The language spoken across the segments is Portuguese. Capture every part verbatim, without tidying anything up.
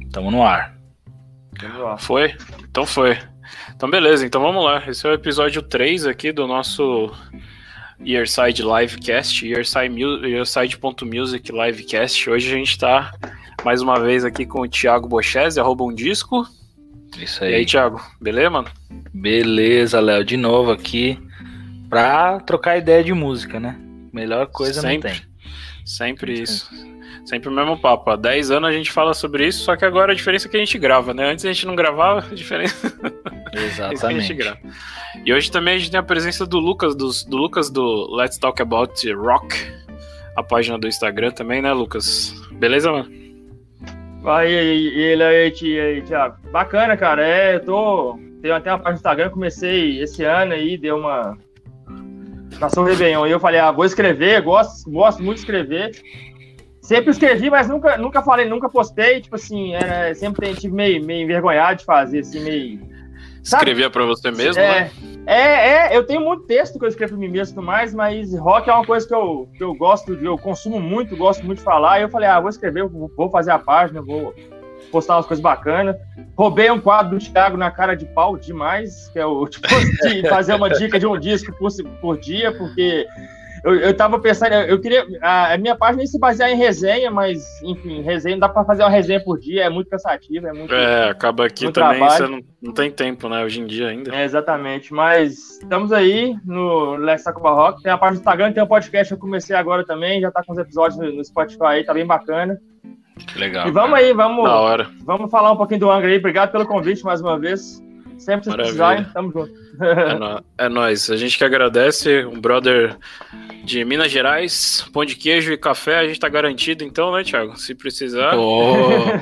Tamo no ar. Foi? Então foi. Então beleza, então vamos lá. Esse é o episódio três aqui do nosso Earside Livecast, Earside ponto music Livecast. Hoje a gente tá mais uma vez aqui com o Thiago Bochese, arroba um disco. Isso aí. E aí, Thiago, beleza, mano? Beleza, Léo, de novo aqui pra trocar ideia de música, né? Melhor coisa sempre, não tem. Sempre Sempre isso. Sempre o mesmo papo. Há dez anos a gente fala sobre isso, só que agora a diferença é que a gente grava, né? Antes a gente não gravava, a diferença Exatamente. é que a gente grava. E hoje também a gente tem a presença do Lucas, do, do Lucas do Let's Talk About Rock, a página do Instagram também, né, Lucas? Beleza, mano? Vai, e ele aí, aí, Thiago. Bacana, cara. É, eu tô. Tenho até uma página do Instagram, comecei esse ano aí, deu uma. Passou o Réveillon. E eu falei, ah, vou escrever, gosto, gosto muito de escrever. Sempre escrevi, mas nunca, nunca falei, nunca postei. Tipo assim, é, sempre tem, tive meio, meio envergonhado de fazer, assim, meio. Sabe? Escrevia pra você mesmo, é, né? É, é, eu tenho muito texto que eu escrevo pra mim mesmo e tudo mais, mas rock é uma coisa que eu, que eu gosto, de, eu consumo muito, gosto muito de falar. E eu falei, ah, vou escrever, vou fazer a página, vou postar umas coisas bacanas. Roubei um quadro do Thiago na cara de pau demais, que é o tipo de fazer uma dica de um disco por, por dia, porque eu, eu tava pensando, eu queria. A, a minha página ia se basear em resenha, mas, enfim, resenha não dá pra fazer uma resenha por dia, é muito cansativo, é muito. É, acaba aqui também, você não, não tem tempo, né, hoje em dia ainda. É, exatamente, mas estamos aí no Let's Talk About Rock, tem a página do Instagram, tem um podcast que eu comecei agora também, já tá com os episódios no, no Spotify aí, tá bem bacana. Que legal. E vamos cara. aí, vamos, da hora. vamos falar um pouquinho do Angra aí, obrigado pelo convite mais uma vez. Sempre que vocês precisarem, tamo junto. É, no, é nóis. A gente que agradece, um brother de Minas Gerais, pão de queijo e café, a gente tá garantido então, né, Thiago? Se precisar. Oh,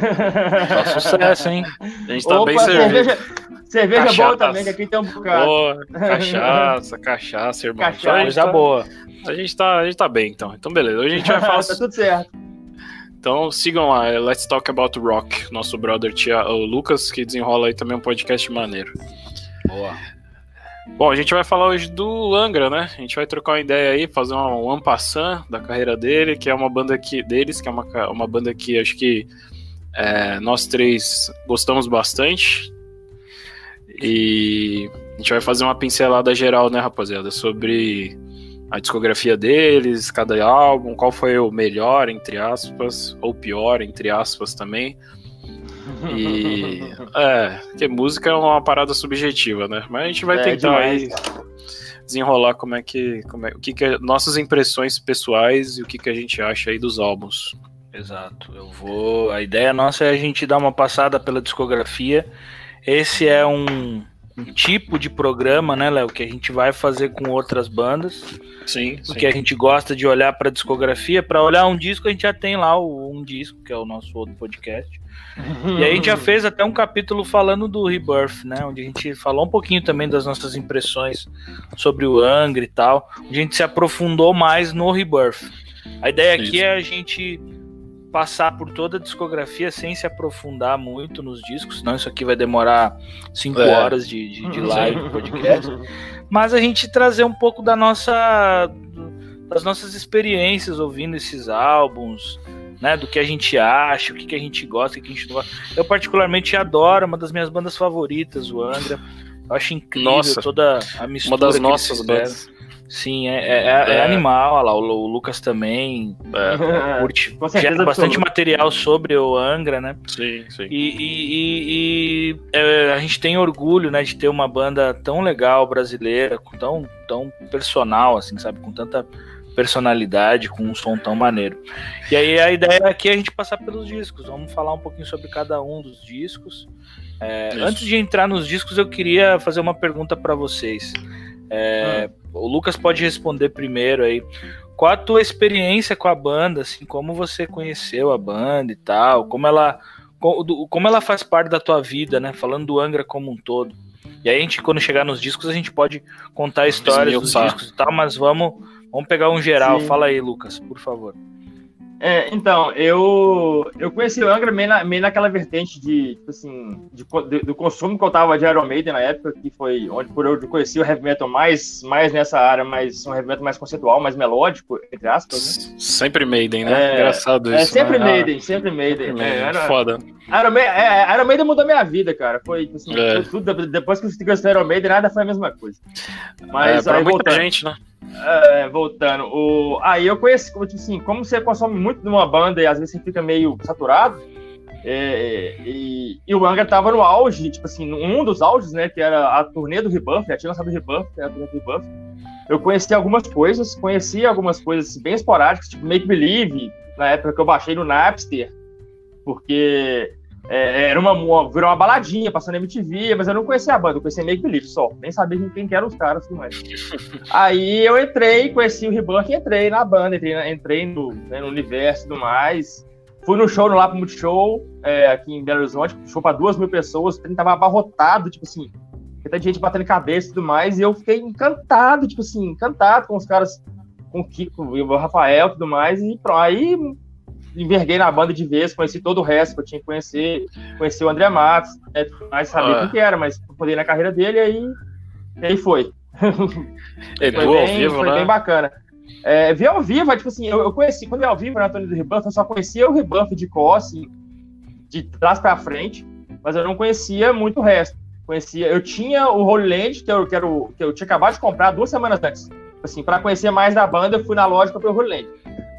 só sucesso, hein? A gente tá Opa, bem servido. Cerveja, cerveja cachaça. boa também, que aqui tem um bocado. Oh, cachaça, cachaça, irmão. Cachaça. Então, Coisa tá, boa. A gente, tá, a gente tá bem, então. Então, beleza. Hoje a gente vai falar. Tá tudo certo. Então sigam lá, é Let's Talk About Rock, nosso brother tia, o Lucas, que desenrola aí também um podcast maneiro. Boa. Bom, a gente vai falar hoje do Angra, né? A gente vai trocar uma ideia aí, fazer uma one passant da carreira dele, que é uma banda que, deles, que é uma, uma banda que acho que é, nós três gostamos bastante. E a gente vai fazer uma pincelada geral, né, rapaziada, sobre a discografia deles, cada álbum, qual foi o melhor, entre aspas, ou pior, entre aspas também. E é, porque música é uma parada subjetiva, né? Mas a gente vai é, tentar demais, aí desenrolar como é que, como é, o que, que é nossas impressões pessoais e o que, que a gente acha aí dos álbuns. Exato. Eu vou. A ideia nossa é a gente dar uma passada pela discografia. Esse é um, um tipo de programa, né, Léo, que a gente vai fazer com outras bandas. Sim, porque sim. a gente gosta de olhar para a discografia. Para olhar um disco, a gente já tem lá o um disco, que é o nosso outro podcast. E aí a gente já fez até um capítulo falando do Rebirth, né? Onde a gente falou um pouquinho também das nossas impressões sobre o Angra e tal. Onde a gente se aprofundou mais no Rebirth. A ideia aqui Isso. é a gente passar por toda a discografia sem se aprofundar muito nos discos, senão isso aqui vai demorar cinco é. horas de, de, de live, podcast. Mas a gente trazer um pouco da nossa, das nossas experiências ouvindo esses álbuns, né, do que a gente acha, o que, que a gente gosta, o que a gente não gosta. Eu particularmente adoro, uma das minhas bandas favoritas, o Angra. Eu acho incrível Nossa, toda a mistura. Uma das nossas bandas. Sim, é, é, é, é animal. Olha lá, o, o Lucas também é, curte. Gera bastante material sobre o Angra, né? Sim, sim. E, e, e, e é, a gente tem orgulho, né, de ter uma banda tão legal brasileira, tão, tão personal, assim, sabe? Com tanta personalidade, com um som tão maneiro. E aí a ideia aqui é a gente passar pelos discos. Vamos falar um pouquinho sobre cada um dos discos. É, antes de entrar nos discos, eu queria fazer uma pergunta para vocês. É, hum. O Lucas pode responder primeiro aí. Qual a tua experiência com a banda, assim, como você conheceu a banda e tal, como ela, como ela faz parte da tua vida, né? Falando do Angra como um todo. E aí a gente, quando chegar nos discos, a gente pode contar histórias dos discos e tal, mas vamos, vamos pegar um geral. Sim. Fala aí, Lucas, por favor. É, então, eu, eu conheci o Angra meio, na, meio naquela vertente de, tipo assim, de, de, do consumo que eu tava de Iron Maiden na época, que foi onde por eu conheci o heavy metal mais, mais nessa área, mais um heavy metal mais conceitual, mais melódico, entre aspas, né? Sempre Maiden, né? É, Engraçado isso. É, sempre né? Maiden, sempre Maiden. Sempre é, Maiden. Era, Foda. Iron Maiden, é, Iron Maiden mudou minha vida, cara. Foi, tipo assim, É. tudo, depois que eu conheci o Iron Maiden, nada foi a mesma coisa. Mas, é, pra aí, muita voltando, gente, né? É, voltando, o... aí eu conheci, tipo assim, como você consome muito de uma banda e às vezes você fica meio saturado, é, e, e o Angra tava no auge, tipo assim, um dos auges, né, que era a turnê do Rebuff, já tinha lançado o Rebuff, que era a turnê do Rebuff. Eu conheci algumas coisas, conheci algumas coisas bem esporádicas, tipo Make Believe, na época que eu baixei no Napster, porque é, era uma, virou uma baladinha, passando na M T V, mas eu não conhecia a banda, eu conhecia Make Believe só, nem sabia quem que eram os caras e tudo mais. Aí eu entrei, conheci o Rebuff e entrei na banda, entrei, entrei no, né, no universo e tudo mais. Fui no show, no Lá pro Multishow, é, aqui em Belo Horizonte, show pra duas mil pessoas, o trem tava abarrotado, tipo assim, muita gente batendo cabeça e tudo mais, e eu fiquei encantado, tipo assim, encantado com os caras, com o Kiko e o Rafael e tudo mais, e pronto, aí enverguei na banda de vez, conheci todo o resto que eu tinha que conhecer, conheci o André Matos, né, mais sabia ah. quem que era, mas poder ir na carreira dele, aí, aí foi. Ele foi bem, ao vivo, foi né? bem bacana. É, vi ao vivo, tipo assim, eu, eu conheci, quando eu vi ao vivo na turnê do Rebuff, eu só conhecia o Rebuff de costas, assim, de trás pra frente, mas eu não conhecia muito o resto. Conhecia, eu tinha o Holy Land, que eu, que, era o, que eu tinha acabado de comprar duas semanas antes. Assim, pra conhecer mais da banda, eu fui na loja e comprei o Holy Land.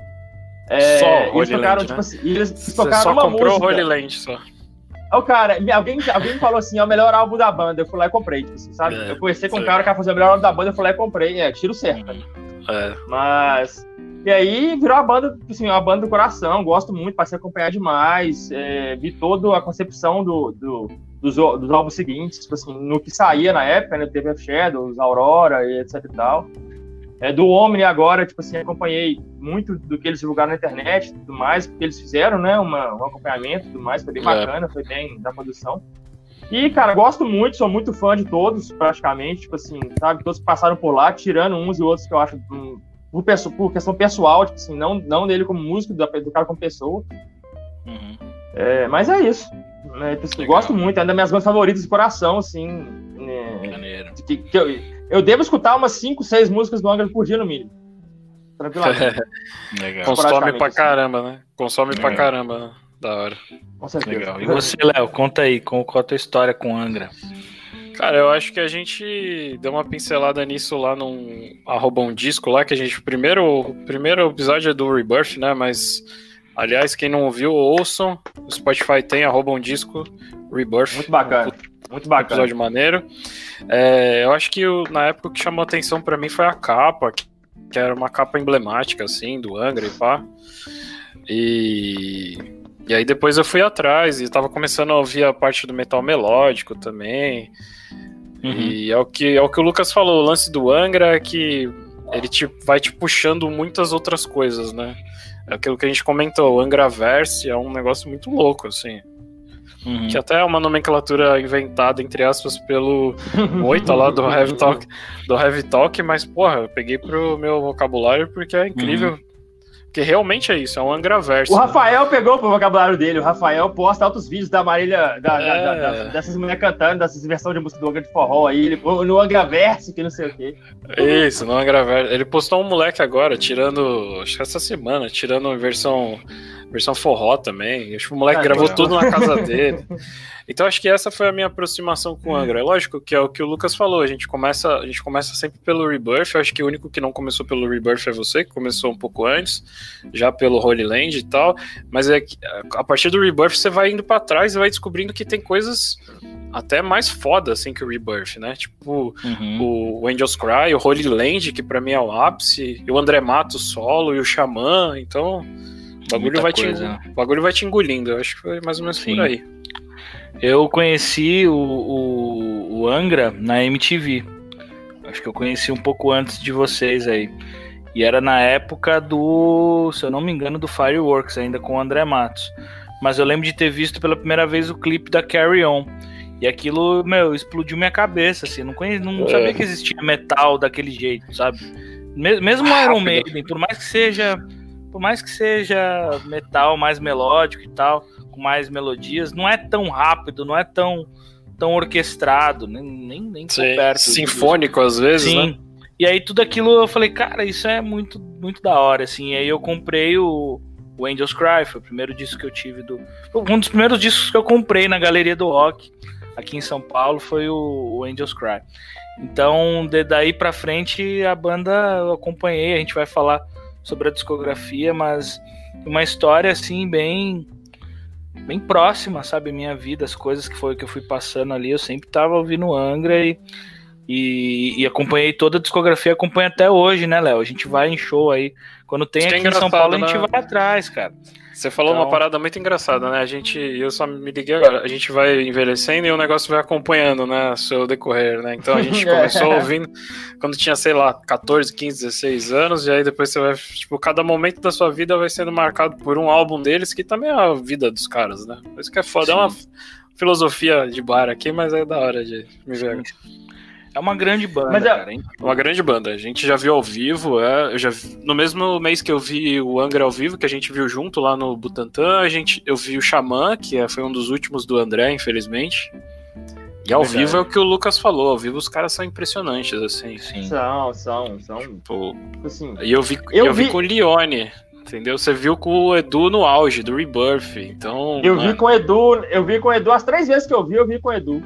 É, só o eles Holy tocaram, Land, tipo né? assim, eles Você tocaram só uma comprou música. o Holy Land, só. Ó, cara, alguém, alguém me falou assim, é o melhor álbum da banda, eu fui lá e comprei, tipo assim, sabe? É, eu conversei com um sei. cara que ia fazer o melhor álbum da banda, eu fui lá e comprei, é, tiro certo. Né? É. Mas... E aí virou a banda, assim, uma banda do coração, gosto muito, passei a acompanhar demais, é, vi toda a concepção do, do, dos, dos álbuns seguintes, tipo assim, no que saía na época, né, T V F Shadows, Aurora e etc e tal. É, do Omni agora, tipo assim, acompanhei muito do que eles divulgaram na internet e tudo mais, porque eles fizeram, né, uma, um acompanhamento e tudo mais, foi bem bacana, é. foi bem da produção. E, cara, gosto muito, sou muito fã de todos, praticamente, tipo assim, sabe, todos que passaram por lá, tirando uns e outros que eu acho... Hum, Por, pessoa, por questão pessoal, tipo assim, não, não dele como músico, do cara como pessoa. Uhum. É, mas é isso. Né? Tipo, gosto muito, é uma das minhas bandas favoritas de coração, assim. Né? Que, que eu, eu devo escutar umas cinco, seis músicas do Angra por dia, no mínimo. Tranquilamente. Legal. Consome pra caramba, né? Consome é. pra caramba, né? Da hora. Com certeza. Legal. E você, Léo, conta aí, qual a tua história com Angra? Cara, eu acho que a gente deu uma pincelada nisso lá num arroba um disco lá, que a gente, o primeiro, o primeiro episódio é do Rebirth, né, mas, aliás, quem não ouviu, ouçam, o Spotify tem arroba um disco, Rebirth. Muito bacana, um, muito bacana. Episódio maneiro. É, eu acho que o, na época o que chamou atenção pra mim foi a capa, que, que era uma capa emblemática, assim, do Angra e pá, e... E aí depois eu fui atrás e tava começando a ouvir a parte do metal melódico também. Uhum. E é o, que, é o que o Lucas falou, o lance do Angra é que ele te, vai te puxando muitas outras coisas, né? É aquilo que a gente comentou, o Angraverse é um negócio muito louco, assim. Uhum. Que até é uma nomenclatura inventada, entre aspas, pelo Moita lá do Heavy Talk, do Heavy Talk, mas, porra, eu peguei pro meu vocabulário porque é incrível. Uhum. Porque realmente é isso, é um Angraverse. O Rafael né? pegou pro vocabulário dele, o Rafael posta altos vídeos da Marília, da, é. da, da, dessas mulheres cantando, dessas versões de música do Angra de forró aí, ele no Angraverse, que não sei o quê. Isso, no Angraverse. Ele postou um moleque agora, tirando, acho que essa semana, tirando versão, versão forró também. Acho que o moleque ah, gravou tudo na casa dele. Então acho que essa foi a minha aproximação com o Angra. É lógico que é o que o Lucas falou, a gente começa, a gente começa sempre pelo Rebirth. Eu acho que o único que não começou pelo Rebirth é você, que começou um pouco antes, já pelo Holy Land e tal, mas é que a partir do Rebirth você vai indo pra trás e vai descobrindo que tem coisas até mais foda assim que o Rebirth, né? Tipo uhum. o Angels Cry, o Holy Land, que pra mim é o ápice, e o André Matos solo e o Xamã, então o bagulho, vai te, né? o bagulho vai te engolindo. Eu acho que foi mais ou menos Sim. por aí. Eu conheci o, o, o Angra na M T V. Acho que eu conheci um pouco antes de vocês aí. E era na época do, se eu não me engano, do Fireworks, ainda com o André Matos. Mas eu lembro de ter visto pela primeira vez o clipe da Carry On. E aquilo, meu, explodiu minha cabeça, assim. Não, conhecia, não é. sabia que existia metal daquele jeito, sabe? Mesmo o Iron Maiden, por mais que seja... por mais que seja metal mais melódico e tal, com mais melodias, não é tão rápido, não é tão, tão orquestrado, nem, nem, nem perto. Sinfônico às vezes, Sim. né? E aí tudo aquilo eu falei, cara, isso é muito, muito da hora, assim. E aí eu comprei o, o Angels Cry, foi o primeiro disco que eu tive do... Um dos primeiros discos que eu comprei na Galeria do Rock, aqui em São Paulo, foi o, o Angels Cry. Então, de, daí pra frente, a banda eu acompanhei, a gente vai falar sobre a discografia, mas uma história, assim, bem... bem próxima, sabe, minha vida, as coisas que foi que eu fui passando ali, eu sempre tava ouvindo Angra e... E, e acompanhei toda a discografia, acompanho até hoje, né, Léo? A gente vai em show aí. Quando tem aqui em São Paulo, a gente vai atrás, cara. Você falou então... uma parada muito engraçada, né? A gente, eu só me liguei agora, a gente vai envelhecendo e o negócio vai acompanhando, né? O seu decorrer, né? Então a gente começou ouvindo quando tinha, sei lá, catorze, quinze, dezesseis anos, e aí depois você vai, tipo, cada momento da sua vida vai sendo marcado por um álbum deles, que também é a vida dos caras, né? Isso que é foda. Sim. É uma filosofia de bar aqui, mas é da hora de me ver. É uma grande banda, Mas é, cara, hein? Uma grande banda. A gente já viu ao vivo, é, eu já vi, no mesmo mês que eu vi o Angra ao vivo, que a gente viu junto lá no Butantã, a gente, eu vi o Xamã, que é, foi um dos últimos do André, infelizmente. E ao Verdade. vivo é o que o Lucas falou, ao vivo os caras são impressionantes, assim. Sim. São, são, são. Tipo, assim, e eu vi, eu, eu vi... vi com o Leone. Entendeu? Você viu com o Edu no auge do Rebirth, então... Eu mano... vi com o Edu, eu vi com o Edu, as três vezes que eu vi, eu vi com o Edu.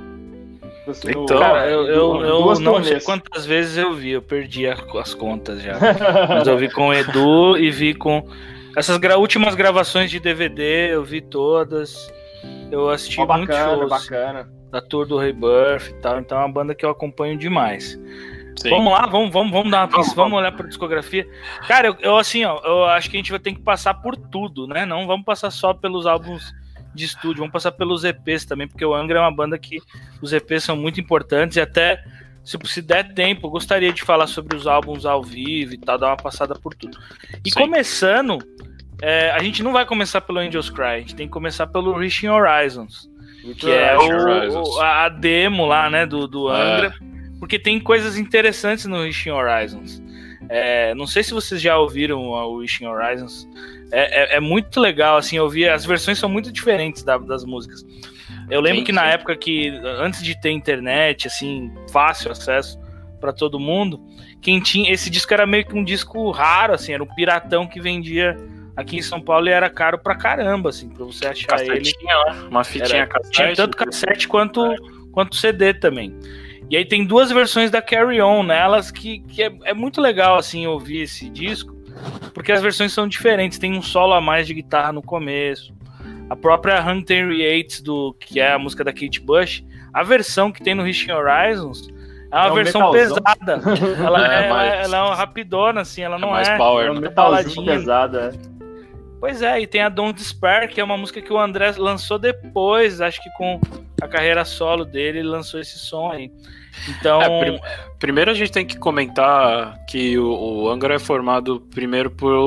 Então, cara, eu, eu, eu não sei quantas vezes eu vi, eu perdi as contas já. Mas eu vi com o Edu e vi com essas gra- últimas gravações de D V D, eu vi todas. Eu assisti oh, muitos shows bacana. da tour do Rebirth e tal, então é uma banda que eu acompanho demais. Sim. Vamos lá, vamos, vamos, vamos dar uma vamos, vamos olhar para a discografia. Cara, eu, eu assim, ó, eu acho que a gente vai ter que passar por tudo, né? Não vamos passar só pelos álbuns de estúdio, vamos passar pelos E Ps também, porque o Angra é uma banda que os E Ps são muito importantes e até, se, se der tempo, eu gostaria de falar sobre os álbuns ao vivo e tal, dar uma passada por tudo. E Sim. começando, é, a gente não vai começar pelo Angels Cry, a gente tem que começar pelo Reaching Horizons, que é o, a demo lá, né, do, do Angra, é. porque tem coisas interessantes no Reaching Horizons. É, não sei se vocês já ouviram o Reaching Horizons. É, é, é muito legal, assim, ouvir. As versões são muito diferentes da, das músicas. Eu lembro sim, que na sim. época que, antes de ter internet, assim, fácil acesso para todo mundo, quem tinha esse disco era meio que um disco raro, assim, era um piratão que vendia aqui em São Paulo e era caro pra caramba, assim, pra você achar Cassetinha, ele. Uma fitinha era, cassete. Tinha tanto cassete quanto, é. quanto C D também. E aí tem duas versões da Carry On nelas que, que é, é muito legal, assim, ouvir esse disco, porque as versões são diferentes, tem um solo a mais de guitarra no começo. A própria Hunter Yates, do, que é a música da Kate Bush, a versão que tem no Reaching Horizons é uma é um versão metalzão. pesada. Ela é, é, mais... ela é uma rapidona, assim, ela não é... mais é power, é uma metalzinho pesada, é. Pois é, e tem a Don't Despair, que é uma música que o André lançou depois, acho que com a carreira solo dele, ele lançou esse som aí. Então... É, prim- primeiro a gente tem que comentar que o, o Angra é formado primeiro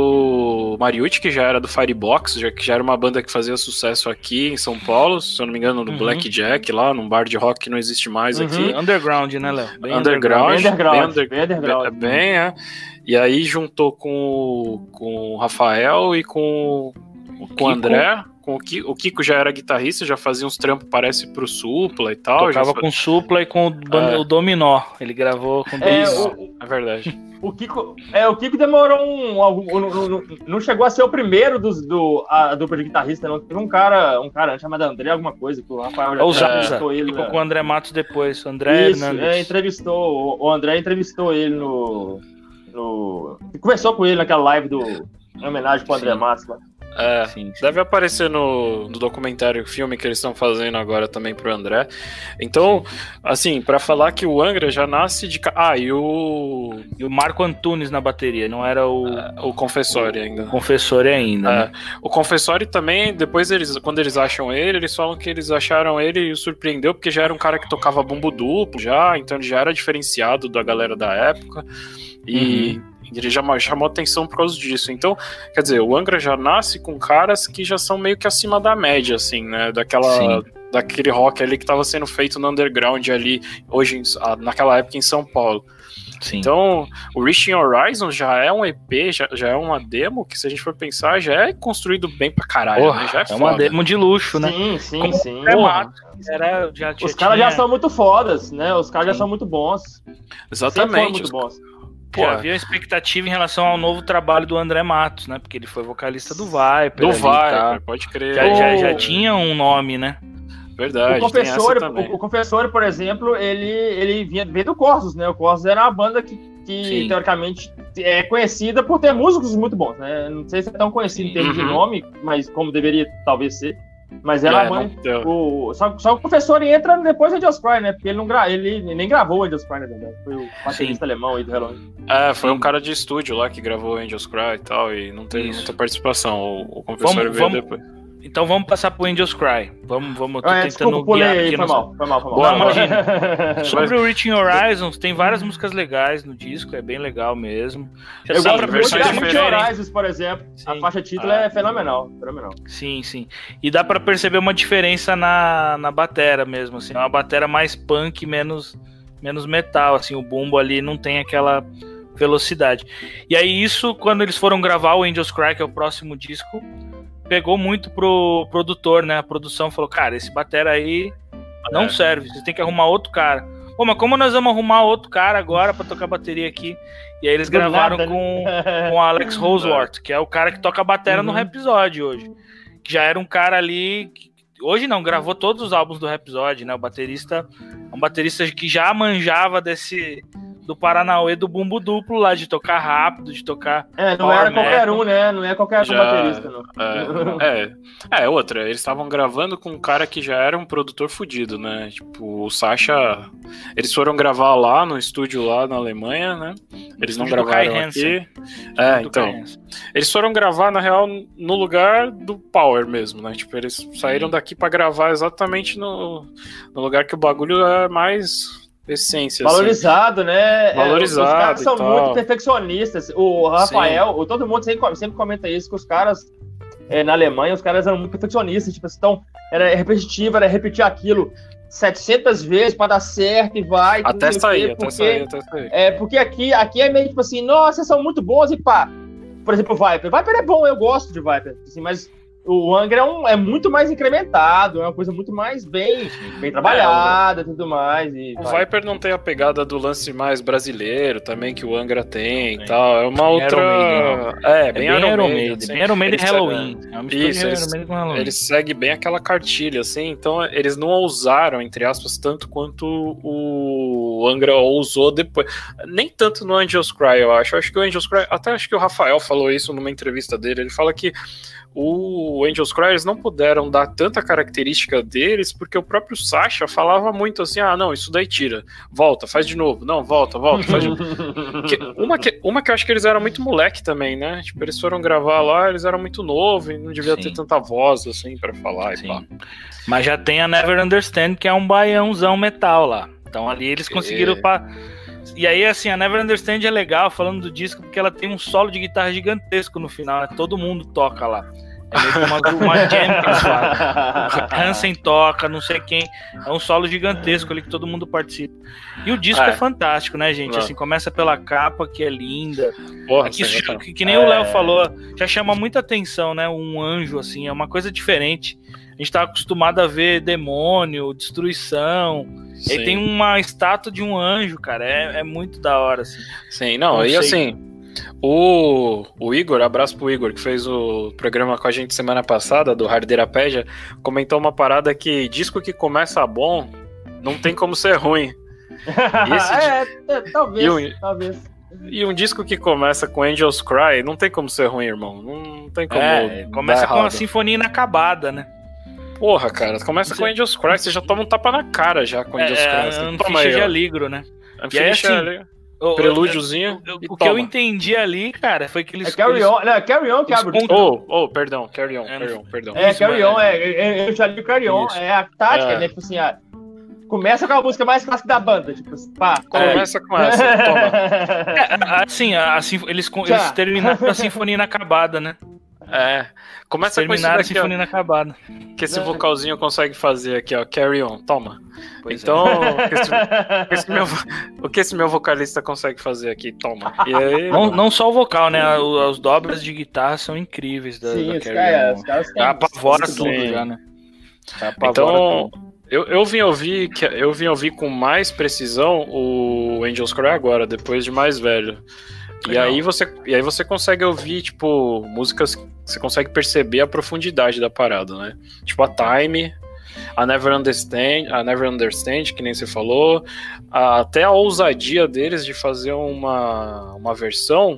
por Mariucci, que já era do Firebox, já, que já era uma banda que fazia sucesso aqui em São Paulo, se eu não me engano, no uhum. Blackjack, lá, num bar de rock que não existe mais uhum. aqui. Underground, né, Léo? Bem underground. Bem underground. Bem, under, bem underground. Bem, bem, é. E aí juntou com, com o Rafael e com, com o André... Com o, Kiko, o Kiko já era guitarrista, já fazia uns trampos, parece, pro Supla e tal. Tocava já... com o Supla e com o, é. o Dominó. Ele gravou com o é, Dominó. O, é verdade. O Kiko, é, o Kiko demorou um... um, um, um não chegou a ser o primeiro dos, do, a, a dupla de guitarrista, não. Teve um cara, um cara chamado André, alguma coisa, que o Rafael já o entrevistou ele. Ficou né? com o André Matos depois. O André Isso, Hernandes. É, entrevistou, o André entrevistou ele no... no conversou com ele naquela live do... em homenagem pro André Matos, lá. É, sim, sim. Deve aparecer no, no documentário, filme que eles estão fazendo agora também pro André. Então, sim. assim, pra falar que o Angra já nasce de... Ah, e o... E o Marco Antunes na bateria, não era o... É, o Confessori ainda. O Confessori ainda, é. né? O Confessori também, depois eles, quando eles acham ele, eles falam que eles acharam ele e o surpreendeu, porque já era um cara que tocava bumbo duplo já, então ele já era diferenciado da galera da época. E... Uhum. Ele já chamou atenção por causa disso. Então, quer dizer, o Angra já nasce com caras que já são meio que acima da média, assim, né? Daquela, daquele rock ali que estava sendo feito no underground ali, hoje, naquela época em São Paulo. Sim. Então, o Reaching Horizon já é um E P, já, já é uma demo que, se a gente for pensar, já é construído bem pra caralho, Porra, né? Já é, é foda. uma demo de luxo, né? Sim, sim, Como sim. Era, já, já Os caras tinha... já são muito fodas, né? Os caras já são muito bons. Exatamente. Muito bons. Pô, já havia expectativa em relação ao novo trabalho do André Matos, né? Porque ele foi vocalista do Viper. Do Viper, pode crer. Já, já, já tinha um nome, né? Verdade. O Confessor, o, o Confessor, por exemplo, ele, ele vinha veio do Corsos, né? O Corsos era uma banda que, que teoricamente, é conhecida por ter músicos muito bons, né? Não sei se é tão conhecido em termos uhum. de nome, mas como deveria talvez ser. Mas era é, uma banda. O, só, só o Confessor entra depois do Angels Cry, né? Porque ele, não gra, ele nem gravou o Angels Cry, na verdade. Foi o baterista alemão aí do Halloween. É, foi um cara de estúdio lá que gravou Angels Cry e tal, e não teve Isso. muita participação. O, o Confessor vamos, veio vamos, depois. Então vamos passar pro Angels Cry. Vamos, vamos, tô ah, é, tentando desculpa, pulei aí, foi nos... mal, foi mal, foi mal. Não, imagina. Sobre o Reaching Horizons, tem várias músicas legais no disco, é bem legal mesmo. Já Eu gosto muito de Reaching Horizons, por exemplo. Sim. A faixa título ah. é fenomenal, fenomenal. Sim, sim. E dá pra perceber uma diferença na, na batera mesmo, assim. É uma batera mais punk, menos, menos metal, assim. O bumbo ali não tem aquela velocidade. E aí isso, quando eles foram gravar o Angels Cry, que é o próximo disco, pegou muito pro produtor, né? A produção falou, cara, esse batera aí não é. serve, você tem que arrumar outro cara. Pô, mas como nós vamos arrumar outro cara agora pra tocar bateria aqui? E aí eles Do gravaram nada, com, né? com o Alex Roseworth, que é o cara que toca batera uhum. no Rhapsody hoje. Que já era um cara ali... Que, hoje não, gravou todos os álbuns do Rhapsody, né? O baterista... É um baterista que já manjava desse... do Paranauê do bumbo duplo lá, de tocar rápido, de tocar... É, não era qualquer um, né? Não é qualquer já, baterista, não. É, é, é outra, eles estavam gravando com um cara que já era um produtor fudido, né? Tipo, o Sacha... Eles foram gravar lá no estúdio lá na Alemanha, né? Eles não gravaram aqui. É, então... Eles foram gravar, na real, no lugar do Power mesmo, né? Tipo, eles saíram daqui pra gravar exatamente no, no lugar que o bagulho é mais... essência, valorizado, assim. né? Valorizado. É, os caras são muito perfeccionistas. O Rafael, o, todo mundo sempre, sempre comenta isso, que os caras é, na Alemanha, os caras eram muito perfeccionistas. Tipo, então, era repetitivo, era repetir aquilo setecentas vezes para dar certo e vai. Até sair, até porque, sair, até sair. É, porque aqui, aqui é meio tipo assim, nossa, vocês são muito bons e pá. Por exemplo, o Viper. O Viper é bom, eu gosto de Viper, assim, mas o Angra é, um, é muito mais incrementado, é uma coisa muito mais bem, bem trabalhada e é, tudo mais. E o vai. Viper não tem a pegada do lance mais brasileiro também, que o Angra tem e tal. É uma bem outra... Maiden, é, bem, é bem Iron Maiden. Assim. Bem Iron Maiden Halloween. É uma Isso, eles, Iron com Halloween. Eles seguem bem aquela cartilha, assim, então eles não ousaram, entre aspas, tanto quanto o Angra ousou depois. Nem tanto no Angels Cry, eu acho. Eu acho que o Angels Cry, até acho que o Rafael falou isso numa entrevista dele, ele fala que o Angels Cry, eles não puderam dar tanta característica deles, porque o próprio Sacha falava muito assim, ah, não, isso daí tira, volta, faz de novo, não, volta, volta, faz de novo. que, uma, que, uma que eu acho que eles eram muito moleque também, né, tipo, eles foram gravar lá, eles eram muito novos, e não devia Sim. ter tanta voz, assim, pra falar Sim. e pá. Mas já tem a Never Understand, que é um baiãozão metal lá, então ali eles conseguiram é. pra... E aí, assim, a Never Understand é legal, falando do disco, porque ela tem um solo de guitarra gigantesco no final, né? Todo mundo toca lá. É meio que uma, uma jam que eles fazem. Hansen toca, não sei quem. É um solo gigantesco ali que todo mundo participa. E o disco é, é fantástico, né, gente? Não. Assim, começa pela capa, que é linda. Porra, Aqui, que, que nem é... o Léo falou, já chama muita atenção, né? Um anjo, assim, é uma coisa diferente. A gente tá acostumado a ver demônio, destruição. Sim. Aí tem uma estátua de um anjo, cara. É, é muito da hora, assim. Sim, não, não e sei. assim, o, o Igor, abraço pro Igor, que fez o programa com a gente semana passada, do Harderapédia, comentou uma parada que disco que começa bom, não tem como ser ruim. E esse é, é, talvez, um, talvez. E um disco que começa com Angels Cry, não tem como ser ruim, irmão. Não tem como. É, começa com a sinfonia inacabada, né? Porra, cara, começa você... com Angels Cry, você já toma um tapa na cara já com Angels é, Cry. É, um ficha de Aligro, né? E aí, assim, o, prelúdiozinho. O, o, o que eu entendi ali, cara, foi que eles. É Carry On, né? Carry On que abre o Oh, oh, perdão, Carry On, é, Carry On, perdão. É, Carry On, é, eu já li o Carry On, é a tática, é. né? Tipo assim, a, começa com a música mais clássica da banda, tipo, pá. Começa com essa, toma. É, assim, a, a, eles, eles terminaram com a sinfonia inacabada, né? É. Começa com Terminaram a isso daqui, Sinfonia Inacabada. Que esse vocalzinho consegue fazer aqui, ó. Carry on, toma. Pois então, é. o, que esse, o, que esse meu, o que esse meu vocalista consegue fazer aqui, toma. E aí, Não, não só o vocal, né? Os dobras de guitarra são incríveis da, Sim, da os Carry caras, On. os caras têm- Já apavora Sim. tudo já, né? Já apavora Então, tudo. eu, eu vim ouvir que eu vim ouvir com mais precisão o Angels Cry agora, depois de mais velho. E Legal. aí, você, e aí você consegue ouvir, tipo, músicas que você consegue perceber a profundidade da parada, né? Tipo a Time, a Never Understand, a Never Understand, que nem você falou, a, até a ousadia deles de fazer uma, uma versão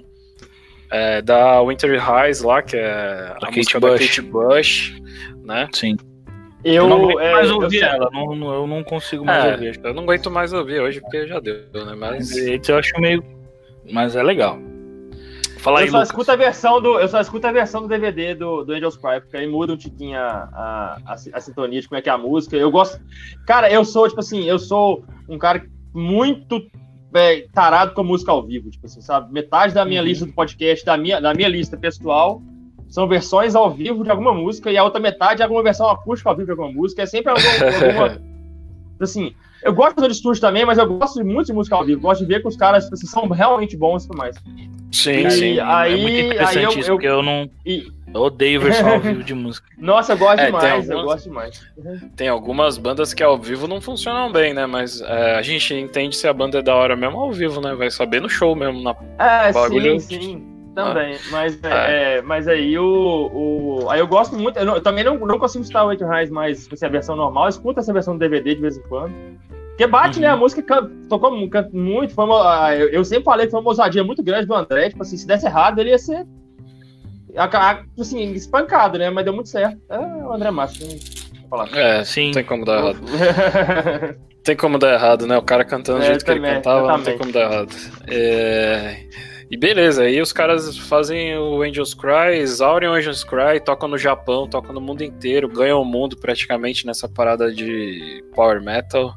é, da Winter Highs lá, que é a Kate música Bush. da Kate Bush, né? Sim. Eu, Eu não aguento é, mais eu ouvir sei- ela, não, não- eu não consigo mais É, ouvir. eu não aguento mais ouvir hoje, porque já deu, né? Mas... Esse eu acho meio. Mas é legal. Fala aí, eu só Lucas. escuto a versão do, eu só escuto a versão do D V D do, do Angels Cry, porque aí muda um tiquinho a, a, a, a sintonia de como é que é a música. Eu gosto. Cara, eu sou, tipo assim, eu sou um cara muito é, tarado com música ao vivo, tipo assim, sabe? Metade da minha Uhum. lista do podcast, da minha, da minha lista pessoal, são versões ao vivo de alguma música, e a outra metade é alguma versão acústica ao vivo de alguma música. É sempre alguma. alguma assim, eu gosto de fazer de estúdio também, mas eu gosto muito de música ao vivo. Gosto de ver que os caras tipo assim, são realmente bons e tudo mais. Sim, E sim. aí- é muito interessante aí eu- isso, eu- porque eu não. E, Eu odeio versão ao vivo de música. nossa, eu gosto É, demais, tem eu algumas- gosto demais. Tem algumas bandas que ao vivo não funcionam bem, né? Mas é, a gente entende se a banda é da hora mesmo ao vivo, né? Vai saber no show mesmo. Na... É, Bagulho- sim, sim. Também, mas, é, é, mas aí o, o. Aí eu gosto muito. Eu, não- eu também não, não consigo escutar o Eight Rise mais tipo assim, a versão normal, eu escuto essa versão do D V D de vez em quando. Porque bate, Uhum. né? A música can, tocou mu- can, muito. Foi uma, eu, eu sempre falei que foi uma ousadia muito grande do André. Tipo assim, se desse errado, ele ia ser. a- a- Tipo assim, espancado, né? Mas deu muito certo. É o André Massa, não vou falar. É, Sim. não tem como dar errado. Tem como dar errado, né? O cara cantando do É, jeito que ele também, cantava, não tem exatamente. como dar errado. É... E beleza, aí os caras fazem o Angels Cry, exaurem o Angels Cry, tocam no Japão, tocam no mundo inteiro, ganham o mundo praticamente nessa parada de power metal.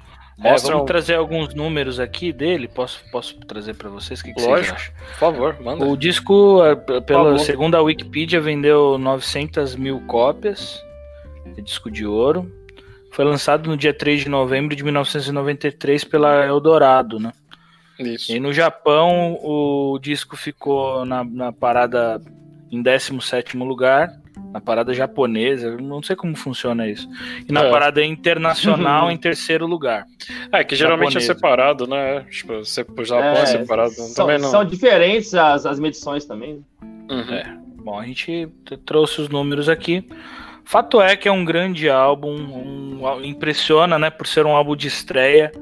É, Mostram, vamos trazer alguns números aqui dele. Posso, posso trazer pra vocês? O que, que vocês Lógico. acham? por favor, manda. O disco, é, p- pela favor. segundo a Wikipedia, vendeu novecentas mil cópias. É disco de ouro. Foi lançado no dia três de novembro de mil novecentos e noventa e três pela Eldorado, né? Isso. E aí no Japão o disco ficou na, na parada em décimo sétimo lugar, na parada japonesa, eu não sei como funciona isso. E na É. parada internacional em terceiro lugar. É, que geralmente Japonesa. é separado, né? Tipo, você, o Japão é, É, separado. são, Também não. são diferentes as, as medições também. Uhum. É. Bom, a gente t- trouxe os números aqui. Fato é que é um grande álbum, um, um- impressiona, né, por ser um álbum de estreia.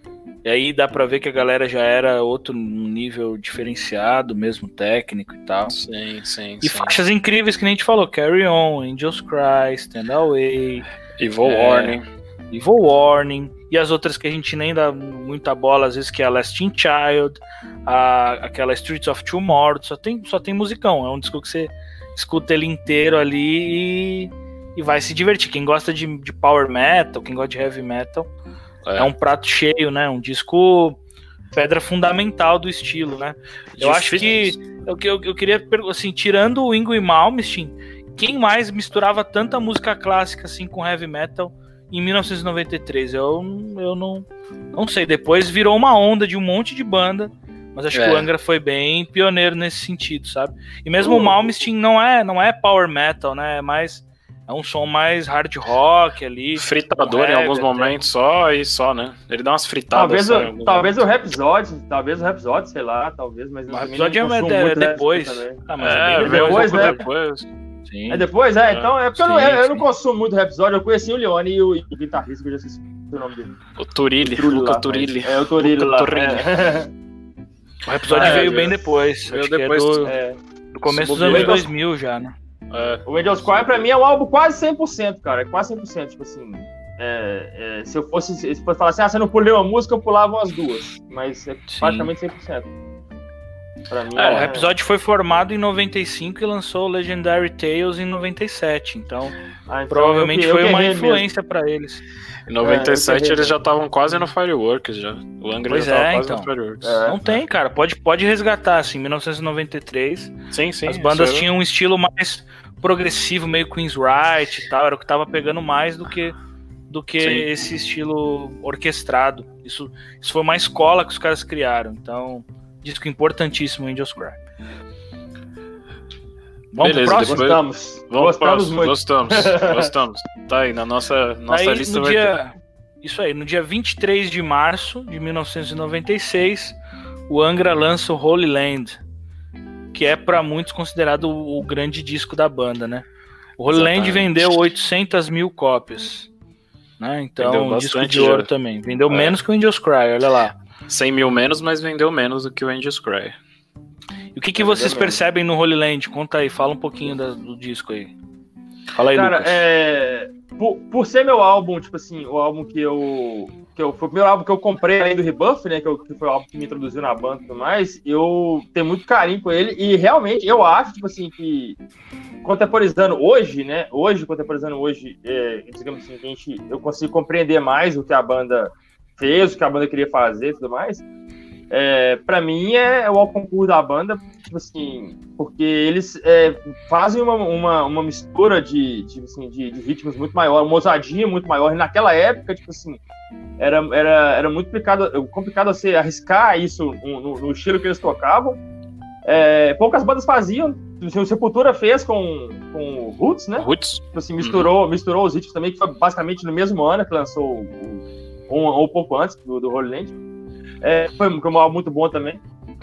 E aí dá pra ver que a galera já era outro nível diferenciado, mesmo técnico e tal. Sim, sim, E sim. faixas incríveis que nem a gente falou, Carry On, Angels Cry, Stand Away, Evil É. Warning. Evil Warning, e as outras que a gente nem dá muita bola, às vezes, que é a Lasting Child, a, aquela Streets of Tomorrow, só tem, só tem musicão, é um disco que você escuta ele inteiro ali e, e vai se divertir. Quem gosta de, de power metal, quem gosta de heavy metal, é. é um prato cheio, né? Um disco pedra fundamental do estilo, né? Eu acho que eu, eu, eu queria, assim, tirando o Yngwie Malmsteen, quem mais misturava tanta música clássica assim com heavy metal em mil novecentos e noventa e três? Eu, eu não, não sei. Depois virou uma onda de um monte de banda, mas acho é. que o Angra foi bem pioneiro nesse sentido, sabe? E mesmo uh. o Malmsteen não é, não é power metal, né? É mais é um som mais hard rock ali. Fritador em alguns até. momentos só e só, né? Ele dá umas fritadas. Talvez, o, talvez o Rhapsody, talvez o Rhapsody, sei lá, talvez, mas... O Rhapsody é, é depois. Ah, mas é, é depois, um né? Depois. Sim. É depois, é? é. Então, é porque sim, eu, não, eu, eu não consumo muito Rhapsody, eu conheci o Leone e o, o guitarrista, que eu já esqueci o nome dele. O Turilli, o Luca Turilli. É, o Turilli lá. É. O Rhapsody veio bem depois. Veio depois. É do, é, do começo dos anos dois mil já, né? É. O Angels Cry pra mim é um álbum quase cem por cento, cara. É quase cem por cento. Tipo assim, é, é, se eu fosse, se fosse falar assim, ah, você não pulou uma música, eu pulava umas duas. Mas é Sim. praticamente cem por cento. Pra mim, é, é... O Rhapsody foi formado em noventa e cinco e lançou o Legendary Tales em noventa e sete, então, ah, então provavelmente eu, eu foi uma influência para eles. Em noventa e sete é, eles já estavam quase no Fireworks já. O Angra pois já tava é, quase então. no Fireworks. É, não tem, cara. Pode, pode resgatar, assim, em mil novecentos e noventa e três. Sim, sim. As bandas é... tinham um estilo mais progressivo, meio Queen's Right e tal. Era o que tava pegando mais do que, do que esse estilo orquestrado. Isso, isso foi uma escola que os caras criaram. Então, disco importantíssimo, Angels Cry. Vamos Beleza, pro próximo? Gostamos. Vamos gostamos próximo. muito. Gostamos, gostamos. Tá aí, na nossa, nossa aí, lista no vai dia, ter. Isso aí, no dia vinte e três de março de mil novecentos e noventa e seis, o Angra lança o Holy Land, que é para muitos considerado o, o grande disco da banda, né? O Holy Exatamente. Land vendeu oitocentas mil cópias, né? Então, um disco de ouro já. Também. Vendeu é. menos que o Angels Cry, olha lá. cem mil menos, mas vendeu menos do que o Angels Cry. E o que, que vocês percebem no Holy Land? Conta aí, fala um pouquinho da, do disco aí. Fala aí, Cara, Lucas. é... Por, por ser meu álbum, tipo assim, o álbum que eu... Que eu foi o primeiro álbum que eu comprei além do Rebuff, né? Que, eu, que foi o álbum que me introduziu na banda e tudo mais. Eu tenho muito carinho com ele. E realmente, eu acho, tipo assim, que... Contemporizando hoje, né? Hoje, contemporizando hoje, é, digamos assim, a gente, eu consigo compreender mais o que a banda fez, o que a banda queria fazer e tudo mais. É, pra mim é o concurso da banda, tipo assim, porque eles é, fazem uma, uma, uma mistura de, tipo assim, de, de ritmos muito maior, uma ousadia muito maior, e naquela época, tipo assim, era, era, era muito complicado, complicado você arriscar isso no, no estilo que eles tocavam. É, poucas bandas faziam, o Sepultura fez com, com o Roots, né? Roots. Tipo assim, misturou, uhum. misturou os ritmos também, que foi basicamente no mesmo ano que lançou o, um ou um pouco antes do, do Holy Land. É, foi um álbum muito bom também.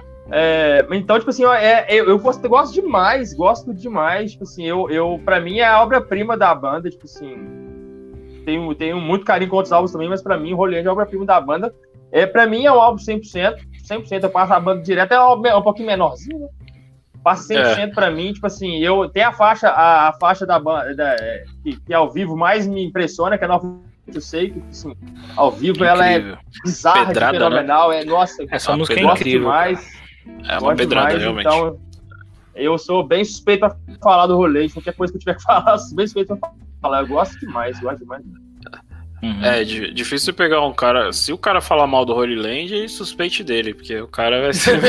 É, então, tipo assim, é, eu, eu gosto, gosto demais, gosto demais. Tipo assim, eu, eu, pra mim é a obra-prima da banda. Tipo assim, tenho, tenho muito carinho com outros álbuns também, mas pra mim o Holy Land é a obra-prima da banda. É, pra mim é um álbum cem por cento. cem por cento eu passo a banda direto, é um, um pouquinho menorzinho, né? Passa cem por cento é. Pra mim. Tipo assim, eu tenho a faixa, a, a faixa da banda da, que, que ao vivo mais me impressiona, que é a nova. Eu sei que assim, ao vivo incrível. Ela é bizarra, pedrada, fenomenal, né? é, nossa, essa música é incrível, demais, é uma pedrada, demais, realmente. Então, eu sou bem suspeito pra falar do rolê, qualquer coisa que eu tiver que falar, sou bem suspeito pra falar, eu gosto demais, eu gosto demais. Uhum. É difícil pegar um cara. Se o cara falar mal do Holy Land, suspeite dele, porque o cara vai ser.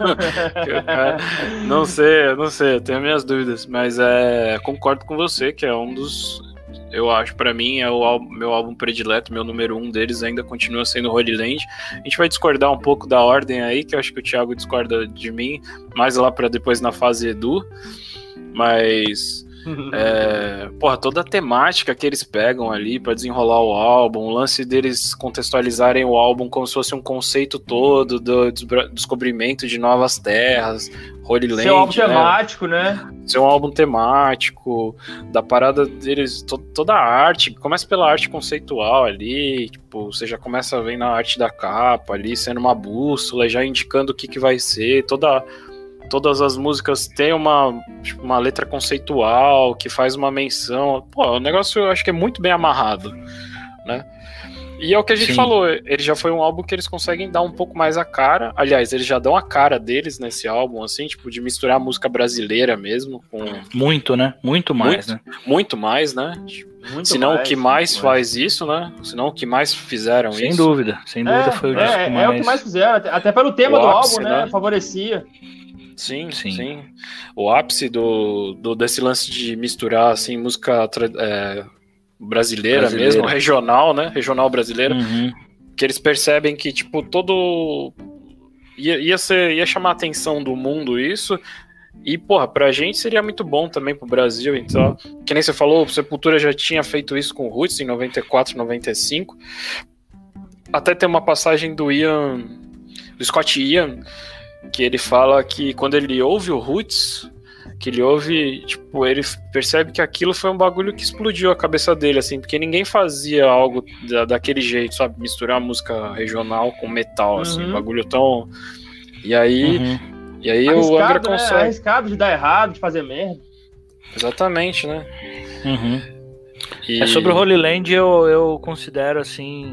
o cara... Não sei, não sei, eu tenho minhas dúvidas, mas é, concordo com você que é um dos. Eu acho, pra mim, é o álbum, meu álbum predileto, meu número um deles ainda continua sendo Holy Land. A gente vai discordar um pouco da ordem aí, que eu acho que o Thiago discorda de mim, mais lá pra depois na fase Edu, mas é, porra, toda a temática que eles pegam ali pra desenrolar o álbum, o lance deles contextualizarem o álbum como se fosse um conceito todo do descobrimento de novas terras, Holy Land, ser um álbum né? temático, né? Ser um álbum temático, da parada deles, to, toda a arte, começa pela arte conceitual ali, tipo, você já começa a ver na arte da capa ali, sendo uma bússola, já indicando o que, que vai ser, toda, todas as músicas têm uma, tipo, uma letra conceitual, que faz uma menção, pô, o negócio eu acho que é muito bem amarrado, né? E é o que a gente Sim. falou, ele já foi um álbum que eles conseguem dar um pouco mais a cara, aliás, eles já dão a cara deles nesse álbum, assim, tipo, de misturar música brasileira mesmo com... Muito, né? Muito mais, muito, né? Muito mais, né? Muito se não mais, o que mais faz mais. Isso, né? Se não o que mais fizeram sem isso. Sem dúvida, sem dúvida é, foi o é, disco é, mais... É o que mais fizeram, até, até pelo tema o do ápice, álbum, né? né? Favorecia. Sim, sim, sim. O ápice do, do, desse lance de misturar, assim, música... É, brasileira, brasileira mesmo, regional, né? Regional brasileira. Uhum. Que eles percebem que, tipo, todo... Ia, ia, ser, ia chamar a atenção do mundo isso. E, porra, pra gente seria muito bom também pro Brasil. Então, que nem você falou, o Sepultura já tinha feito isso com o Roots em noventa e quatro, noventa e cinco. Até tem uma passagem do Ian, do Scott Ian, que ele fala que quando ele ouve o Roots... que ele ouve, tipo, ele percebe que aquilo foi um bagulho que explodiu a cabeça dele, assim, porque ninguém fazia algo da, daquele jeito, sabe, misturar música regional com metal, uhum. assim, um bagulho tão... E aí, uhum. e aí arriscado, o Angra né? consegue... É arriscado de dar errado, de fazer merda. Exatamente, né? Uhum. E... É, sobre o Holy Land, eu, eu considero, assim,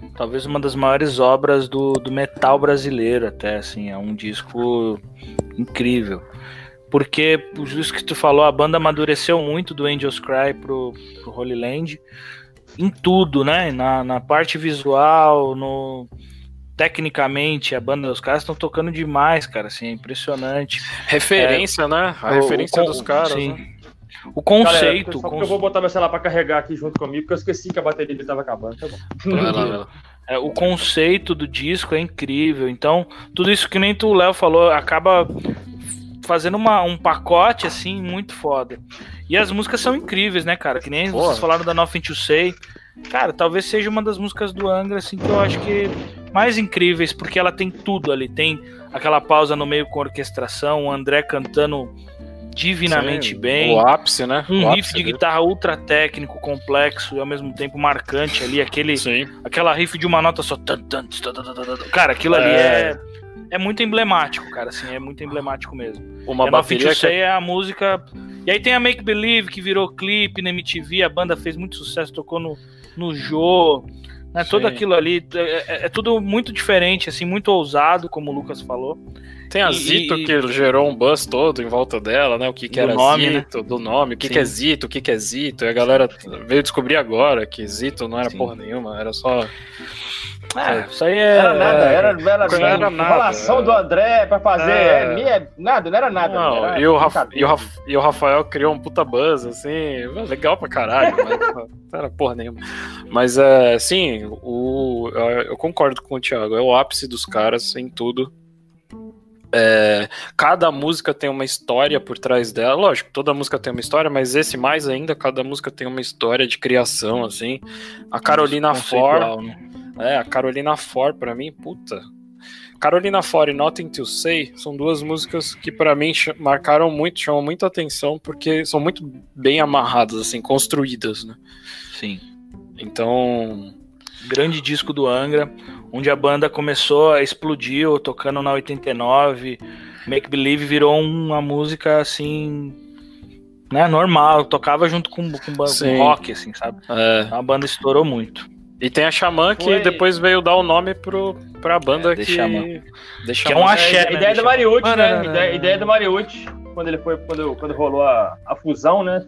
talvez uma das maiores obras do, do metal brasileiro até, assim, é um disco incrível. Porque, isso que tu falou, a banda amadureceu muito do Angels Cry pro, pro Holy Land, em tudo, né? Na, na parte visual, no... tecnicamente, a banda, os caras estão tocando demais, cara, assim, é impressionante. Referência, é, né? A o, referência o, dos caras, sim. Né? O conceito... Galera, só conce... eu vou botar meu celular pra carregar aqui junto comigo, porque eu esqueci que a bateria dele tava acabando, tá bom. Vai lá, vai lá. É, o conceito do disco é incrível, então, tudo isso que nem tu, o Léo, falou, acaba fazendo uma, um pacote, assim, muito foda. E as músicas são incríveis, né, cara? Que nem Pô. vocês falaram da Nothing to Say. Cara, talvez seja uma das músicas do Angra, assim, que eu acho que mais incríveis, porque ela tem tudo ali. Tem aquela pausa no meio com orquestração, o André cantando divinamente Sim, bem. O ápice, né? Um o riff ápice de dele. guitarra ultra técnico, complexo e ao mesmo tempo marcante ali. Aquele, aquela riff de uma nota só. Cara, aquilo ali é... é muito emblemático, cara, assim, é muito emblemático mesmo. Uma a bateria que é a música... E aí tem a Make Believe, que virou clipe na M T V, a banda fez muito sucesso, tocou no, no Jô, né, tudo aquilo ali, é, é tudo muito diferente, assim, muito ousado, como o Lucas falou. Tem a e, Zito, e, que gerou um buzz todo em volta dela, né, o que, que era nome, Zito, né? do nome, o que, que é Zito, o que, que é Zito, e a galera veio descobrir agora que Zito não era Sim. porra nenhuma, era só... Ah, isso aí é... Era nada, era, era, era, não era nada. Enrolação era... do André pra fazer, é. É, é, nada, não era nada. Não, era e, o Raf... e, o Raf... e o Rafael criou um puta buzz, assim, legal pra caralho, mas não era porra nenhuma. Mas, é, sim, o... eu concordo com o Thiago, é o ápice dos caras em tudo. É, cada música tem uma história por trás dela, lógico, toda música tem uma história, mas esse mais ainda, cada música tem uma história de criação, assim. A Carolina For, né? É, a Carolina For, pra mim, puta. Carolina For e Nothing to Say são duas músicas que pra mim marcaram muito, chamam muita atenção, porque são muito bem amarradas, assim, construídas, né? Sim. Então... grande disco do Angra, onde a banda começou a explodir, tocando na oitenta e nove, Make Believe virou uma música, assim, né, normal, tocava junto com, com, com rock, assim, sabe? É. A banda estourou muito. E tem a Xamã, que Foi. depois veio dar o nome pro, pra banda é, que... Xamã. Deixa que é um axé, é, né? Ideia do Mariucci, né? Ideia, ideia do Mariucci, quando ele foi, quando, quando rolou a, a fusão, né?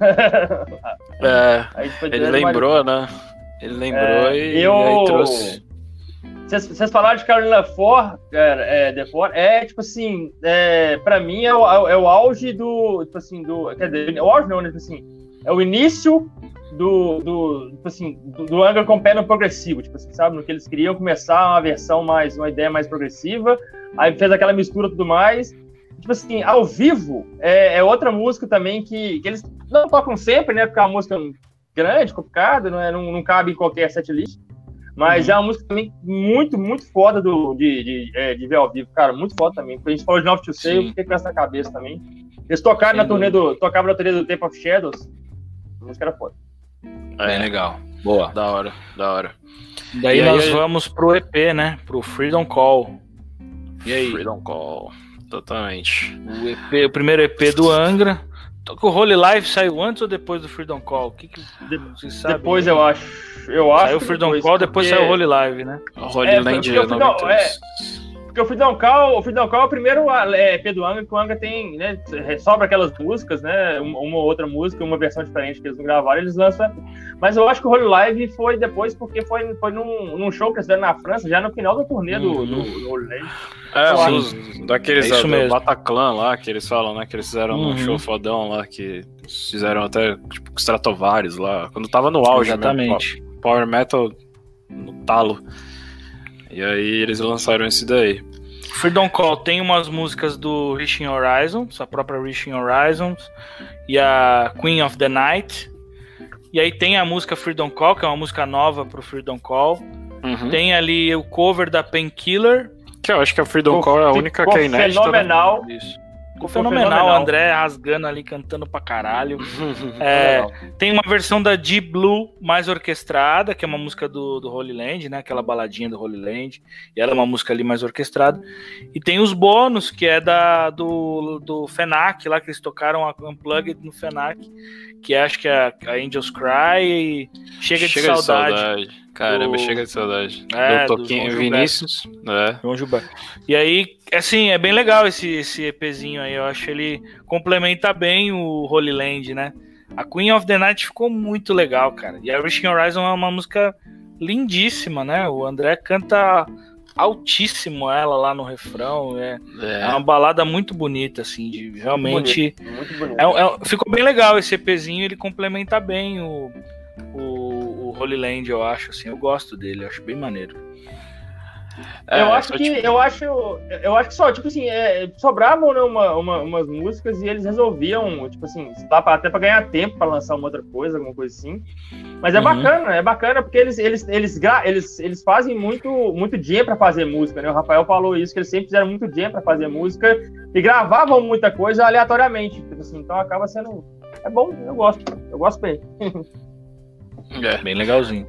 É, Aí ele lembrou, né? Ele lembrou é, e, eu... e aí trouxe... Vocês falaram de Carolina For, é, é, For, é tipo assim, é, pra mim é o, é o auge do, tipo assim, do, quer dizer, o auge não, né, tipo assim, é o início do, do, tipo assim, do, do Angra com pé no progressivo, tipo assim, sabe, no que eles queriam começar uma versão mais, uma ideia mais progressiva, aí fez aquela mistura e tudo mais, tipo assim, ao vivo, é, é outra música também que, que eles não tocam sempre, né, porque é uma música grande, complicada, não, é, não, não cabe em qualquer setlist. Mas uhum. é uma música também muito, muito foda do, de, de, de, de ver ao vivo, cara, muito foda também. Porque a gente falou de Nothing to Say, eu fiquei com essa na cabeça também. Eles tocaram na turnê do, tocavam na turnê do Tape of Shadows, a música era foda. É, legal. Boa. Da hora, da hora. Daí e nós aí, vamos pro E P, né, pro Freedom Call. E aí? Freedom Call, totalmente. O, E P, o primeiro E P do Angra. O Holy Live saiu antes ou depois do Freedom Call? O que que vocês sabem? Depois, eu acho. Eu acho saiu o Freedom depois, Call, depois porque... saiu o Holy Live, né? O Holy é, Land é noventa e dois. É, porque o Freedom Call, o Freedom Call é o primeiro E P do Angra, que o Angra tem, né? Sobra aquelas músicas, né? Uma, uma outra música, uma versão diferente que eles não gravaram, eles lançam. Mas eu acho que o Holy Live foi depois, porque foi, foi num, num show que eles fizeram na França, já no final da turnê do, uhum. do, do Holy Live. É, os, daqueles é do Bataclan lá, que eles falam, né? Que eles fizeram uhum. um show fodão lá, que fizeram até, tipo, Stratovarius lá, quando tava no auge, Exatamente. Mesmo, Power Metal no talo. E aí eles lançaram esse daí. Freedom Call tem umas músicas do Reaching Horizons, a própria Reaching Horizons, e a Queen of the Night. E aí tem a música Freedom Call, que é uma música nova pro Freedom Call. Uhum. Tem ali o cover da Painkiller. Que eu acho que a Freedom Call é a única que é inédita. Fenomenal. Né? Isso. Ficou fenomenal, fenomenal, o André rasgando ali, cantando pra caralho. é, tem uma versão da Deep Blue mais orquestrada, que é uma música do, do Holy Land, né? Aquela baladinha do Holy Land. E ela é uma música ali mais orquestrada. E tem os bônus, que é da, do, do FENAC, lá que eles tocaram a Unplugged no FENAC, que é, acho que é a Angels Cry e Chega, Chega de, saudade. de Saudade. Caramba, do... chega de saudade. É, do Toquinho do Vinícius. É. João Gilberto. E aí, assim, é bem legal esse, esse EPzinho aí. Eu acho que ele complementa bem o Holy Land, né? A Queen of the Night ficou muito legal, cara. E a Rising Horizon é uma música lindíssima, né? O André canta altíssimo ela lá no refrão. É, é. é uma balada muito bonita, assim, de realmente. Muito bonito, muito bonito. É, é, ficou bem legal esse EPzinho, ele complementa bem o, o, o Holy Land, eu acho, assim. Eu gosto dele, eu acho bem maneiro. É, eu acho que tipo... eu acho eu acho que só tipo assim é, sobravam, né, uma, uma, umas músicas e eles resolviam tipo assim até para ganhar tempo para lançar uma outra coisa, alguma coisa assim. Mas é uhum. bacana, é bacana porque eles eles eles eles, eles fazem muito muito jam para fazer música, né? O Rafael falou isso, que eles sempre fizeram muito jam para fazer música e gravavam muita coisa aleatoriamente, tipo assim, então acaba sendo é bom, eu gosto, eu gosto bem. É bem legalzinho.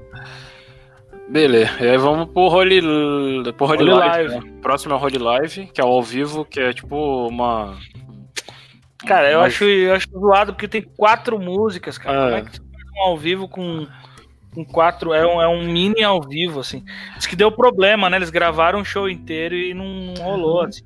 Beleza, e aí vamos pro Holy, pro Holy, Holy Live, Live. Né? Próximo é o Holy Live, que é o ao vivo, que é tipo uma... Cara, eu, Mas... acho, eu acho zoado porque tem quatro músicas, cara. Ah. Como é que você faz um ao vivo com, com quatro? É um, é um mini ao vivo, assim. Diz que deu problema, né? Eles gravaram o show inteiro e não rolou, assim.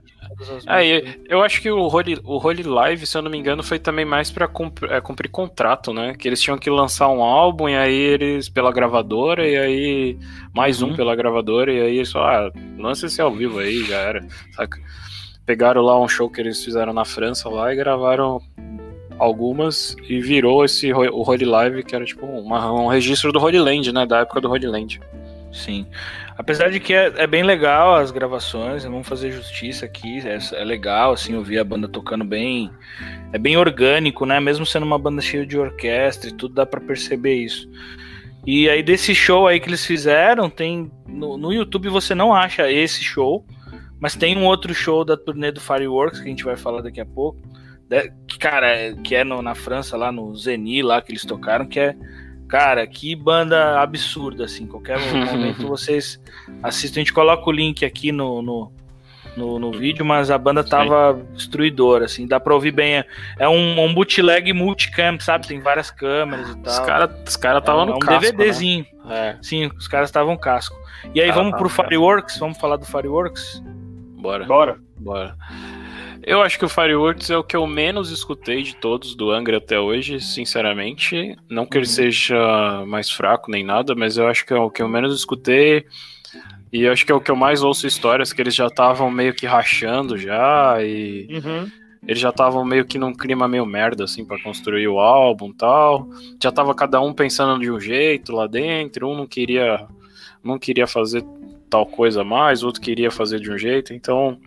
É, eu acho que o Holy, o Holy Live, se eu não me engano, foi também mais pra cumprir, é, cumprir contrato, né? Que eles tinham que lançar um álbum e aí eles pela gravadora e aí mais uhum. um pela gravadora e aí só, ah, lança esse ao vivo aí, já era, saca? Pegaram lá um show que eles fizeram na França lá e gravaram algumas e virou esse o Holy Live, que era tipo uma, um registro do Holy Land, né? Da época do Holy Land. Sim. Apesar de que é, é bem legal as gravações, vamos fazer justiça aqui, é, é legal, assim, ouvir a banda tocando bem, é bem orgânico, né, mesmo sendo uma banda cheia de orquestra e tudo, dá pra perceber isso. E aí desse show aí que eles fizeram, tem, no, no YouTube você não acha esse show, mas tem um outro show da turnê do Fireworks, que a gente vai falar daqui a pouco, que, cara, que é no, na França, lá no Zeni, lá que eles tocaram, que é cara, que banda absurda, assim. Qualquer momento vocês assistem. A gente coloca o link aqui no, no, no, no vídeo, mas a banda tava Sim. destruidora, assim. Dá pra ouvir bem. É um, um bootleg multicam, sabe? Tem várias câmeras e tal. Os caras os cara estavam é, no é um casco, DVDzinho. Né? É. Sim, os caras estavam casco. E aí, ah, vamos tá, pro Fireworks? Vamos falar do Fireworks? Bora. Bora. Bora. Eu acho que o Fireworks é o que eu menos escutei de todos do Angra até hoje, sinceramente. Não que ele uhum. seja mais fraco nem nada, mas eu acho que é o que eu menos escutei. E eu acho que é o que eu mais ouço histórias, que eles já estavam meio que rachando já, e uhum. eles já estavam meio que num clima meio merda, assim, pra construir o álbum e tal. Já tava cada um pensando de um jeito lá dentro, um não queria, não queria fazer tal coisa a mais, o outro queria fazer de um jeito, então...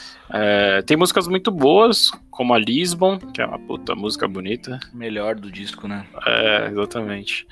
É, tem músicas muito boas, como a Lisbon, que é uma puta música bonita. Melhor do disco, né? É, exatamente.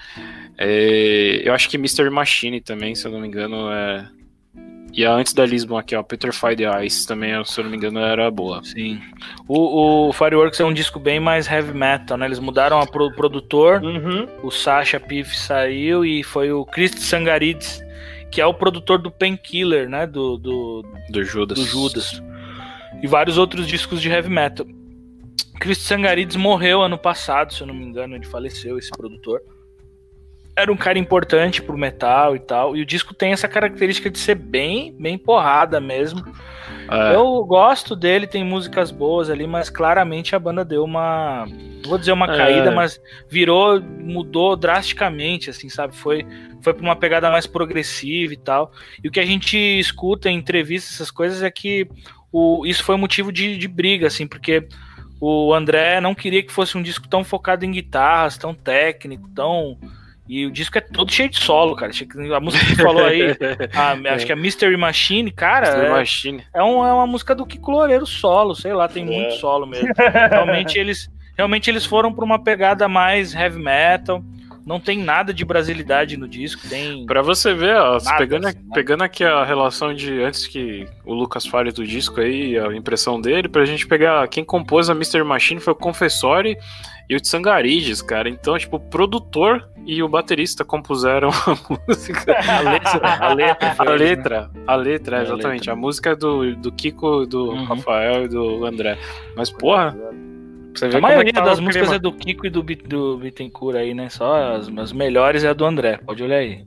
É, eu acho que mister Machine também, se eu não me engano, é... E a antes da Lisbon aqui, ó, Petrified Ice também, se eu não me engano, era boa. Sim. O, o Fireworks é um disco bem mais heavy metal, né? Eles mudaram a pro, produtor, uhum. o Sasha Piff saiu e foi o Chris Tsangarides, que é o produtor do Painkiller, né? Do, do, do Judas. Do Judas. E vários outros discos de heavy metal. Chris Tsangarides morreu ano passado, se eu não me engano, ele faleceu, esse produtor. Era um cara importante pro metal e tal, e o disco tem essa característica de ser bem, bem porrada mesmo. É. Eu gosto dele, tem músicas boas ali, mas claramente a banda deu uma, não vou dizer uma é. caída, mas virou, mudou drasticamente, assim, sabe? Foi, foi pra uma pegada mais progressiva e tal. E o que a gente escuta em entrevistas, essas coisas, é que O, isso foi motivo de, de briga, assim, porque o André não queria que fosse um disco tão focado em guitarras, tão técnico, tão... E o disco é todo cheio de solo, cara. A música que você falou aí, a, acho que é Mystery Machine, cara, Mystery Machine. É, é, um, é uma música do Kiko Loureiro solo, sei lá, tem é. muito solo mesmo. Realmente eles, realmente eles foram pra uma pegada mais heavy metal. Não tem nada de brasilidade no disco, tem... Pra você ver, ó, nada, pegando, assim, pegando aqui a relação de antes que o Lucas fale do disco aí, a impressão dele, pra gente pegar quem compôs a mister Machine foi o Confessori e o Tsangarides, cara. Então, tipo, o produtor e o baterista compuseram a música. A letra, a letra, a letra, a letra, é, exatamente. A, letra. a música do, do Kiko, do uhum. Rafael e do André. Mas, porra... Você vê a maioria é das músicas clima. É do Kiko e do, do Bittencourt aí, né? Só as, as melhores é a do André, pode olhar aí.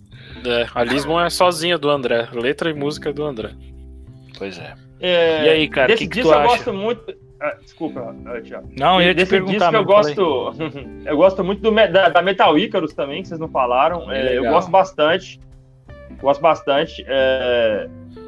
É, a Lisbon é sozinha do André. Letra e música do André. Pois é. é e aí, cara, o que, que tu eu acha? gosto muito... Ah, desculpa, Thiago. Não, eu ia te desse perguntar. disco eu gosto, eu gosto muito do, da, da Metal Icarus também, que vocês não falaram. É, eu gosto bastante. Gosto bastante. É...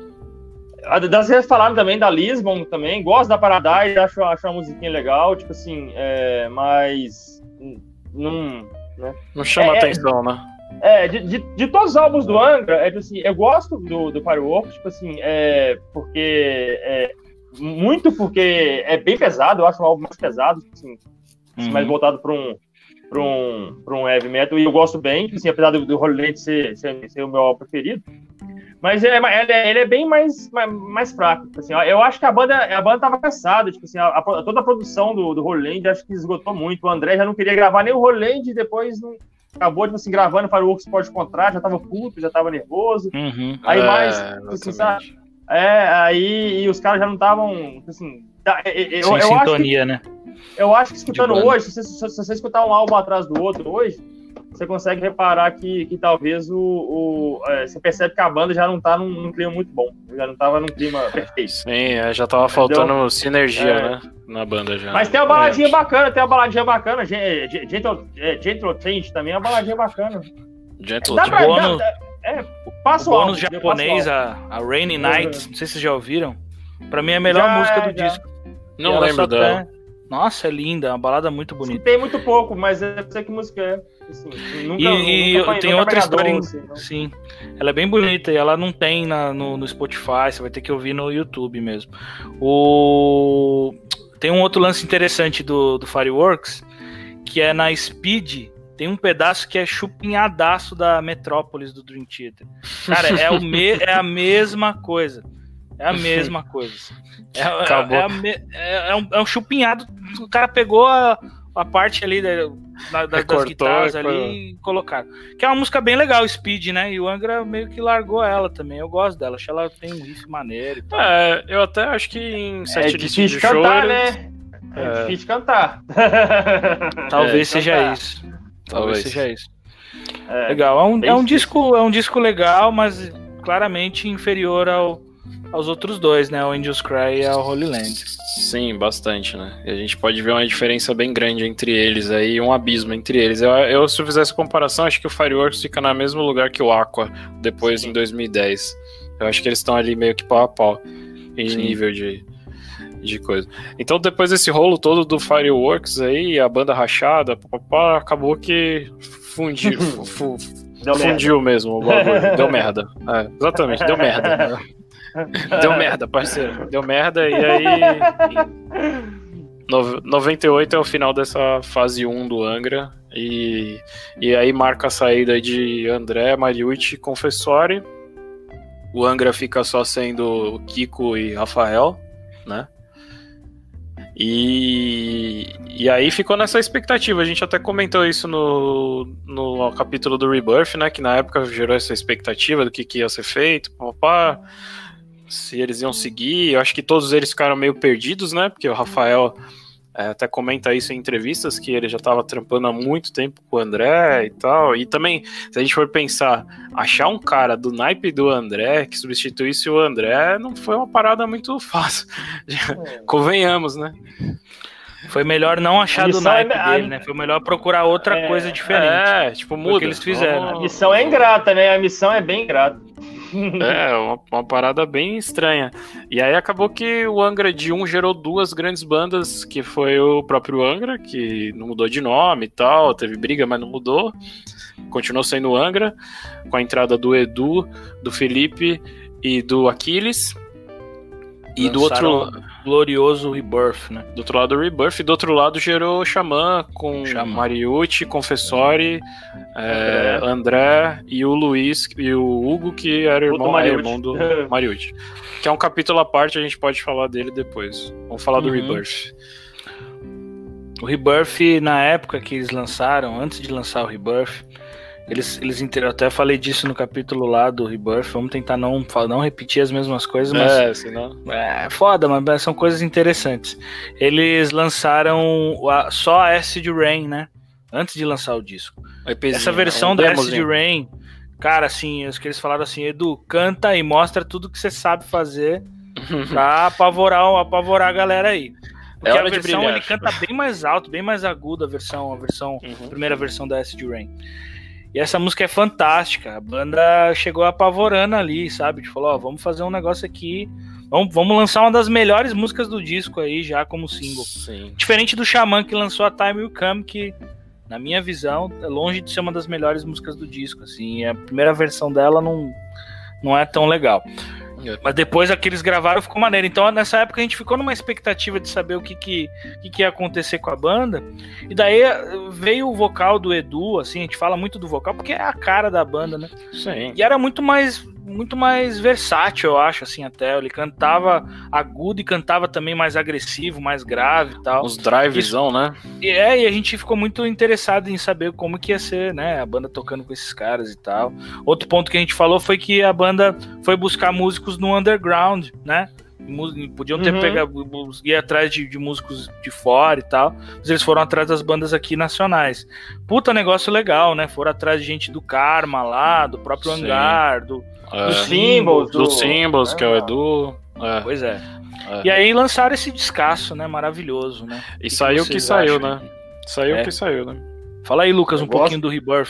Das vezes falaram também da Lisbon também. Gosto da Paradise, acho, acho uma musiquinha legal. Tipo assim, é... mas... Não, né? não chama é, atenção, né? É, de, de, de todos os álbuns do Angra, é, tipo assim, eu gosto do, do Fireworks, tipo assim, é, porque... É, muito porque é bem pesado, eu acho um álbum mais pesado, tipo assim, uhum. mais voltado para um, pra um, pra um heavy metal, e eu gosto bem, tipo assim, apesar do, do Holy Land ser, ser, ser o meu álbum preferido. Mas é, ele, é, ele é bem mais, mais, mais fraco. Tipo assim, eu acho que a banda, a banda tava cansada. Tipo assim, a, a, toda a produção do, do Holy Land acho que esgotou muito. O André já não queria gravar nem o Holy Land, depois não, acabou tipo assim, gravando para o Fireworks Pode Contrato, já tava puto, já tava nervoso. Uhum. Aí é, mais, tipo assim, sabe? É, aí e os caras já não estavam, assim... Eu, Sem eu sintonia, acho que, né? Eu acho que escutando hoje, se você, se você escutar um álbum atrás do outro hoje, você consegue reparar que, que talvez o, o é, você percebe que a banda já não tá num, num clima muito bom, já não tava num clima perfeito. Sim, é, já tava Entendeu? faltando sinergia, é. né, na banda já. Mas tem uma baladinha é. bacana, tem uma baladinha bacana, Gentle, Gentle Change também é uma baladinha bacana. Gentle Change. Bônus, é, passa o o bônus álbum, japonês, a, a Rainy Night, não sei se vocês já ouviram, pra mim é a melhor já, música do já. disco. Não lembro dela. Até... Nossa, é linda, é uma balada muito bonita. Tem muito pouco, mas eu sei que música é. Assim, nunca, e nunca, e tem nunca outra história, assim, sim. Ela é bem bonita e ela não tem na, no, no Spotify, você vai ter que ouvir no YouTube mesmo. O... Tem um outro lance interessante do, do Fireworks, que é na Speed, tem um pedaço que é chupinhadaço da Metrópolis do Dream Theater. Cara, é, o me, é a mesma coisa. É a mesma coisa. É, é, é, a me, é, é, um, é um chupinhado. O cara pegou a, a parte ali da, da, das Recortou, guitarras recortou. ali e colocaram. Que é uma música bem legal, Speed, né? E o Angra meio que largou ela também. Eu gosto dela. Acho que ela tem um riff maneiro. E tal. É, eu até acho que em sete é difícil de cantar, show, né? É, é difícil cantar. Talvez é, seja cantar. isso. Talvez, Talvez seja isso. É, legal. É um, é, um disco, é um disco legal, mas claramente inferior ao aos outros dois, né? O Angels Cry e a Holy Land. Sim, bastante, né? E a gente pode ver uma diferença bem grande entre eles aí, um abismo entre eles. Eu, eu se eu fizesse comparação, acho que o Fireworks fica no mesmo lugar que o Aqua, depois Sim. em dois mil e dez. Eu acho que eles estão ali meio que pau a pau, em Sim. nível de, de coisa. Então, depois desse rolo todo do Fireworks aí, a banda rachada, papapá, acabou que fundiu, fu, fundiu mesmo o bagulho. Deu merda. É, exatamente, deu merda. Deu merda, parceiro. Deu merda e aí... noventa e oito é o final dessa fase um do Angra. E, e aí marca a saída de André, Mariucci e Confessori. O Angra fica só sendo Kiko e Rafael, né? E, e aí ficou nessa expectativa. A gente até comentou isso no, no capítulo do Rebirth, né? Que na época gerou essa expectativa do que, que ia ser feito. Papá, se eles iam seguir. Eu acho que todos eles ficaram meio perdidos, né? Porque o Rafael é, até comenta isso em entrevistas, que ele já estava trampando há muito tempo com o André e tal. E também, se a gente for pensar, achar um cara do naipe do André que substituísse o André não foi uma parada muito fácil. É. Convenhamos, né? Foi melhor não achar do naipe é, dele, a... né? Foi melhor procurar outra é, coisa diferente. É, tipo, muda. O que eles fizeram. A missão é ingrata, né? A missão é bem ingrata. É, uma, uma parada bem estranha. E aí acabou que o Angra de um gerou duas grandes bandas, que foi o próprio Angra, que não mudou de nome e tal, teve briga, mas não mudou. Continuou sendo o Angra, com a entrada do Edu, do Felipe e do Aquiles. E do outro glorioso Rebirth, né? Do outro lado o Rebirth, e do outro lado gerou o Xamã, com Xamã. Mariucci, Confessori, é, André e o Luiz e o Hugo, que era irmão, é, irmão do Mariucci. Que é um capítulo à parte, a gente pode falar dele depois. Vamos falar do uhum. Rebirth. O Rebirth, na época que eles lançaram, antes de lançar o Rebirth, Eles, eles eu até falei disso no capítulo lá do Rebirth. Vamos tentar não, não repetir as mesmas coisas, mas é, senão... é foda, mas são coisas interessantes. Eles lançaram a, só a Acid Rain, né? Antes de lançar o disco. Essa versão da Acid Rain, Cara, assim, os que eles falaram assim, Edu, canta e mostra tudo que você sabe fazer pra apavorar, apavorar a galera aí. Porque é a versão ele canta bem mais alto, bem mais aguda a versão, a versão, uhum. a primeira versão da Acid Rain. E essa música é fantástica. A banda chegou apavorando ali, sabe? Tipo, falou, ó, vamos fazer um negócio aqui. Vamos, vamos lançar uma das melhores músicas do disco aí, já como single. Sim. Diferente do Xamã, que lançou a Time Will Come, que, na minha visão, é longe de ser uma das melhores músicas do disco. Assim, a primeira versão dela não, não é tão legal. Mas depois a que eles gravaram ficou maneiro. Então nessa época a gente ficou numa expectativa de saber o que, que, que, que ia acontecer com a banda. E daí veio o vocal do Edu, assim, a gente fala muito do vocal porque é a cara da banda, né? Sim. E era muito mais, muito mais versátil, eu acho, assim, até. Ele cantava agudo e cantava também mais agressivo, mais grave e tal. Os drivezão, Isso, né? E, é, e a gente ficou muito interessado em saber como que ia ser, né? A banda tocando com esses caras e tal. Outro ponto que a gente falou foi que a banda foi buscar músicos no underground, né? Podiam ter uhum. pegado, ir atrás de, de músicos de fora e tal, mas eles foram atrás das bandas aqui nacionais. Puta negócio legal, né? Foram atrás de gente do Karma lá, do próprio Sim. Hangar, do, é. do Symbols, do, do Symbols, é. que é o Edu. É. Pois é. é. E aí lançaram esse descasso, né? Maravilhoso, né? E que saiu o que saiu, acham? né? Saiu o é. que saiu, né? Fala aí, Lucas, Eu um gosto. pouquinho do Rebirth.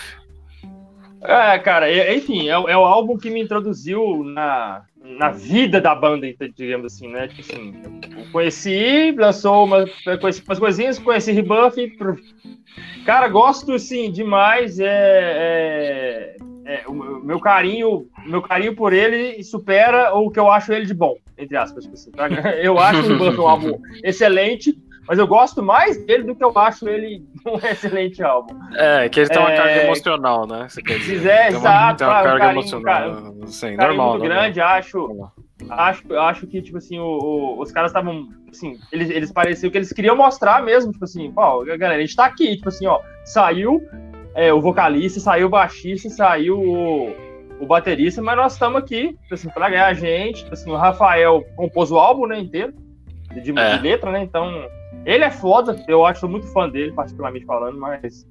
É, cara, enfim, é, é o álbum que me introduziu na, na vida da banda, digamos assim, né? Tipo assim, eu conheci, lançou umas, conheci umas coisinhas, conheci Rebirth. Cara, gosto, assim, demais. É, é, é, o meu carinho, meu carinho por ele supera o que eu acho ele de bom, entre aspas. Tipo assim, tá? Eu acho o Rebirth um álbum excelente, mas eu gosto mais dele do que eu acho ele um excelente álbum. É, que ele tem uma é... carga emocional, né? Você quer dizer? É, exato. Tem uma, tem uma carga carinho, emocional. Cara, Sim, carinho normal, muito normal. grande, acho, acho, acho que, tipo assim, o, o, os caras estavam, assim, eles, eles pareciam que eles queriam mostrar mesmo, tipo assim, ó, galera, a gente tá aqui, tipo assim, ó, saiu é, o vocalista, saiu o baixista, saiu o, o baterista, mas nós estamos aqui, tipo assim, pra ganhar a gente, tipo assim, o Rafael compôs o álbum, né, inteiro, de, de, é. de letra, né, então... Ele é foda, eu acho, sou muito fã dele, particularmente falando, mas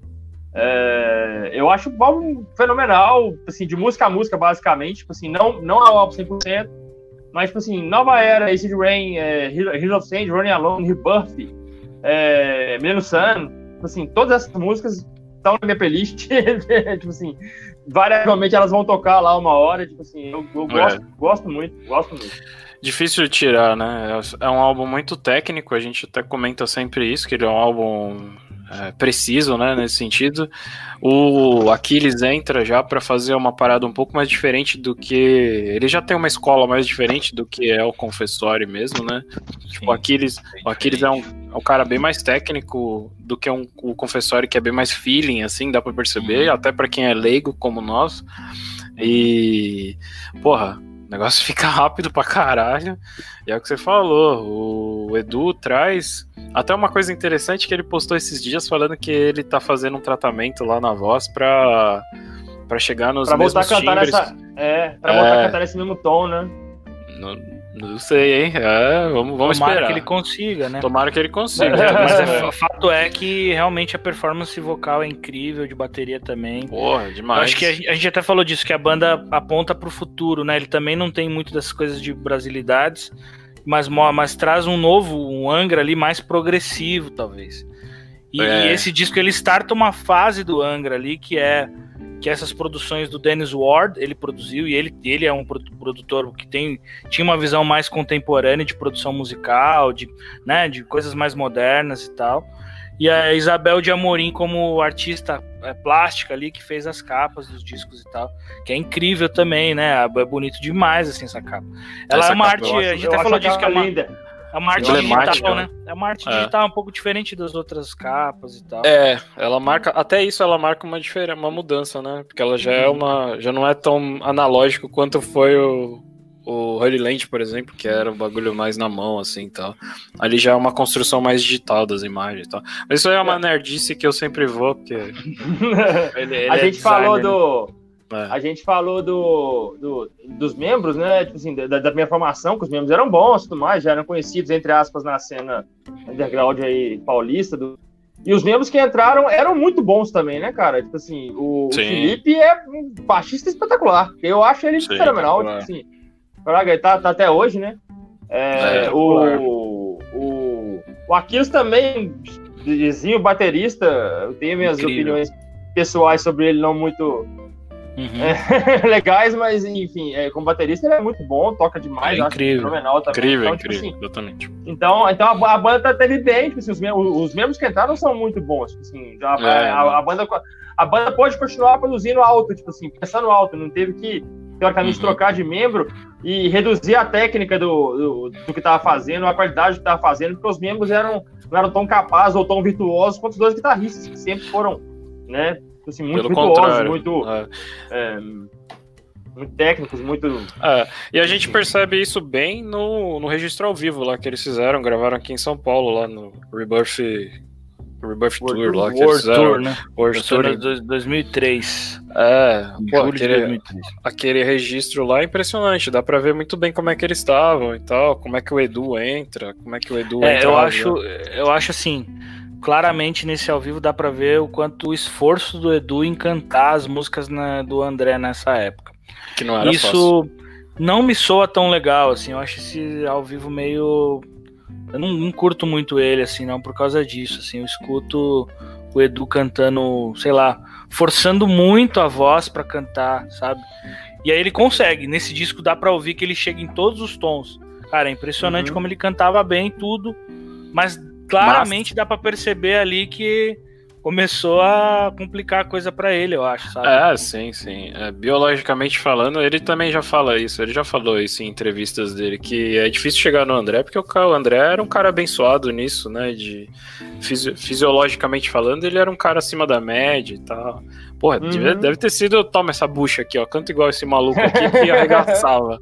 é, eu acho o álbum fenomenal, assim, de música a música, basicamente, tipo assim, não, não é o álbum cem por cento, mas, tipo assim, Nova Era, Acid Rain, é, Heroes of Change, Running Alone, Rebirth, é, Menino Sun, tipo assim, todas essas músicas estão na minha playlist, tipo assim, variavelmente elas vão tocar lá uma hora, tipo assim, eu, eu gosto, é. gosto muito, gosto muito. Difícil de tirar, né? É um álbum muito técnico, a gente até comenta sempre isso, que ele é um álbum é, preciso, né, nesse sentido. O Aquiles entra já para fazer uma parada um pouco mais diferente do que... Ele já tem uma escola mais diferente do que é o Confessório mesmo, né? Sim, tipo, o Aquiles, o Aquiles é, um, é um cara bem mais técnico do que um, o Confessório, que é bem mais feeling, assim, dá para perceber, uhum. até para quem é leigo como nós. E... Porra... O negócio fica rápido pra caralho. E é o que você falou. O Edu traz até uma coisa interessante que ele postou esses dias falando que ele tá fazendo um tratamento lá na voz pra, pra chegar nos pra mesmos voltar a cantar timbres. Nessa, é, pra é, voltar a cantar nesse mesmo tom, né? Não, não sei, hein? É, vamos, vamos Tomara esperar. que ele consiga, né? Tomara que ele consiga. Mas é, o fato é que realmente a performance vocal é incrível, de bateria também. Porra, demais. Eu acho que a gente, a gente até falou disso, que a banda aponta pro futuro, né? Ele também não tem muito dessas coisas de brasilidades, mas, mas traz um novo, um Angra ali mais progressivo, talvez. E, é. e esse disco, ele starta uma fase do Angra ali, que é que essas produções do Dennis Ward, ele produziu, e ele, ele é um produtor que tem, tinha uma visão mais contemporânea de produção musical, de, né, de coisas mais modernas e tal. E a Isabel de Amorim como artista é, plástica ali, que fez as capas dos discos e tal, que é incrível também, né? É bonito demais, assim, essa capa. Ela essa é uma arte, a gente até falou disso, que é uma... linda. É uma arte digital, né? É uma arte digital é. um pouco diferente das outras capas e tal. É, ela marca, até isso ela marca uma diferença, uma mudança, né? Porque ela já é uma, já não é tão analógico quanto foi o, o Holy Land, por exemplo, que era um bagulho mais na mão, assim, tal. Ali já é uma construção mais digital das imagens e tal. Mas isso aí é uma é. nerdice que eu sempre vou, porque... ele, ele a é gente designer, falou do... Né? É. A gente falou do, do, dos membros, né? Tipo assim, da, da minha formação, que os membros eram bons e tudo mais, já eram conhecidos, entre aspas, na cena underground aí paulista. Do... E os membros que entraram eram muito bons também, né, cara? Tipo assim, o, o Felipe é um baixista espetacular. Eu acho ele Sim, fenomenal. Tipo assim, ele tá, tá até hoje, né? É, é, o, o, o Aquiles também, vizinho, baterista, eu tenho minhas Incrível. opiniões pessoais sobre ele, não muito uhum. é, legais, mas enfim, é, como baterista ele é muito bom, toca demais, é acho incrível. fenomenal também. Incrível, então, incrível, tipo assim, exatamente. Então, então a, a banda tá tendo bem, tipo assim, os, os membros que entraram são muito bons, tipo assim, já, é, a, a, a, banda, a banda pode continuar produzindo alto, tipo assim, pensando alto, não teve que, teoricamente, uhum. trocar de membro e reduzir a técnica do, do, do que tava fazendo, a qualidade do que tava fazendo, porque os membros eram, não eram tão capazes ou tão virtuosos quanto os dois guitarristas, que sempre foram, né, assim, muito Pelo virtuosos, contrário. muito... É. É, muito técnicos, muito... É, e a gente percebe isso bem no, no registro ao vivo lá que eles fizeram, gravaram aqui em São Paulo, lá no Rebirth, Rebirth Tour, Tour lá que World eles fizeram. Tour, né? World Tour em dois mil e três. É, pô, julho aquele, de dois mil e três. Aquele registro lá é impressionante, dá pra ver muito bem como é que eles estavam e tal, como é que o Edu entra, como é que o Edu é, entra. Eu acho, eu acho assim, claramente nesse ao vivo dá pra ver o quanto o esforço do Edu em cantar as músicas na, do André nessa época. Que não era Isso fácil. Não me soa tão legal, assim, eu acho esse ao vivo meio... Eu não, não curto muito ele, assim, não, por causa disso, assim, eu escuto o Edu cantando, sei lá, forçando muito a voz pra cantar, sabe? E aí ele consegue, nesse disco dá pra ouvir que ele chega em todos os tons. Cara, é impressionante uhum. como ele cantava bem tudo, mas claramente mas... dá pra perceber ali que começou a complicar a coisa pra ele, eu acho, sabe? É, sim, sim. É, biologicamente falando, ele também já fala isso, ele já falou isso em entrevistas dele, que é difícil chegar no André, porque o André era um cara abençoado nisso, né, de fisi- fisiologicamente falando, ele era um cara acima da média e tal. Porra, uhum. deve, deve ter sido, toma essa bucha aqui, ó, canta igual esse maluco aqui que arregaçava.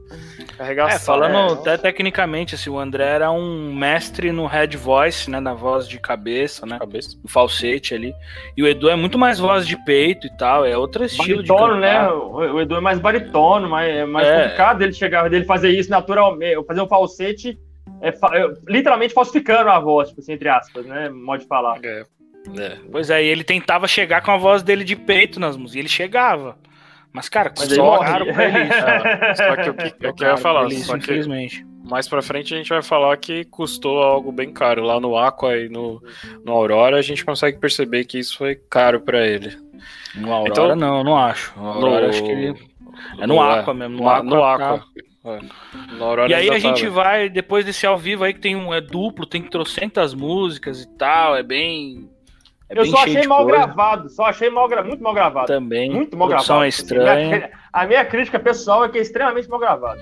É, falando até tecnicamente, assim, o André era um mestre no head voice, né, na voz de cabeça, né, cabeça. no falsete ali, e o Edu é muito mais voz de peito e tal, é outro estilo baritono, de cantar. Né, o Edu é mais baritono, mais, é mais é. complicado dele chegar, dele fazer isso naturalmente, fazer um falsete, é, literalmente falsificando a voz, tipo assim, entre aspas, né, modo de falar. É. É. Pois é, e ele tentava chegar com a voz dele de peito nas músicas, e ele chegava. Mas, cara, Mas só caro pra ele isso. É, só que o que, que, que eu ia falar, isso, só infelizmente. Que mais pra frente a gente vai falar que custou algo bem caro. Lá no Aqua e no, no Aurora a gente consegue perceber que isso foi caro pra ele. No Aurora então, não, não acho. No Aurora no, acho que ele... É no, no Aqua mesmo. No, no Aqua. No Aqua. É. No Aurora e aí a gente tava. vai, depois desse ao vivo aí que tem um, é duplo, tem trocentas músicas e tal, é bem... É eu só achei mal coisa. gravado, só achei mal, muito mal gravado. Também. Muito mal gravado. É estranha. Minha, a minha crítica pessoal é que é extremamente mal gravado.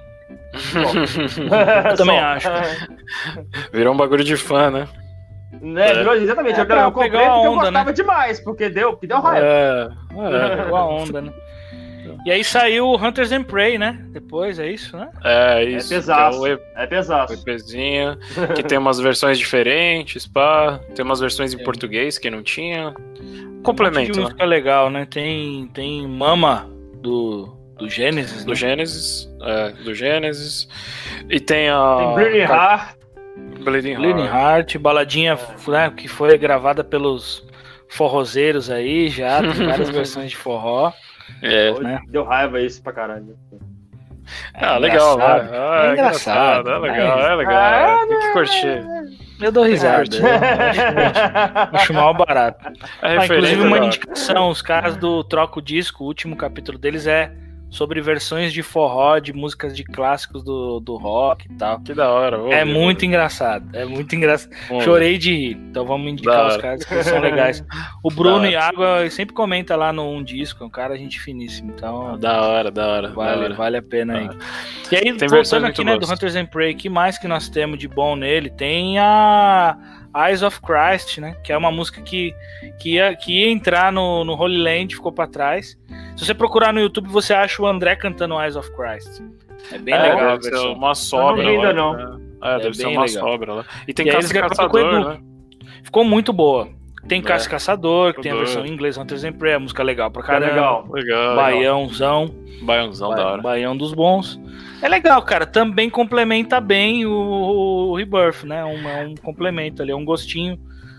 Eu também acho. Virou um bagulho de fã, né? né? Virou, exatamente. É, eu, eu comprei porque onda, eu gostava né? demais, porque deu, porque deu raiva. É, é, pegou a onda, né? E aí saiu o Hunters and Prey, né? Depois, é isso, né? É, isso. É pesado. É, é pesado. O EPzinho, que tem umas versões diferentes, pá. Tem umas versões em é. português que não tinha. Complemento, um música né? legal, né? Tem, tem Mama do, do Gênesis, Do né? Gênesis, é, do Gênesis. E tem a... Tem Bleeding Heart. Bleeding Heart. Bleeding Heart, baladinha, né, que foi gravada pelos forrozeiros aí já, tem várias versões de forró. É, né? Deu raiva isso pra caralho. É ah, legal, né? Ah, é engraçado. É legal, é legal. Ah, tem que curtir. Eu dou risada. Acho, acho mal barato. Ah, inclusive, uma indicação: os caras do Troca o Disco, o último capítulo deles é sobre versões de forró, de músicas de clássicos do, do rock e tal. Que da hora. É ver, muito engraçado. É muito engraçado. Vamos Chorei ver. de rir. Então vamos indicar os caras que são legais. O Bruno Iago sempre comenta lá no Um Disco. É um cara gente finíssimo. Então, da hora, da hora. Vale, da hora. vale a pena da aí. Hora. E aí, tem voltando aqui, né, do Hunters and Prey, que mais que nós temos de bom nele? Tem a Eyes of Christ, né? Que é uma música que, que, ia, que ia entrar no, no Holy Land, ficou pra trás. Se você procurar no YouTube, você acha o André cantando Eyes of Christ. É bem é, legal. Deve ser uma sobra. Não ainda não. não. É, é deve ser uma legal. sobra lá. E tem Caça Caçador, né? Ficou muito boa. Tem Caça é. Caçador, que tem a versão em inglês, Hunters and Prey, a música legal pra caramba. É legal. legal. Baiãozão. Baiãozão, ba- da hora. Baião dos bons. É legal, cara. Também complementa bem o, o Rebirth, né? Um, é um complemento ali, é um gostinho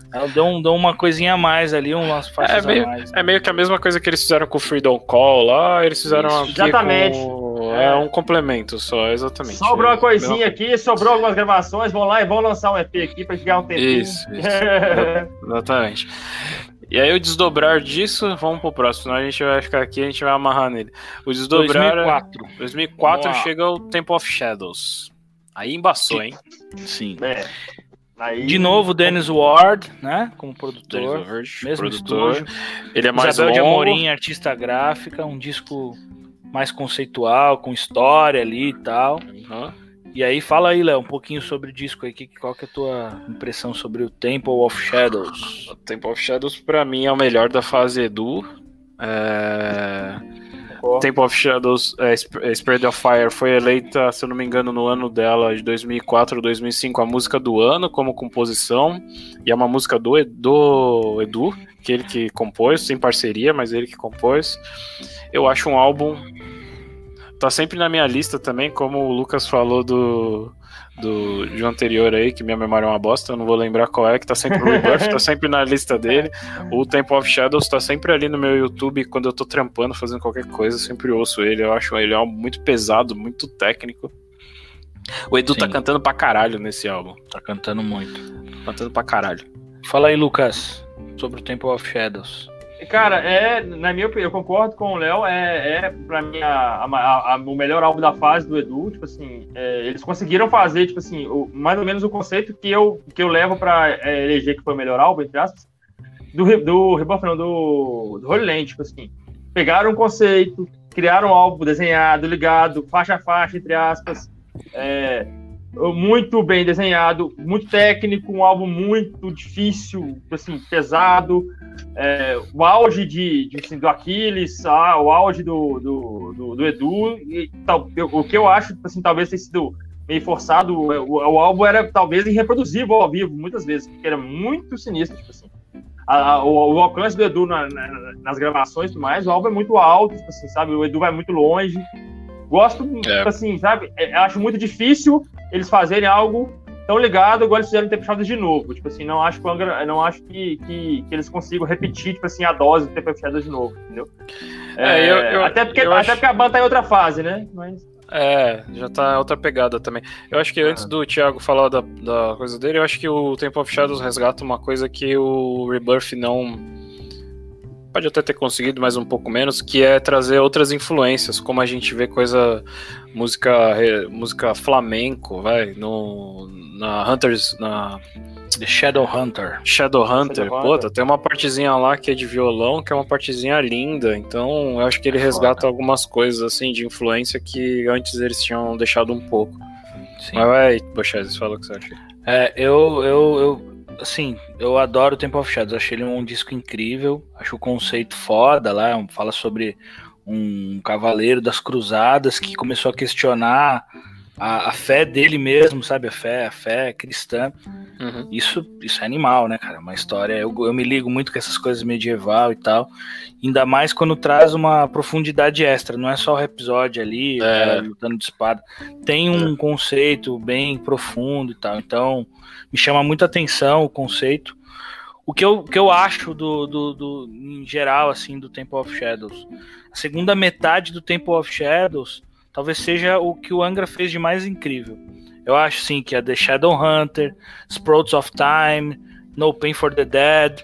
Ela deu, um, deu uma coisinha a mais ali, umas faixas é meio, a mais. É meio que a mesma coisa que eles fizeram com o Freedom Call lá, eles fizeram Isso, aqui exatamente. com... É um complemento só, exatamente. Sobrou uma coisinha aqui, sobrou algumas gravações, vão lá e vão lançar um E P aqui pra ganhar um tempinho. Isso, isso. Exatamente. E aí o desdobrar disso, vamos pro próximo, senão a gente vai ficar aqui e a gente vai amarrar nele. O desdobrar... dois mil e quatro. dois mil e quatro chega o Temple of Shadows. Aí embaçou, hein? Sim. É. Aí... De novo, Dennis Ward, né? Como produtor. Ward, mesmo produtor. estúdio. Ele é mais Isabel longo. de Amorim, artista gráfica, um disco mais conceitual, com história ali e tal. Uhum. E aí, fala aí, Léo, um pouquinho sobre o disco aí. Qual que é a tua impressão sobre o Temple of Shadows? O Temple of Shadows, pra mim, é o melhor da fase Edu. É... Oh. Temple of Shadows, é, Spirit of Fire foi eleita, se eu não me engano, no ano dela, de dois mil e quatro ou dois mil e cinco, a música do ano como composição. E é uma música do, do Edu, que ele que compôs, sem parceria, mas ele que compôs. Eu acho um álbum... Tá sempre na minha lista também, como o Lucas falou do, do, de um anterior aí, que minha memória é uma bosta, eu não vou lembrar qual é, que tá sempre no Rebirth, tá sempre na lista dele. O Temple of Shadows tá sempre ali no meu YouTube, quando eu tô trampando, fazendo qualquer coisa, eu sempre ouço ele, eu acho ele álbum muito pesado, muito técnico. O Edu Sim. tá cantando pra caralho nesse álbum. Tá cantando muito. Tá cantando pra caralho. Fala aí, Lucas, sobre o Temple of Shadows. Cara, é, na minha opinião, eu concordo com o Léo, é, é pra mim a, a, a, o melhor álbum da fase do Edu, tipo assim, é, eles conseguiram fazer, tipo assim, o, mais ou menos o conceito que eu, que eu levo pra é, eleger que foi o melhor álbum, entre aspas, do, do Rebuff, não, do, do Holy Land, tipo assim, pegaram um conceito, criaram um álbum desenhado, ligado, faixa a faixa, entre aspas, é, muito bem desenhado, muito técnico, um álbum muito difícil, assim, pesado, é, o auge de, de, assim, do Aquiles, ah, o auge do, do, do, do Edu, e, tal, eu, o que eu acho, assim, talvez tenha sido meio forçado, o, o, o álbum era talvez irreproduzível ao vivo, muitas vezes, porque era muito sinistro, tipo assim, a, a, o, o alcance do Edu na, na, nas gravações e tudo mais, o álbum é muito alto, tipo assim, sabe, o Edu vai muito longe. Gosto, é. assim, sabe? Acho muito difícil eles fazerem algo tão ligado igual eles fizeram Temple of Shadows de novo. Tipo assim, não acho que, não acho que, que, que eles consigam repetir, tipo assim, a dose do Temple of Shadows de novo, entendeu? É, é, eu, eu, até porque, eu até acho... porque a banda tá em outra fase, né? Mas... É, já tá outra pegada também. Eu acho que antes do Thiago falar da, da coisa dele, eu acho que o Temple of Shadows resgata uma coisa que o Rebirth não... Pode até ter conseguido, mas um pouco menos, que é trazer outras influências, como a gente vê coisa, música, música flamenco, vai, no, na Hunters, na... The Shadow Hunter. Shadow Hunter, pô, tem uma partezinha lá que é de violão, que é uma partezinha linda, então eu acho que ele é resgata foda. Algumas coisas, assim, de influência que antes eles tinham deixado um pouco. Sim. Mas vai, Bochese, fala o que você acha. É, eu... eu, eu... Assim, eu adoro o Temple of Shadows, achei ele um disco incrível, acho o conceito foda lá, fala sobre um cavaleiro das cruzadas que começou a questionar a, a fé dele mesmo, sabe, a fé, a fé cristã, uhum. isso, isso é animal, né, cara, uma história, eu, eu me ligo muito com essas coisas medieval e tal, ainda mais quando traz uma profundidade extra, não é só o episódio ali, é. cara, lutando de espada, tem um é. conceito bem profundo e tal, então me chama muita atenção o conceito. O que eu, o que eu acho do, do, do, em geral, assim, do Temple of Shadows, a segunda metade do Temple of Shadows talvez seja o que o Angra fez de mais incrível. Eu acho, sim, que é The Shadow Hunter, Sprouts of Time, No Pain for the Dead,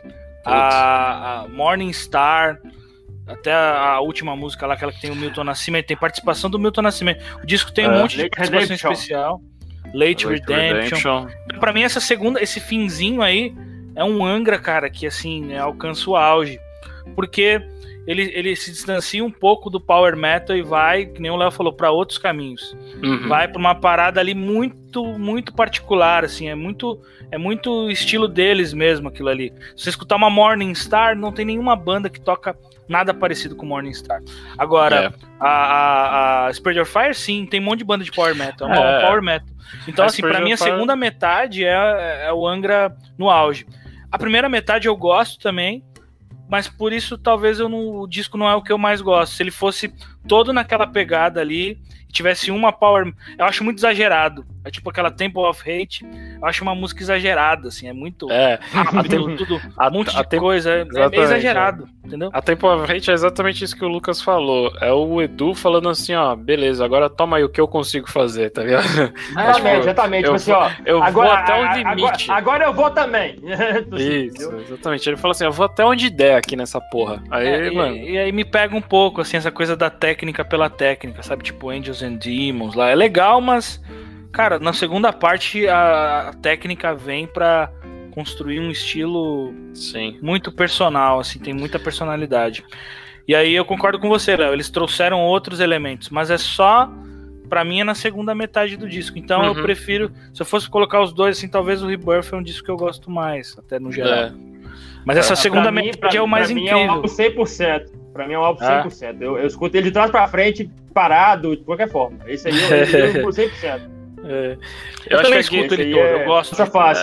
a, a Morning Star, até a, a última música lá, aquela que tem o Milton Nascimento, tem participação do Milton Nascimento. O disco tem um uh, monte de participação Redemption. especial. Late, Late Redemption. Redemption. Pra mim, essa segunda, esse finzinho aí é um Angra, cara, que assim, alcança o auge. Porque ele, ele se distancia um pouco do power metal e vai, que nem o Léo falou, pra outros caminhos. Uhum. Vai pra uma parada ali muito, muito particular, assim, é muito, é muito estilo deles mesmo aquilo ali. Se você escutar uma Morning Star, não tem nenhuma banda que toca nada parecido com Morning Star. Agora, yeah. a, a, a Spirit of Fire, sim, tem um monte de banda de power metal, é uma é. power metal. Então, a assim, pra mim, a Fire... segunda metade é, é o Angra no auge. A primeira metade eu gosto também, mas por isso talvez eu não, o disco não é o que eu mais gosto. Se ele fosse todo naquela pegada ali, tivesse uma power... Eu acho muito exagerado. É tipo aquela Temple of Hate. Eu acho uma música exagerada, assim. É muito... É. Rápido, tudo, a, um monte a, de a coisa. É, é meio exagerado, é. entendeu? A Temple of Hate é exatamente isso que o Lucas falou. É o Edu falando assim, ó, beleza, agora toma aí o que eu consigo fazer, tá ligado? Exatamente, tipo, exatamente. Eu, tipo assim, ó, eu agora, vou até o limite. Agora, agora eu vou também. Isso, exatamente. Ele fala assim, eu vou até onde der aqui nessa porra. Aí, é, mano... E, e aí me pega um pouco, assim, essa coisa da técnica pela técnica, sabe? Tipo Angels and Demons lá. É legal, mas, cara, na segunda parte a, a técnica vem pra construir um estilo Sim. muito personal, assim, tem muita personalidade. E aí eu concordo com você, Léo, eles trouxeram outros elementos, mas é só, pra mim, é na segunda metade do disco. Então uhum. eu prefiro, se eu fosse colocar os dois, assim, talvez o Rebirth é um disco que eu gosto mais, até no geral. É. Mas essa é. segunda mim, metade pra, é o mais pra incrível. Mim é um álbum cem por cento. Pra mim é um álbum cem por cento. Ah. Eu, eu escuto ele de trás pra frente, parado, de qualquer forma. Esse aí eu, eu cem por cento. É. Eu, eu também escuto ele todo, é... eu gosto. Essa fácil.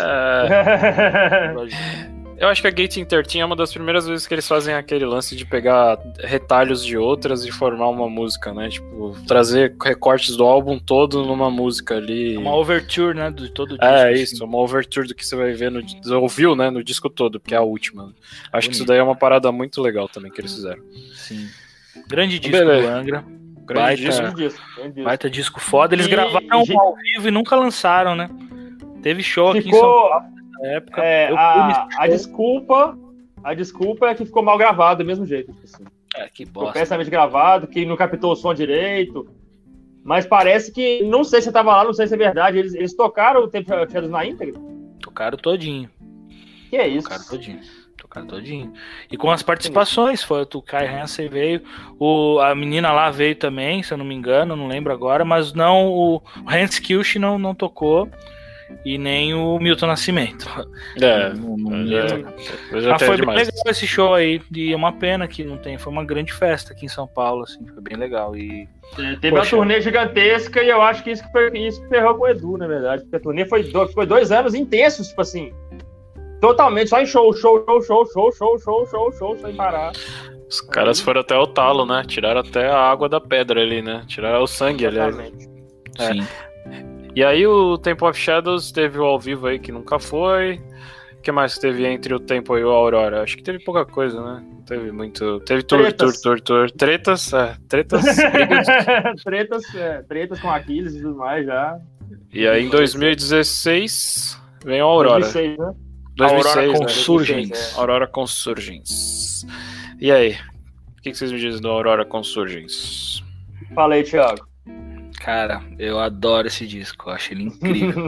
É... Eu acho que a Gating treze é uma das primeiras vezes que eles fazem aquele lance de pegar retalhos de outras e formar uma música, né? Tipo, trazer recortes do álbum todo numa música ali. Uma overture, né? De todo o disco. É, isso, assim. Uma overture do que você vai ver no... ouviu, né? No disco todo, porque é a última. Acho Bonito. Que isso daí é uma parada muito legal também que eles fizeram. Sim. Grande disco Beleza. do Angra. Grande baita, disco. disco. Baita disco foda. Eles e, gravaram e... ao vivo e nunca lançaram, né? Teve show Ficou... aqui em São Paulo na época. É, eu... a, a desculpa a desculpa é que ficou mal gravado do mesmo jeito. Assim. É, que bosta. Ficou pessimamente gravado, que não captou o som direito. Mas parece que, não sei se eu tava lá, não sei se é verdade, eles, eles tocaram o Temple of Shadows na íntegra? Tocaram todinho. Que é isso? Tocaram todinho. Tocaram todinho. E com as participações, foi o Kai Hansen veio, o, a menina lá veio também, se eu não me engano, não lembro agora, mas não, o, o Hans Kilsch não, não tocou, e nem o Milton Nascimento. É, não, não já, já mas foi bem demais. legal esse show aí, e é uma pena que não tem, foi uma grande festa aqui em São Paulo, assim, foi bem legal. E é, teve Poxa. uma turnê gigantesca e eu acho que isso que isso que ferrou com o Edu, na verdade, porque a turnê foi, do, foi dois anos intensos, tipo assim, totalmente só em show, show, show, show, show, show, show, show, show, sem parar. Os caras aí foram até o talo, né? Tiraram até a água da pedra ali, né? Tiraram o sangue, Exatamente. aliás. Sim. É. E aí o Temple of Shadows teve o ao vivo aí que nunca foi. O que mais teve entre o Temple e o Aurora? Acho que teve pouca coisa, né? Não teve muito. Teve tour, tour, tour, tour. Tretas, é. Tretas. tretas, é. Tretas com Aquiles e tudo mais já. E aí em dois mil e dezesseis vem o Aurora. dois mil e seis, né? dois mil e seis, Aurora né? Consurgens. É. Aurora Consurgens. E aí? O que vocês me dizem do Aurora Consurgens? Fala aí, Thiago. Cara, eu adoro esse disco, eu acho ele incrível.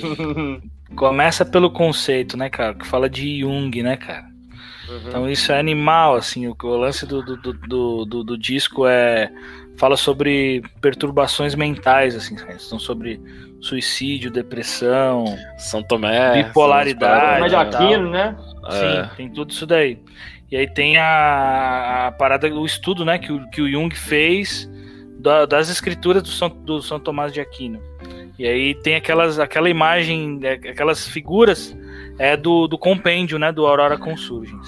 Começa pelo conceito, né, cara, que fala de Jung, né, cara. Uhum. Então isso é animal, assim, o, o lance do, do, do, do, do disco é... Fala sobre perturbações mentais, assim, então sobre suicídio, depressão... São Tomé... Bipolaridade... Tomé de Aquino, né? Sim, é. Tem tudo isso daí. E aí tem a, a parada, o estudo, né, que o, que o Jung fez... das escrituras do São, do São Tomás de Aquino. E aí tem aquelas, aquela imagem, aquelas figuras é, do, do compêndio, né, do Aurora Consurgens.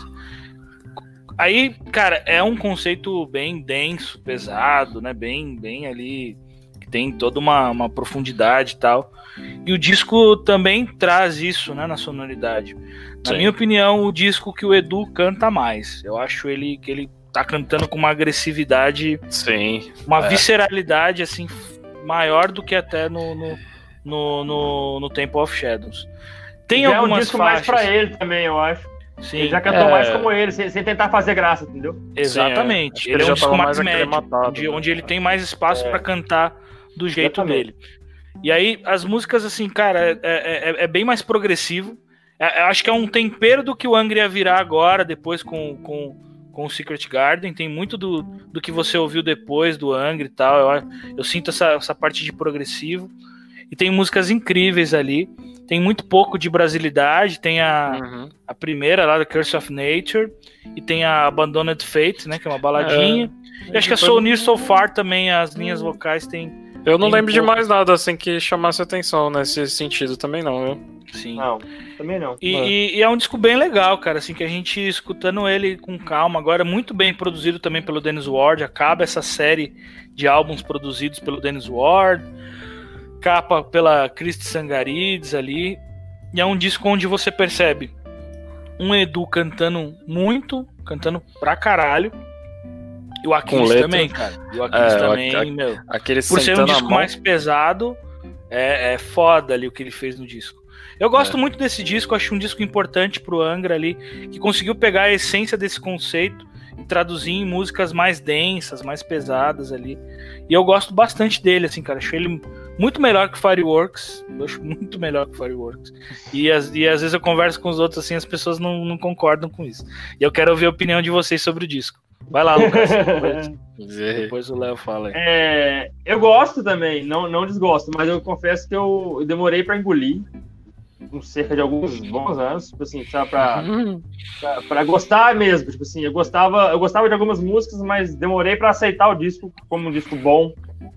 Aí, cara, é um conceito bem denso, pesado, né, bem, bem ali, que tem toda uma, uma profundidade e tal. E o disco também traz isso, né, na sonoridade. Na Sim. minha opinião, o disco que o Edu canta mais. Eu acho ele que ele tá cantando com uma agressividade, sim, uma é. visceralidade assim maior do que até no no, no, no, no Temple of Shadows. Tem já algumas é um disco faixas... mais pra ele também, eu acho. Sim, ele já cantou é... mais como ele, sem, sem tentar fazer graça, entendeu? Exatamente. Sim, é. Ele, ele é um disco mais, mais médio, onde, né? onde ele tem mais espaço é. para cantar do jeito Exatamente. dele. E aí, as músicas, assim, cara, é, é, é bem mais progressivo. É, eu acho que é um tempero do que o Angra ia virar agora, depois com... com com o Secret Garden, tem muito do, do que você ouviu depois do Angra e tal, eu, eu sinto essa, essa parte de progressivo, e tem músicas incríveis ali, tem muito pouco de brasilidade, tem a, uhum. a primeira lá, The Curse of Nature, e tem a Abandoned Fate, né, que é uma baladinha, é, e acho que a So Near So Far também, as linhas vocais tem, Eu não Tem lembro um de pouco. mais nada assim que chamasse atenção nesse sentido também não, viu? Sim. Não, também não. E, e- e é um disco bem legal, cara, assim, que a gente escutando ele com calma, agora muito bem produzido também pelo Dennis Ward, acaba essa série de álbuns produzidos pelo Dennis Ward, capa pela Cristi Sangarides ali, e é um disco onde você percebe um Edu cantando muito, cantando pra caralho, e o Aquiles letra. também, cara, e o Aquiles É, o também, Aqu- meu, Aquele por ser um sentando a disco mão. mais pesado, é, é foda ali o que ele fez no disco. Eu gosto É. muito desse disco, acho um disco importante pro Angra ali, que conseguiu pegar a essência desse conceito e traduzir em músicas mais densas, mais pesadas ali. E eu gosto bastante dele, assim, cara. Acho ele muito melhor que Fireworks. Eu acho muito melhor que Fireworks. E, as, e às vezes eu converso com os outros assim, as pessoas não, não concordam com isso. E eu quero ouvir a opinião de vocês sobre o disco. Vai lá, Lucas. Depois, depois o Léo fala aí. É, eu gosto também, não, não desgosto, mas eu confesso que eu, eu demorei pra engolir, com cerca de alguns bons anos, tipo assim, sabe, pra, pra, pra gostar mesmo, tipo assim, eu gostava, eu gostava de algumas músicas, mas demorei pra aceitar o disco como um disco bom.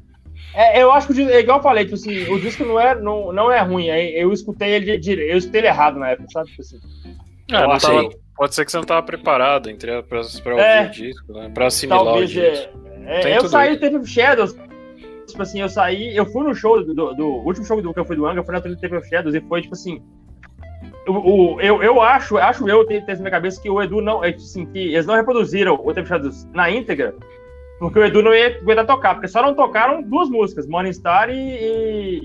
É, eu acho que, o disco- é igual eu falei, tipo assim, o disco não é, não, não é ruim, é- eu escutei ele, de- eu escutei ele errado na época, sabe, tipo assim. É, Eu não acho tava- que- pode ser que você não tava preparado entre, pra, pra ouvir É. o disco, né? Pra assimilar Talvez, o disco. é, Tem é, eu tudo saí isso. do Tape of Shadows, tipo assim, eu saí, eu fui no show do, do, do último show do que eu fui do Angra, eu fui na turnê do Tape of Shadows e foi tipo assim, o, o, eu, eu acho, acho eu ter, ter na minha cabeça que o Edu não, é, assim, que eles não reproduziram o Tape of Shadows na íntegra, porque o Edu não ia aguentar tocar, porque só não tocaram duas músicas, Morning Star e, e,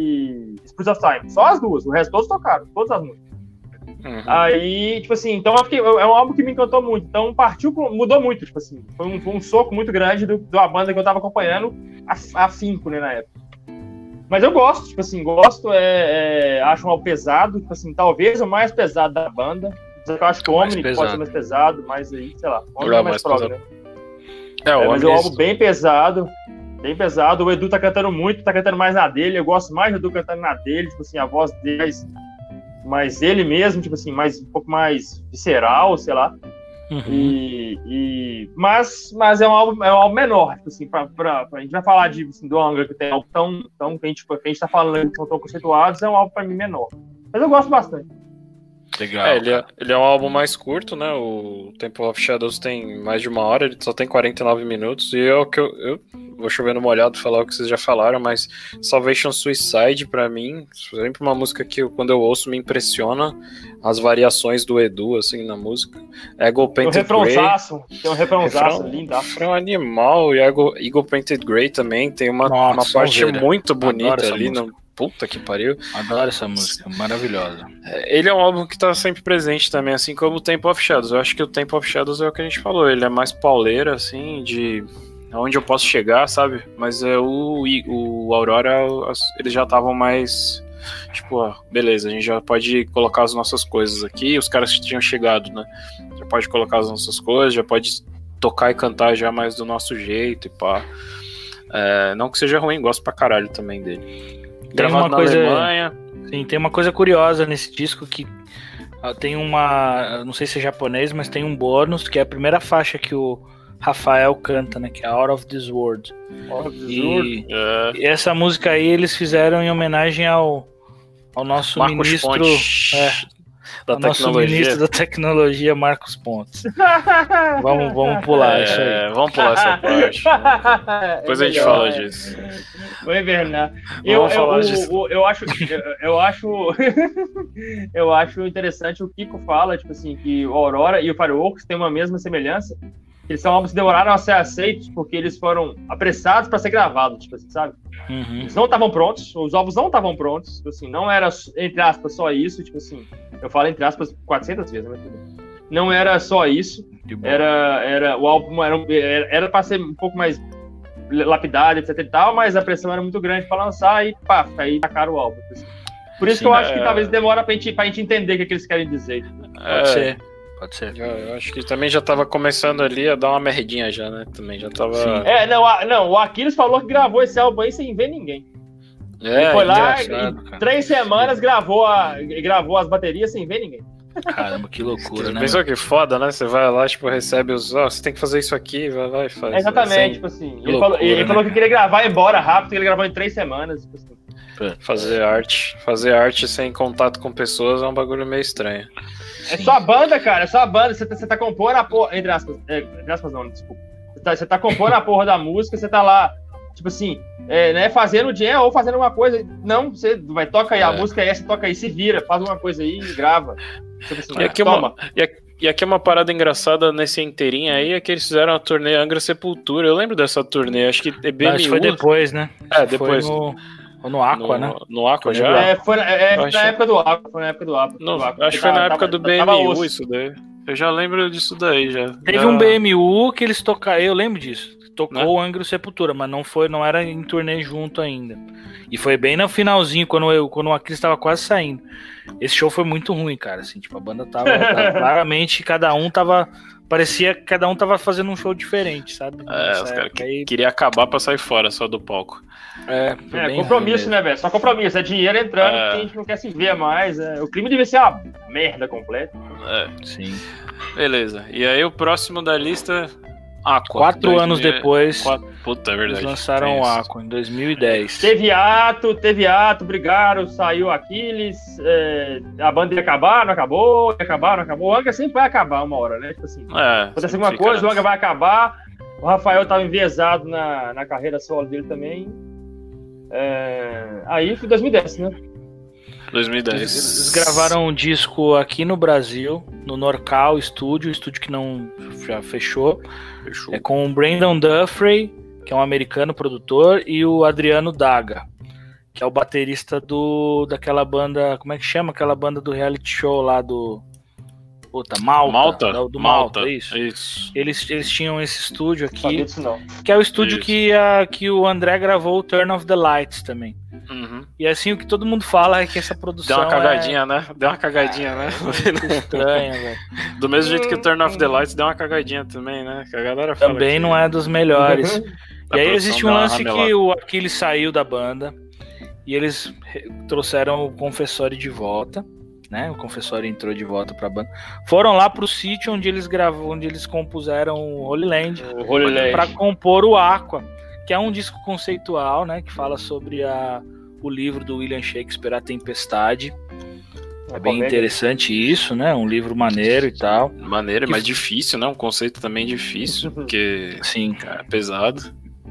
e Spirits of Time, só as duas, o resto todos tocaram, todas as músicas. Uhum. Aí, tipo assim, então eu fiquei, é um álbum que me encantou muito. Então partiu, pro- mudou muito, tipo assim. Foi um, foi um soco muito grande do, de uma banda que eu tava acompanhando a, afinco, né, na época. Mas eu gosto, tipo assim, gosto, é, é, acho um álbum pesado, tipo assim, talvez o mais pesado da banda. Eu acho que o Mais Omni pesado. pode ser mais pesado, mas aí, sei lá, o Omni É, é mais mais prog, né? pesado. É, É, o mas é um Omnis- álbum bem pesado, bem pesado. O Edu tá cantando muito, tá cantando mais na dele. Eu gosto mais do Edu cantando na dele, tipo assim, a voz dele mais, mais ele mesmo, tipo assim, mais, um pouco mais visceral, sei lá. Uhum. E, e- mas, mas é um álbum, é um álbum menor, tipo assim, pra, pra, pra- a gente vai falar de, assim, do Angra, que tem álbum tão, tão que a gente, que a gente tá falando que são tão conceituados, é um álbum pra mim menor. Mas eu gosto bastante. Legal. É, ele é, ele é um álbum mais curto, né? O Temple of Shadows tem mais de uma hora, ele só tem quarenta e nove minutos. E eu, que eu, eu vou chover no molhado falar o que vocês já falaram, mas Salvation Suicide, pra mim, sempre uma música que eu, quando eu ouço me impressiona as variações do Edu, assim, na música. Eagle Tem um Painted Grey. refrãozaço, tem um refrãozaço Refrão- lindo. refrão animal, e Eagle, Eagle Painted Grey também tem uma, Nossa, uma parte sonzeira. muito Adoro bonita essa ali. música. No, puta que pariu. Adoro essa música, maravilhosa. Ele é um álbum que tá sempre presente também, assim como o Temple of Shadows. Eu acho que o Temple of Shadows é o que a gente falou. Ele é mais pauleiro, assim, de aonde eu posso chegar, sabe? Mas é o, o Aurora, as- eles já estavam mais... Tipo, ó, beleza, a gente já pode colocar as nossas coisas aqui. Os caras que tinham chegado, né? Já pode colocar as nossas coisas, já pode tocar e cantar já mais do nosso jeito e pá. É, não que seja ruim, gosto pra caralho também dele. Gravado uma na coisa- Alemanha. Sim, tem uma coisa curiosa nesse disco que ah, tem uma, não sei se é japonês, mas tem um bônus que é a primeira faixa que o Rafael canta, né, que é Out of This World. E, É, e essa música aí eles fizeram em homenagem ao, ao nosso Marcos ministro, Pontes, é, da ao nosso tecnologia. ministro da tecnologia, Marcos Pontes. Vamos, vamos pular isso aí. É, vamos pular essa parte. Depois a gente melhor, fala é. disso. Vou invernar. Eu, Vamos eu, falar o- disso. o- eu acho, eu, eu acho, eu acho interessante o Kiko fala, tipo assim, que o Aurora e o Fireworks têm uma mesma semelhança. Eles são álbuns que demoraram a ser aceitos porque eles foram apressados para ser gravados, tipo assim, sabe? Uhum. Eles não estavam prontos, os álbuns não estavam prontos, tipo assim, não era, entre aspas, só isso, tipo assim, eu falo entre aspas quatrocentas vezes, mas tudo bem. Não era só isso, De bom. era, era, o álbum era, era, era para ser um pouco mais lapidado, etc e tal, mas a pressão era muito grande para lançar e pá, aí tacaram o álbum. tipo assim. Por isso Sim, que eu acho é. que talvez demora pra gente, pra gente entender o que, é que eles querem dizer. Pode É, ser, pode ser. eu, eu acho que também já tava começando ali a dar uma merdinha já, né? Também já tava. Sim. É, não, a, não, o Aquiles falou que gravou esse álbum aí sem ver ninguém. É, Ele foi lá, engraçado, em cara. três semanas gravou, a, gravou as baterias sem ver ninguém. Caramba, que loucura, né? Pensou que foda, né? Você vai lá, tipo, recebe os... Ó, oh, você tem que fazer isso aqui, vai lá e faz. É exatamente, assim, tipo assim. Ele, loucura, falou, ele né? falou que queria gravar e ir embora rápido, que ele gravou em três semanas, tipo assim. Fazer arte. Fazer arte sem contato com pessoas é um bagulho meio estranho. É só a banda, cara, é só a banda. Você tá, você tá compondo a porra... Entre aspas, é, entre aspas não, desculpa. Você tá, você tá compondo a porra da música, você tá lá... Tipo assim, é, né, fazendo jam ou fazendo alguma coisa. Não, você vai, toca aí, é. a música é essa, toca aí, se vira, faz uma coisa aí e grava. Tipo assim, e, aqui uma, e, aqui, e aqui uma parada engraçada nesse inteirinho aí é que eles fizeram a turnê Angra Sepultura. Eu lembro dessa turnê, acho que é B M U. Acho que foi depois, né? É, depois. Foi no, no Aqua, no, né? No Aqua já? É, foi na, é, na acho... época do Aqua, foi na época do Aqua. Não, do Aqua. Acho que foi na época tava, do B M U isso daí. Eu já lembro disso daí, já. Teve já... um B M U que eles tocaram, eu lembro disso. Tocou o Angra Sepultura, mas não foi, não era em turnê junto ainda. E foi bem no finalzinho, quando, eu, quando o Aquiles estava quase saindo. Esse show foi muito ruim, cara. Assim, tipo, a banda tava, tava claramente, cada um tava. Parecia que cada um tava fazendo um show diferente, sabe? É, os caras aí... queriam acabar pra sair fora só do palco. É, é compromisso, né, velho? Só compromisso. É dinheiro entrando, é... que a gente não quer se ver mais. É... O clima devia ser uma merda completa. É, sim. Beleza. E aí o próximo da lista. Aqua, Quatro dois mil... anos depois, Quatro... Puta, é verdade. Eles lançaram o Aqua em dois mil e dez. Teve ato, teve ato, brigaram, saiu Aquiles, é, a banda ia acabar, não acabou, ia acabar, não acabou. O Angra sempre vai acabar uma hora, né? Tipo assim, é, acontece alguma coisa, nessa. O Angra vai acabar. O Rafael tava enviesado na, na carreira solo dele também. É, aí foi dois mil e dez, né? dois mil e dez. Eles, eles gravaram um disco aqui no Brasil, no Norcal Studio, estúdio que não já fechou. Fechou. É com o Brandon Duffrey, que é um americano produtor, e o Adriano Daga, que é o baterista do daquela banda, como é que chama? Aquela banda do reality show lá do... Puta, Malta. Malta? Do, do Malta, Malta, isso. isso. Eles, eles tinham esse estúdio aqui, isso não. que é o estúdio que, a, que o André gravou o Turn of the Lights também. Uhum. E assim, o que todo mundo fala é que essa produção deu uma cagadinha, é... né? Deu uma cagadinha, ah, né? É estranha, velho. Do mesmo jeito que o Turn of the Lights deu uma cagadinha também, né? Que a galera fala também que... não é dos melhores. Uhum. E aí existe um lance que o Aquiles saiu da banda e eles trouxeram o Confessori de volta, né? O Confessori entrou de volta pra banda. Foram lá pro sítio onde eles gravaram, onde eles compuseram o Holy Land, o Holy Land. Pra compor o Aqua, que é um disco conceitual, né? Que fala sobre a, o livro do William Shakespeare, A Tempestade. É bem interessante isso, né? Um livro maneiro e tal. Maneiro, que... mas difícil, né? Um conceito também difícil, porque sim, cara, é pesado.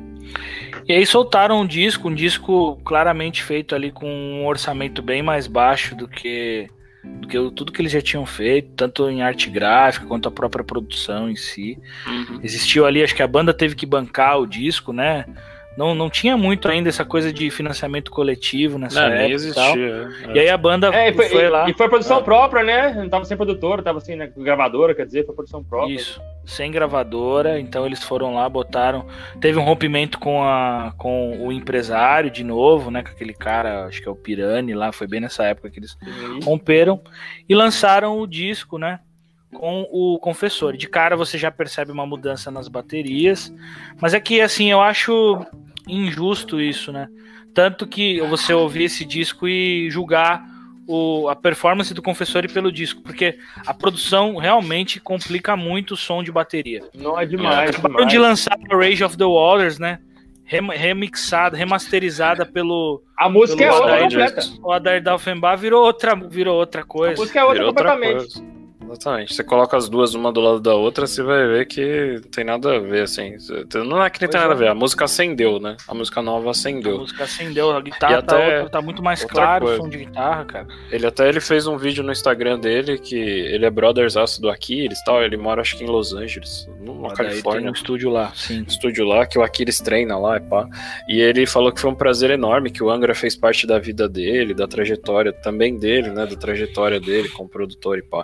E aí soltaram um disco, um disco claramente feito ali com um orçamento bem mais baixo do que, do que tudo que eles já tinham feito, tanto em arte gráfica quanto a própria produção em si. Uhum. Existiu ali, acho que a banda teve que bancar o disco, né? Não, não tinha muito ainda essa coisa de financiamento coletivo nessa não, época nem existia, e tal. É. E aí a banda é, e foi, foi e, lá... E foi produção é. própria, né? Não tava sem produtora, tava sem né, gravadora, quer dizer, foi produção própria. Isso, sem gravadora, então eles foram lá, botaram... Teve um rompimento com, a, com o empresário de novo, né? Com aquele cara, acho que é o Pirani lá, foi bem nessa época que eles uhum. romperam. E lançaram o disco, né? Com o Confessor. De cara você já percebe uma mudança nas baterias, mas é que assim, eu acho injusto isso, né? Tanto que você ouvir esse disco e julgar o, a performance do Confessor pelo disco, porque a produção realmente complica muito o som de bateria. Não é demais. Acabaram de lançar a Rage of the Waters, né? Remixada, remasterizada pelo... A música pelo é outra Adair, completa. O Adair Dalfenbach virou outra, virou outra coisa. A música é outra virou completamente. Outra coisa. Exatamente. Você coloca as duas uma do lado da outra, você vai ver que não tem nada a ver, assim. Não é que não tem nada a ver, a música acendeu, né? A música nova acendeu. A música acendeu, a guitarra tá, outra, tá muito mais claro, o som de guitarra, cara. Ele até ele fez um vídeo no Instagram dele, que ele é brothers aço do Aquiles e tal, ele mora acho que em Los Angeles, na Califórnia. Tem um estúdio lá, sim. Estúdio lá, que o Aquiles treina lá e pá. E ele falou que foi um prazer enorme, que o Angra fez parte da vida dele, da trajetória também dele, né? Da trajetória dele como produtor e pá.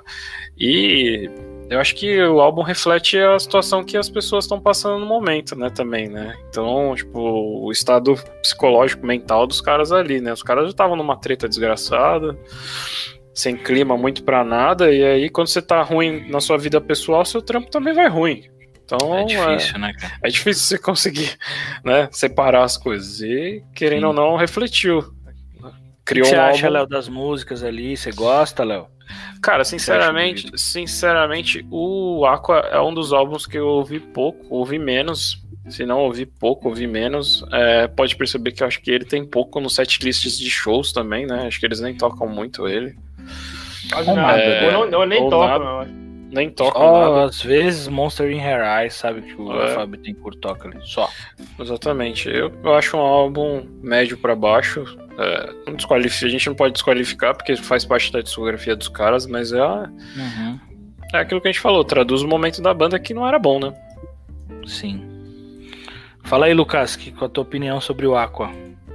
E eu acho que o álbum reflete a situação que as pessoas estão passando no momento, né, também, né? Então, tipo, o estado psicológico, mental dos caras ali, né? Os caras já estavam numa treta desgraçada, sem clima muito pra nada, e aí quando você tá ruim na sua vida pessoal, seu trampo também vai ruim. Então, é difícil, é, né, cara? É difícil você conseguir, né, separar as coisas. E, querendo Sim. ou não, refletiu. Criou o que você um acha, álbum... Léo, das músicas ali? Você gosta, Léo? Cara, sinceramente, sinceramente, o Aqua é um dos álbuns que eu ouvi pouco, ouvi menos. Se não ouvi pouco, ouvi menos. É, pode perceber que eu acho que ele tem pouco no setlists de shows também, né? Acho que eles nem tocam muito ele. Quase nada. É, eu, não, eu nem toco, eu acho. Nem toca só, nada. Às vezes Monster in Her Eyes, sabe? Que o é. Fábio Bittencourt toca ali. Só. Exatamente. Eu, eu acho um álbum médio pra baixo. É, não desqualifica, a gente não pode desqualificar porque faz parte da discografia dos caras, mas é, uhum. é aquilo que a gente falou, traduz o momento da banda que não era bom, né? Sim. Fala aí, Lucas, que, qual a tua opinião sobre o Aqua?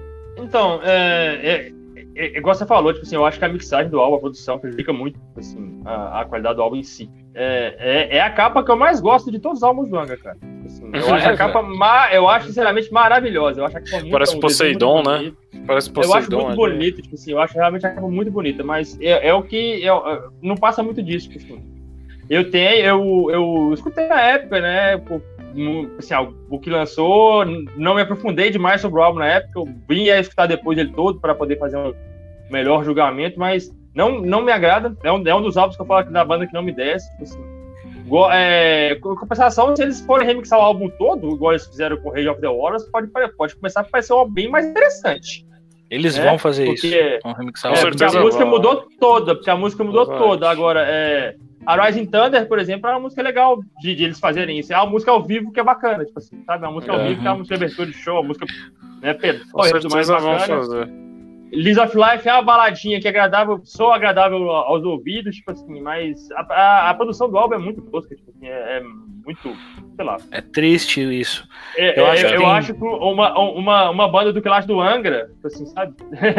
Então, é, é, é, igual você falou, tipo assim, eu acho que a mixagem do álbum, a produção, prejudica muito assim, a, a qualidade do álbum em si. É, é, é a capa que eu mais gosto de todos os álbuns do Anga, cara. Assim, eu acho a capa, ma- eu acho sinceramente maravilhosa. Eu acho a capa muito Parece Poseidon, né? Parece Poseidon. Eu acho muito bonito, tipo assim, eu acho realmente a capa muito bonita, mas é, é o que eu, eu, não passa muito disso, tipo assim. Eu tenho, eu, eu escutei na época, né? Por, assim, o que lançou, não me aprofundei demais sobre o álbum na época, eu vim a escutar depois ele todo para poder fazer um melhor julgamento, mas não, não me agrada, é um, é um dos álbuns que eu falo aqui da banda que não me desce, tipo assim, igual, é, com compensação, se eles forem remixar o álbum todo, igual eles fizeram com Rage of the Waters, pode, pode começar a parecer um álbum bem mais interessante. Eles né? vão fazer porque, isso, vão remixar é, o porque a música mudou toda, porque a música mudou vai. toda, agora, é... A Rising Thunder, por exemplo, é uma música legal de, de eles fazerem isso. É uma música ao vivo que é bacana, tipo assim, sabe? É uma música uhum. ao vivo que é uma música de abertura de show, uma música, né, Pedro? Com certeza vão fazer. Leaves of Life é uma baladinha que é agradável, só agradável aos ouvidos, tipo assim, mas a, a, a produção do álbum é muito tosca, tipo assim, é, é muito, sei lá. É triste isso. É, eu é, acho, eu tem... acho que uma, uma, uma banda do Clash do Angra, tipo assim, sabe?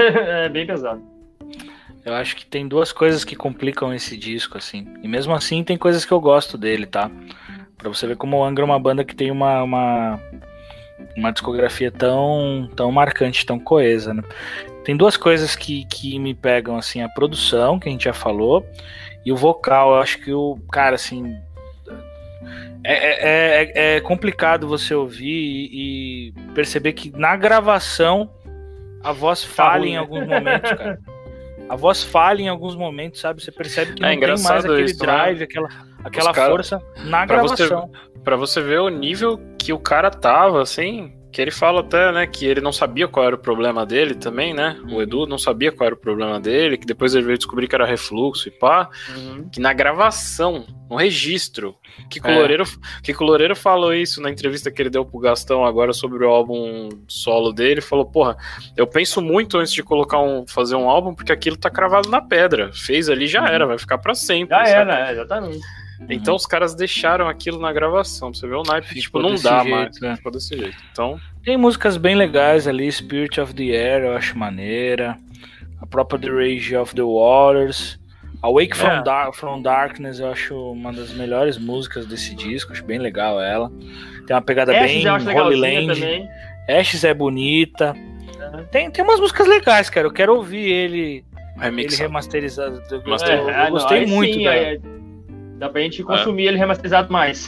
É bem pesado. Eu acho que tem duas coisas que complicam esse disco, assim. E mesmo assim tem coisas que eu gosto dele, tá? Pra você ver como o Angra é uma banda que tem uma, uma, uma discografia tão, tão marcante, tão coesa, né? Tem duas coisas que, que me pegam, assim. A produção, que a gente já falou, e o vocal. Eu acho que o... Cara, assim... É, é, é complicado você ouvir e, e perceber que na gravação a voz falha em alguns momentos, cara. A voz falha em alguns momentos, sabe? Você percebe que não é tem mais aquele isso, drive, né? aquela, aquela cara, força na pra gravação. Você, pra você ver o nível que o cara tava, assim, que ele fala até, né, que ele não sabia qual era o problema dele também, né? Uhum. O Edu não sabia qual era o problema dele, que depois ele veio descobrir que era refluxo e pá. Uhum. Que na gravação, no registro, que o Loureiro, é. que o Loureiro falou isso na entrevista que ele deu pro Gastão agora sobre o álbum solo dele, falou, porra, eu penso muito antes de colocar um, fazer um álbum, porque aquilo tá cravado na pedra. Fez ali, já era, vai ficar pra sempre. Já sabe? era, exatamente. Então uhum. os caras deixaram aquilo na gravação, pra você ver o naipe, tipo, não dá jeito, mais, né? Ficou desse jeito. Então... Tem músicas bem legais ali, Spirit of the Air, eu acho maneira, a própria The Rage of the Waters, Awake from, é. Dar- from Darkness, eu acho uma das melhores músicas desse disco, acho bem legal ela. Tem uma pegada Ashes bem Holy Land, Ashes é bonita, é. Tem, tem umas músicas legais, cara, eu quero ouvir ele, ele remasterizado, eu, Master. eu, eu gostei é, muito sim, dela. É, dá pra gente consumir é. ele remasterizado mais.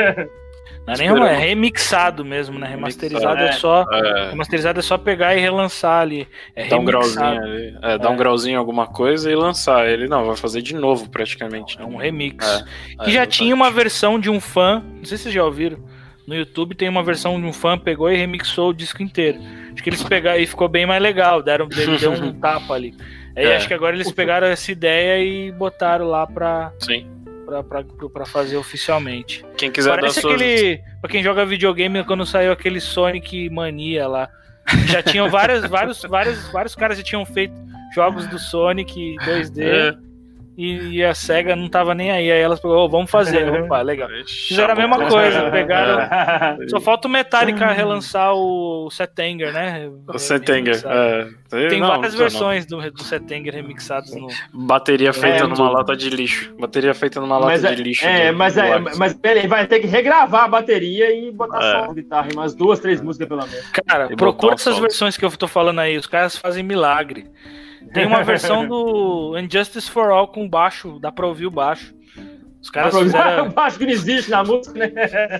Não é nem é remixado mesmo, né? Remasterizado é, é só. É. Remasterizado é só pegar e relançar ali. É dá um grauzinho ali. É, dá é. um grauzinho em alguma coisa e lançar. Ele não, vai fazer de novo praticamente. É um remix. É, que é, já exatamente. Tinha uma versão de um fã. Não sei se vocês já ouviram. No YouTube tem uma versão de um fã, pegou e remixou o disco inteiro. Acho que eles pegaram e ficou bem mais legal. Deram, deu um tapa ali. Aí é. Acho que agora eles pegaram essa ideia e botaram lá pra. Sim. Pra, pra, pra fazer oficialmente. Quem quiser Parece dar aquele. Suas... Pra quem joga videogame, quando saiu aquele Sonic Mania lá. Já tinham várias, vários, vários, vários caras já tinham feito jogos do Sonic dois D. É. E, e a SEGA não tava nem aí. Aí elas falaram, oh, vamos fazer. Opa, legal. Fizeram a mesma coisa. Pegaram. Só falta o Metallica relançar o Sethanger, né? O Sethanger. É. Tem não, várias não, versões do, do Sethanger remixados no. Bateria feita é, numa lata de lixo. Bateria feita numa lata mas de é, lixo. É, do, mas, do é mas ele vai ter que regravar a bateria e botar é. só de guitarra, umas duas, três músicas pelo menos. Cara, e procura essas versões que eu tô falando aí. Os caras fazem milagre. Tem uma versão do Injustice for All com baixo, dá pra ouvir o baixo. Os caras fizeram... Acho que não existe na música, né?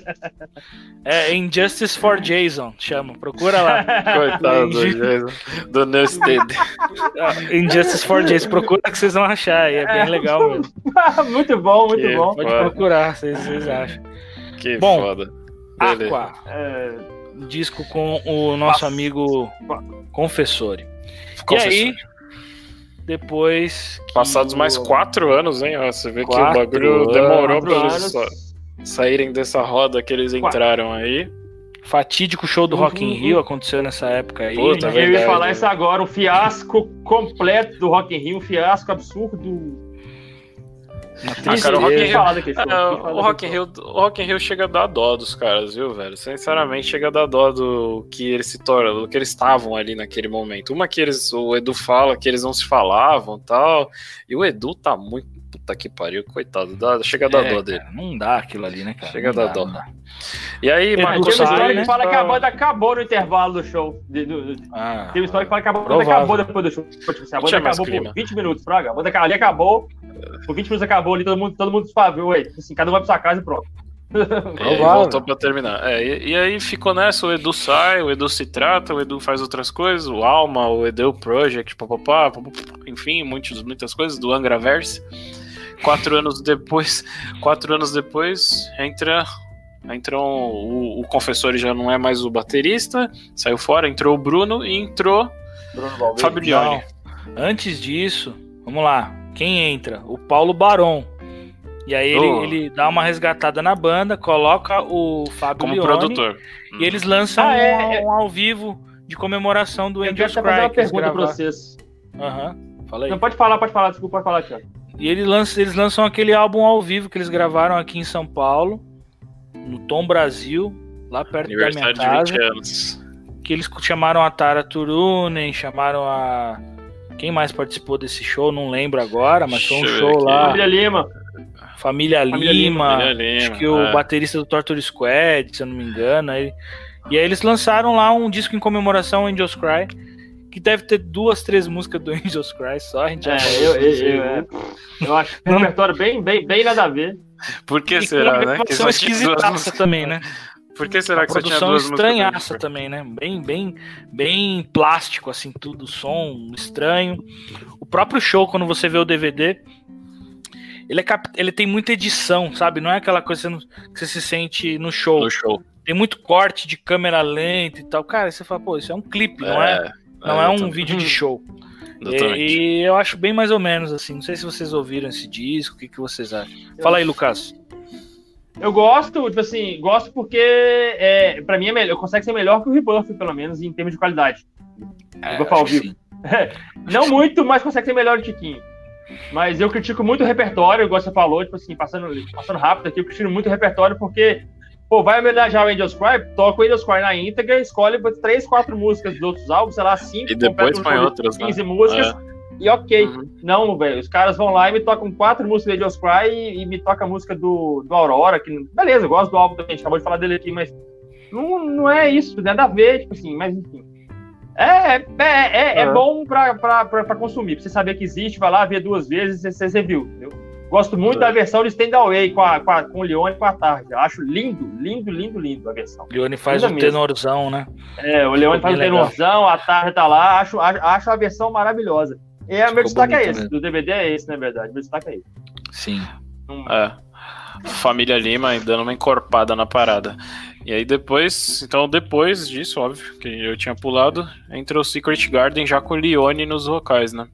É Injustice for Jason, chama. Procura lá. Coitado do Jason. Do Newstead. Injustice for Jason. Procura que vocês vão achar. É bem legal mesmo. Muito bom, muito Que bom. Pode foda. procurar, vocês, vocês acham. Que Bom, foda. Beleza. Aqua. É... Disco com o nosso Nossa. amigo Confessore. Confessor. E aí, depois... que Passados o- mais quatro anos, hein? Ó, você vê que Quatro o bagulho anos. demorou Quatro pra eles anos. só saírem dessa roda que eles Quatro. entraram aí. Fatídico show do Rock in Uhum. Rio aconteceu nessa época aí. Puta, né? Eu ia verdade. falar isso agora, um fiasco completo do Rock in Rio, um fiasco absurdo. Uma Ah, cara, o Rock in tristeza. Rio- Falar daquele show, É, falar o, daquele Rock in show. Rio, o Rock in Rio chega a dar dó dos caras, viu, velho? Sinceramente, chega a dar dó do que eles se tornam, do que eles estavam ali naquele momento. Uma que eles, o Edu fala que eles não se falavam e tal, e o Edu tá muito, puta que pariu, coitado, dá, chega a dar É, dó dele. cara, não dá aquilo ali, né, cara? Chega Não a dar dá, dó. não dá. E aí, Edu É, Marcos tem uma sai, história né? que fala que a banda acabou no intervalo do show. De- do- do- Ah, Tem uma história que fala que a banda provável. acabou depois do show. Tipo assim, a Não banda tinha mais acabou clima. por vinte minutos, Fraga. A banda ali acabou, por vinte minutos acabou ali, todo mundo, todo mundo desfaveu, ué. Assim, cada um vai pra sua casa e pronto. E aí Provável. voltou pra terminar. É, e, e aí ficou nessa, o Edu sai, o Edu se trata, o Edu faz outras coisas, o Alma, o Edu Project, papapá, papapá, enfim, muitos, muitas coisas do Angraverse. Quatro anos depois, quatro anos depois, entra, entrou o, o Confessor já não é mais o baterista, saiu fora, entrou o Bruno e entrou Bruno Valverde. Fábio Lione. Antes disso, vamos lá. Quem entra? O Paulo Baron. E aí ele, Oh. ele dá uma resgatada na banda, coloca o Fábio Como Lione, produtor. e eles lançam Ah, é, um, é. um ao vivo de comemoração do Eu quero Angels até fazer Cry. uma que eles pergunta pra gravaram. vocês. Aham, fala aí. Não, pode falar, pode falar, desculpa, pode falar, Thiago. E ele lança, eles lançam aquele álbum ao vivo que eles gravaram aqui em São Paulo, no Tom Brasil, lá perto da minha Aniversário de casa. vinte anos. Que eles chamaram a Tara Turunen, chamaram a... Quem mais participou desse show? Não lembro agora, mas foi um Deixa eu show ver aqui. lá. Família Lima. Família, Família Lima, Família Lima, acho que o é. baterista do Torture Squad, se eu não me engano. Aí... E aí eles lançaram lá um disco em comemoração ao Angels Cry, que deve ter duas, três músicas do Angels Cry só, a gente já É, falou eu, eu, isso. eu, é. eu acho um repertório bem, bem, bem nada a ver. Por que E com será, uma né? Que gravação só tinha duas esquisitaça músicas. também, né? Por que será Uma que só tinha produção duas músicas? do estranhaça Angels? também, né? Bem, bem, bem plástico, assim, tudo, som estranho. O próprio show, quando você vê o D V D, ele, é cap... ele tem muita edição, sabe? Não é aquela coisa que você, não- que você se sente no show. No show. Tem muito corte de câmera lenta e tal. Cara, você fala, pô, isso é um clipe, não é, não é um exatamente. vídeo de show. Exatamente. E, e eu acho bem mais ou menos assim. Não sei se vocês ouviram esse disco, o que, que vocês acham. Fala aí, Lucas. Eu gosto, tipo assim, gosto porque é, pra mim é melhor, consegue ser melhor que o Rebirth, pelo menos, em termos de qualidade. É, vou falar ao acho que vivo. sim. Não muito, mas consegue ser melhor que o Tiquinho. Mas eu critico muito o repertório, igual você falou, tipo assim, passando, passando rápido aqui, eu critico muito o repertório porque, pô, vai homenagear o Angels Cry, toca o Angels Cry na íntegra, escolhe três, quatro músicas dos outros álbuns, sei lá, cinco, E depois completa um põe show de outras, né? quinze músicas, e ok. Uhum. Não, velho, os caras vão lá e me tocam quatro músicas do Angels Cry e, e me toca a música do, do Aurora, que, beleza, eu gosto do álbum também, a gente acabou de falar dele aqui, mas não, não é isso, nada a ver, tipo assim, mas enfim. É, é, é, é Uhum. bom pra, pra, pra, pra consumir, pra você saber que existe, vai lá ver duas vezes e você, você viu, entendeu? Gosto muito Uhum. da versão de Stand Away com, a, com, a, com o Leone e com a Tarde. Eu acho lindo, lindo, lindo, lindo a versão. Leone faz Linda o mesmo. tenorzão, né? É, o Leone Ficou faz o bem legal. tenorzão, a Tarde tá lá, acho, acho, acho a versão maravilhosa. E é, Ficou meu destaque é bonito esse, mesmo. do D V D é esse, na verdade, meu destaque é esse. Sim. Não- É. Família Lima dando uma encorpada na parada. E aí depois, então depois disso, óbvio, que eu tinha pulado, entrou o Secret Garden já com o Lione nos vocais, né?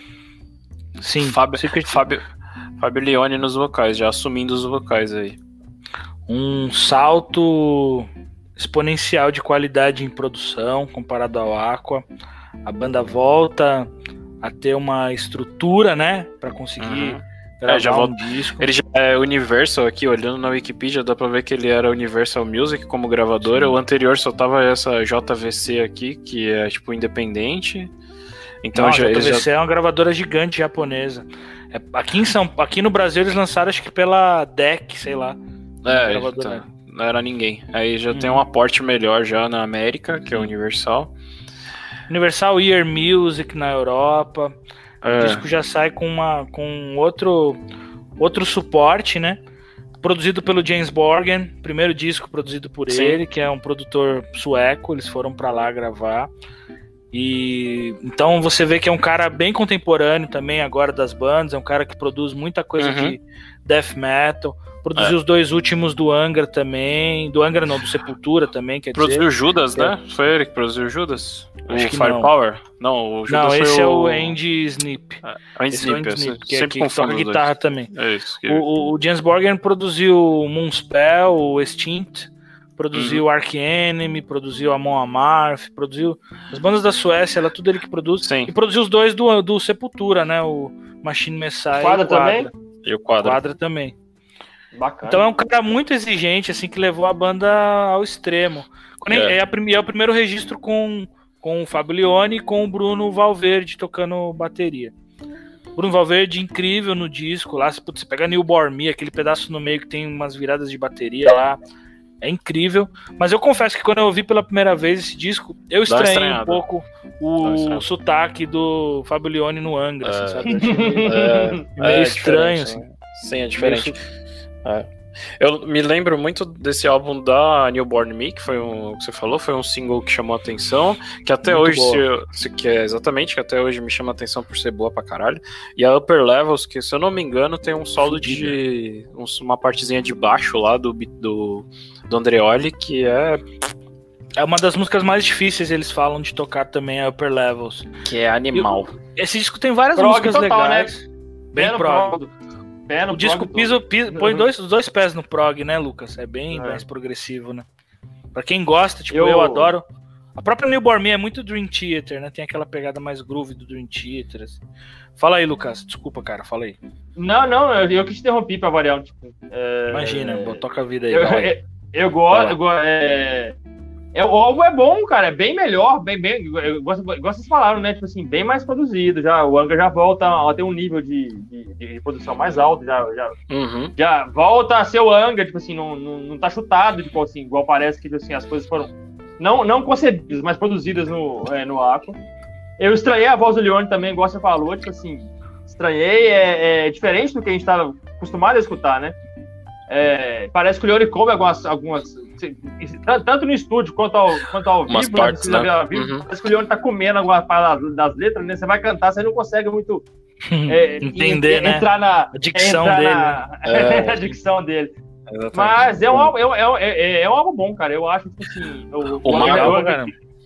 Sim. Fábio, Secret- Fábio, Fábio Lione nos vocais, já assumindo os vocais aí. Um salto exponencial de qualidade em produção comparado ao Aqua. A banda volta a ter uma estrutura, né, para conseguir Uhum. gravar É, já um volta- disco. Ele já é Universal aqui, olhando na Wikipedia, dá pra ver que ele era Universal Music como gravadora. Sim. O anterior só tava essa J V C aqui, que é tipo independente. Então Não, já, a eles já J V C é uma gravadora gigante japonesa. É, aqui, em São, aqui no Brasil eles lançaram acho que pela D E C, sei lá. É, gravadora. então, não era ninguém. Aí já Hum. tem um aporte melhor já na América, que é o Universal. Universal Ear Music na Europa. É, O disco já sai com uma com outro outro suporte, né? Produzido pelo James Borgen, primeiro disco produzido por Sim. ele, que é um produtor sueco, eles foram pra lá gravar. E então você vê que é um cara bem contemporâneo também agora das bandas, é um cara que produz muita coisa uhum. de death metal, produziu é. os dois últimos do Angra também, do Angra não, do Sepultura também, quer produziu dizer. Judas, é. né? Foi ele que produziu Judas? Acho o que Firepower? Não. não, o Judas não, foi esse o... é o Andy Snip. É, Andy esse Snip, é o Andy Snip, Snip que, sempre é, que toca guitarra dois. também. É isso, que... o, o James Borgen produziu Moonspell, o Extinct, produziu uhum. Arch Enemy, produziu Amon Amarth, produziu as bandas da Suécia, ela tudo ele que produz. Sim. E produziu os dois do, do Sepultura, né? O Machine Messiah Quadra e o Quadra. Também? E o Quadra. Quadra também. Bacana. Então é um cara muito exigente, assim, que levou a banda ao extremo. Quando é. É, a prim- é o primeiro registro com, com o Fabio Lione e com o Bruno Valverde tocando bateria. Bruno Valverde incrível no disco lá, você, você pega Newborn Me, aquele pedaço no meio que tem umas viradas de bateria lá. É incrível, mas eu confesso que quando eu ouvi pela primeira vez esse disco, eu estranhei um pouco o sotaque do Fabio Lione no Angra, é, assim, sabe? Meio, é, meio é estranho, assim. Sim, é diferente. É. Eu me lembro muito desse álbum da Newborn Me, que foi um que você falou, foi um single que chamou a atenção, que até muito hoje, se, eu, se, que é exatamente, que até hoje me chama a atenção por ser boa pra caralho. E a Upper Levels, que se eu não me engano, tem um solo Fudido. de. Um, uma partezinha de baixo lá do, do, do Andreoli, que é. É uma das músicas mais difíceis, eles falam de tocar também, a Upper Levels. Que é animal. Eu, esse disco tem várias prog músicas total, legais. Né? Bem Pé prog. prog. Pé no o disco prog piso, piso, põe dois, os dois pés no prog, né, Lucas? É bem é. mais progressivo, né? Pra quem gosta, tipo, eu, eu adoro. A própria Newborn Me é muito Dream Theater, né? Tem aquela pegada mais groove do Dream Theater. Assim. Fala aí, Lucas. Desculpa, cara, fala aí. Não, não, eu, eu que te interrompi pra variar. Tipo, é... Imagina, toca a vida aí. Eu, eu, eu gosto. Eu, é... É, o álbum é bom, cara, é bem melhor, bem, bem, eu gosto, igual vocês falaram, né, tipo assim, bem mais produzido, já, o Angra já volta a ter um nível de, de, de produção mais alto, já, já, uhum. já volta a ser o Angra, tipo assim, não, não, não tá chutado, tipo assim, igual parece que, tipo assim, as coisas foram, não, não concebidas, mas produzidas no, é, no Aqua. Eu estranhei a voz do Lione também, igual você falou, tipo assim, estranhei, é, é diferente do que a gente tá acostumado a escutar, né, é, parece que o Lione come algumas, algumas tanto no estúdio quanto ao, quanto ao Umas vivo, partes, né? né? Vivo, uhum. Parece que o Leone tá comendo alguma parte das letras, né? Você vai cantar, você não consegue muito é, entender, en, né? Entrar na a dicção dele. Na, é. a dicção dele. Exatamente. Mas é um, álbum, é, é, é um álbum bom, cara. Eu acho que assim, o, o, o Marco,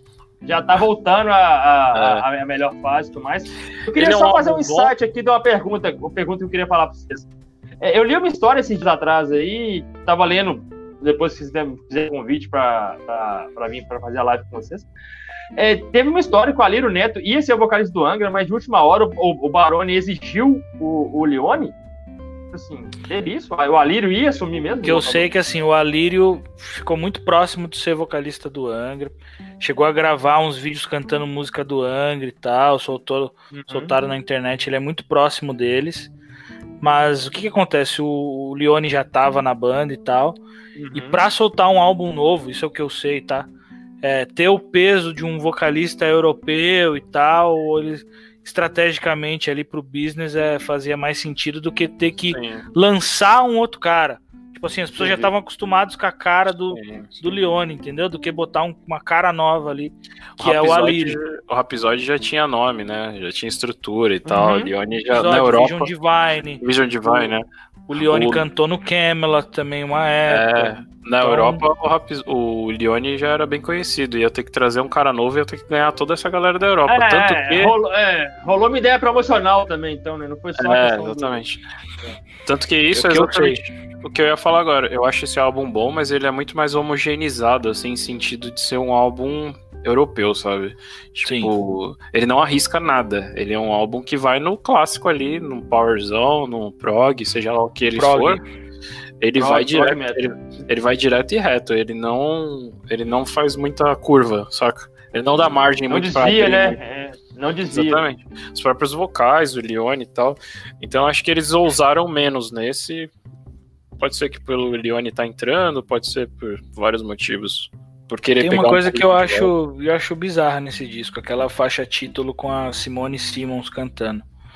já tá voltando a, a, é. a, a melhor fase e tudo mais. Eu queria Ele só é um fazer um insight bom. aqui de uma pergunta, uma pergunta que eu queria falar pra vocês. É, eu li uma história esses dias atrás aí, tava lendo. Depois que vocês fizeram convite para vir para fazer a live com vocês. É, teve uma história que o Alírio Neto ia ser o vocalista do Angra, mas de última hora o, o Baroni exigiu o, o Lione. Assim, teve isso? O Alírio ia assumir mesmo? Que eu sei que assim, o Alírio ficou muito próximo de ser vocalista do Angra. Chegou a gravar uns vídeos cantando música do Angra e tal, soltou, uhum. soltaram na internet, ele é muito próximo deles. Mas o que, que acontece? O, o Lione já tava na banda e tal. Uhum. E pra soltar um álbum novo, isso é o que eu sei, tá? É, ter o peso de um vocalista europeu e tal, ele, estrategicamente ali pro business é, fazia mais sentido do que ter que sim. lançar um outro cara. Tipo assim, as pessoas sim. já estavam acostumadas com a cara do, sim, sim. do Lione, entendeu? Do que botar um, uma cara nova ali, que o é o Alírio. O Rhapsody já tinha nome, né? Já tinha estrutura e tal. Uhum. O Lione já episódio, na Europa... Vision Divine. Vision Divine, né? O Lione o... cantou no Camelot também uma época. É, na então... Europa o, Rapiz... o Lione já era bem conhecido. Ia ter que trazer um cara novo e ia ter que ganhar toda essa galera da Europa. É, Tanto que... rolou, é, rolou uma ideia promocional também, então, né? Não foi só é, exatamente. Do... Tanto que isso é, é exatamente o que eu ia falar agora. Eu acho esse álbum bom, mas ele é muito mais homogeneizado, assim, em sentido de ser um álbum europeu, sabe? Tipo, sim. ele não arrisca nada. Ele é um álbum que vai no clássico ali, no powerzão, no prog, seja lá o que ele prog. for. Ele prog, vai direto, ele, ele vai direto e reto. Ele não, ele não faz muita curva, saca? Ele não dá margem não muito desvia, pra ele, né? É, não desvia. Exatamente. Os próprios vocais, o Lione e tal. Então acho que eles ousaram menos nesse. Pode ser que pelo Lione tá entrando, pode ser por vários motivos. Por querer Tem pegar uma coisa um que eu acho, eu acho bizarra nesse disco, aquela faixa título com a Simone Simmons cantando.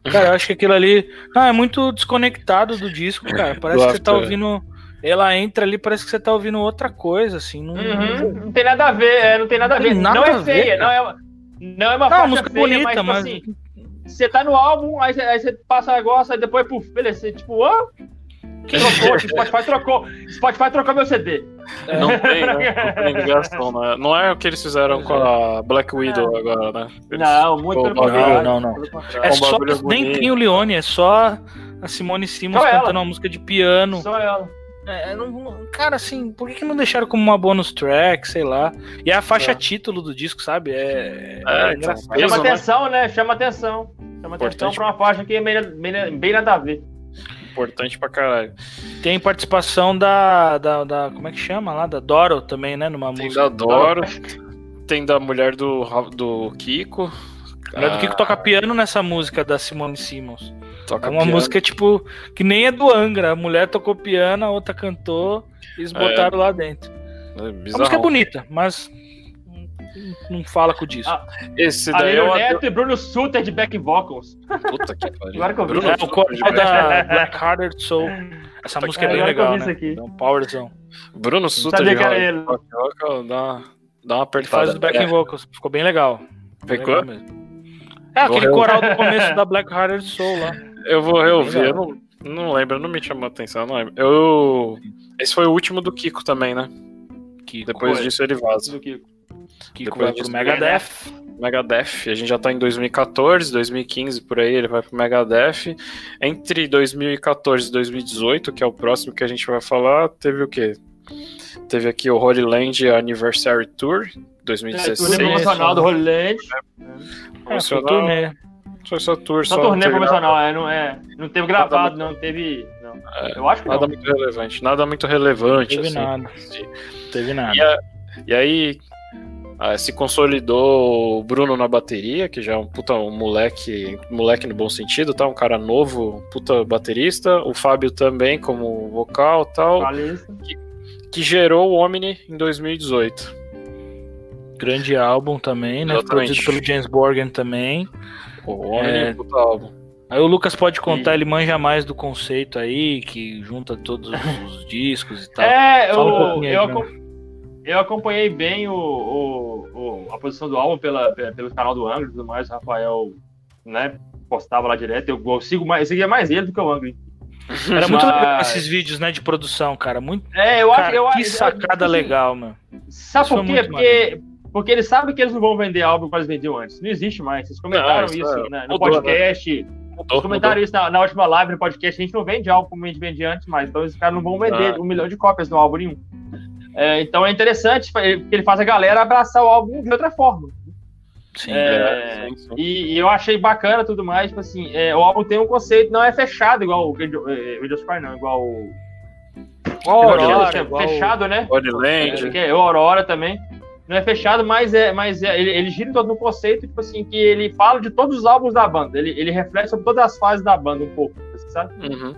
Cara, eu acho que aquilo ali não, é muito desconectado do disco, cara. Parece Do que você tá after. ouvindo. Ela entra ali, parece que você tá ouvindo outra coisa, assim. Não, Uhum, não tem nada a ver, é, não tem nada a ver. Tem nada não é a ver, feia, não cara. é, uma- não é uma Ah, faixa música feia, bonita, mas, tipo mas- assim, você tá no álbum, aí, você- aí você passa a gosta, aí depois, puf, beleza, você, tipo, ó, trocou, Spotify trocou, Spotify trocou meu C D. Não tem, né? Não tem ligação, né? Não é o que eles fizeram com a Black Widow agora, né? Eles- Não, muito pelo Pô, contrário. não, não. pelo contrário. É um só. bagulho Nem bonito. tem o Leone, é só a Simone Simmons Só ela. cantando uma música de piano. Só ela. É, não- não- cara, assim, por que, que não deixaram como uma bonus track, sei lá? E é a faixa É. título do disco, sabe? É, É, é engraçado. então, Chama né? atenção, né? Chama atenção. Chama atenção Importante. pra uma faixa que é bem, bem, bem nada a ver. Importante pra caralho. Tem participação da, da, da- como é que chama lá? Da Doro também, né? Numa Tem música. da Doro, tem da mulher do, Ra- do Kiko. A mulher do Ah, Kiko toca piano nessa música da Simone Simmons. toca É uma piano. música, tipo, que nem é do Angra. A mulher tocou piano, a outra cantou, e eles botaram lá dentro. É A bizarrão. música é bonita, mas não não fala com o disco. Ah, Esse daí é Aline o Neto e Bruno Suter de back vocals. Puta que pariu. Agora que eu vi. Bruno É, o Sutter coral de Black- da Black Hearted Soul. Essa Puta música é que bem pariu. legal, Agora que eu né? vi isso aqui. É um powerzão. Bruno Sutter sabia de que era rock, ele. rock, rock, dá, dá uma Ele apertada. faz os backing É, vocals. Ficou bem legal. Bem Ficou? legal mesmo. É, aquele Morreu. coral do começo da Black Hearted Soul lá. Eu vou reouvir, eu Legal. não, não lembro, não me chamou a atenção, eu não lembro. Eu... Esse foi o último do Kiko também, né? Kiko, Depois foi. disso ele vaza. Do Kiko. Kiko depois vai disso, pro Megadeth. Megadeth, a gente já tá em dois mil e quatorze, dois mil e quinze, por aí ele vai pro Megadeth. Entre dois mil e quatorze e dois mil e dezoito, que é o próximo que a gente vai falar, teve o quê? Teve aqui o Holy Land Anniversary Tour, dois mil e É, dezesseis. turnê promocional do Holy Land. É, foi turnê. Foi só tour, Só só turnê teve promocional, é, não, é, não teve gravado, Nada não teve. Não. É, Eu acho que nada não. muito relevante, nada muito relevante. Não teve assim. nada. Teve nada. E, a- e aí ah, se consolidou o Bruno na bateria, que já é um puta um moleque, moleque no bom sentido, tá? Um cara novo, um puta baterista. O Fábio também como vocal e tal, Valista. que gerou o Omni em dois mil e dezoito. Grande álbum também, né? Exatamente. Produzido pelo James Borgen também. O Omni É. é um puta álbum. Aí o Lucas pode contar, E- ele manja mais do conceito aí, que junta todos os discos e tal. É, Fala um eu, pouquinho aí, eu, Bruno. acom- eu acompanhei bem o, o, o- a posição do álbum pela, pe- pelo canal do Angra e tudo mais. O Rafael, né, postava lá direto. Eu, eu sigo mais, eu seguia mais ele do que o Angra. Era muito Mas- legal esses vídeos, né, de produção, cara. Muito, É, eu cara, acho eu que acho- sacada assim, legal, mano. Sabe Isso por foi quê? muito Porque, porque eles sabem que eles não vão vender álbum como eles vendiam antes. Não existe mais. Vocês comentaram Não, isso isso é- né, no mudou, podcast. Mudou, Vocês comentaram isso na, na última live no podcast. A gente não vende álbum como a gente vendia antes mais. Então os caras não vão vender Ah. um milhão de cópias no álbum nenhum. É, então é interessante porque ele faz a galera abraçar o álbum de outra forma. Sim. É, sim, sim. E, e eu achei bacana tudo mais. Tipo assim, é, o álbum tem um conceito, não é fechado igual o Video Spy, não, igual o. Igual a Aurora, que é igual- fechado, né? Holy Land. Que é o Aurora também. Não é fechado, mas é, mas é, ele, ele gira todo no conceito, tipo assim, que ele fala de todos os álbuns da banda. Ele, ele reflete sobre todas as fases da banda um pouco, sabe? Uhum.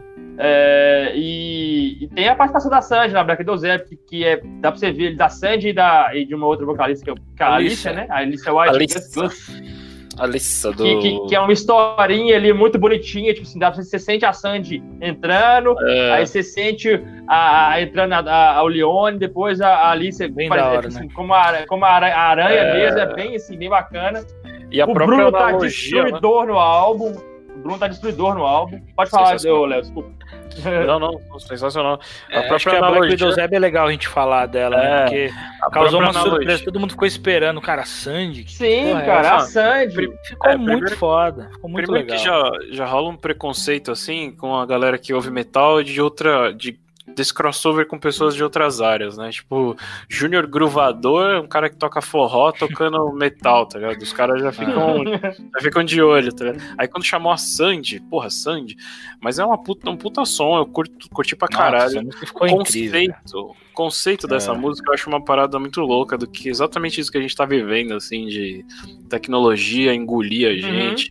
É, e, e tem a participação da Sandy na Black Dozep, que, que é, dá pra você ver ele da Sandy e, da, e de uma outra vocalista, que é, que é a Alicia, Alicia. né? A Alicia White. Alissa. Alissa do... Que, que, que é uma historinha ali muito bonitinha, tipo assim, dá pra você, você sente a Sandy entrando, É, aí você sente a, a- entrando a, a, a o Leone, depois a, a Alice Bem parece, da hora, assim, né? como a, como a aranha, a aranha É. mesmo, é bem assim, bem bacana. e a O própria Bruno tá analogia, né? destruidor no álbum. O Bruno tá destruidor no álbum. Pode falar, Sensacional. ô, Léo, desculpa. Não, não, sensacional. É, a acho própria que a Black analogia, Widow Zeb é legal a gente falar dela, né? É, Porque a causou uma própria analogia. surpresa, todo mundo ficou esperando. Cara, a Sandy, que Sim, porra é cara, a essa? Sandy. ficou É, muito primeiro- foda, ficou muito Primeiro legal. que já, já rola um preconceito, assim, com a galera que ouve metal de outra... De, desse crossover com pessoas de outras áreas, né? Tipo, Júnior Gruvador, um cara que toca forró tocando metal, tá ligado? Os caras já ficam, já ficam de olho, tá ligado? Aí quando chamou a Sandy, porra, Sandy, mas é uma puta, um puta som, eu curto, curti pra Nossa, caralho. essa música ficou O incrível. cara. conceito, o conceito dessa É. música eu acho uma parada muito louca do que exatamente isso que a gente tá vivendo, assim, de tecnologia engolir a gente.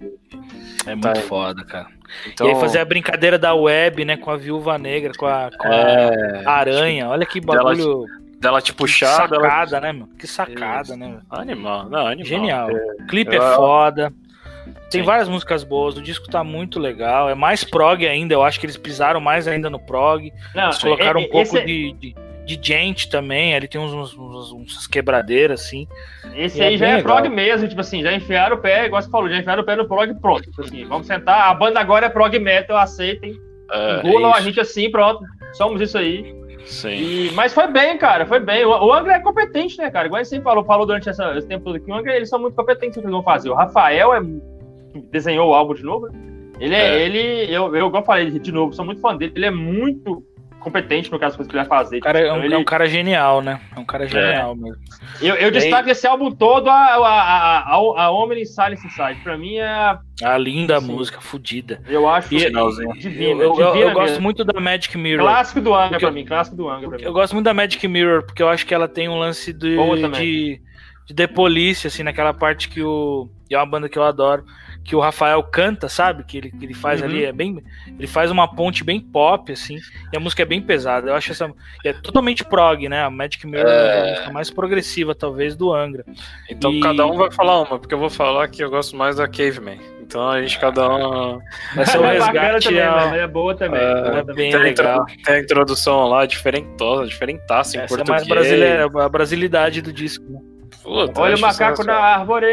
É muito Tá. foda, cara. Então, E aí fazer a brincadeira da web, né? Com a viúva negra, com a, com é, a aranha. Olha que dela- bagulho. dela te Que puxar, dela... sacada, né, meu? Que sacada, Isso. né, meu? Animal, não, animal. Genial. É, O clipe é eu- foda. Tem Sim. várias músicas boas, o disco tá muito legal, é mais prog ainda, eu acho que eles pisaram mais ainda no prog. Não, Eles colocaram é- um pouco esse- de, de, de gente também, ali tem uns, uns, uns, uns quebradeiras, assim. Esse E é aí já bem é legal. prog mesmo, tipo assim, já enfiaram o pé, igual você falou, já enfiaram o pé no prog pronto. Tipo assim, vamos sentar, a banda agora é prog metal, aceitem, É, engulam é a isso. gente assim, pronto, somos isso aí. Sim. E, mas foi bem, cara, foi bem. O, o Angra é competente, né, cara? Igual a gente sempre falou, falou durante essa, esse tempo todo aqui, o Angra, eles são muito competentes no que eles vão fazer. O Rafael é, desenhou o álbum de novo, né? Ele é, É. ele, eu, eu, igual eu falei de novo, sou muito fã dele, ele é muito competente no caso das coisas que ele vai fazer. O cara é um, Então, ele- é um cara genial, né? É um cara genial mesmo. Eu, eu destaco esse álbum todo a, a, a, a, a Omni Silence Inside. Pra mim é. A linda Sim. música, fodida. Eu acho E- divina. Eu, divina, eu- eu divina gosto mesmo. muito da Magic Mirror. Clássico do Angra Porque pra eu- mim, clássico do Angra pra mim. Eu gosto muito da Magic Mirror, porque eu acho que ela tem um lance de, Boa também. de, de The Police, assim, naquela parte que o. E é uma banda que eu adoro, que o Rafael canta, sabe? Que ele, que ele faz Uhum. ali, é bem. Ele faz uma ponte bem pop, assim, e a música é bem pesada. Eu acho essa. É totalmente prog, né? A Magic Mirror é, a música mais progressiva, talvez, do Angra. Então E- cada um vai falar uma, porque eu vou falar que eu gosto mais da Caveman. Então a gente cada um. Vai ser o é bacana resgate. também, ao- mas é boa também. É, boa é também. bem Tem a, legal. intro- tem a introdução lá, diferentosa, diferentaça em Essa é português. mais brasileira, a brasilidade do disco. Né? Puta, Olha eu o acho macaco na sensacional. árvore.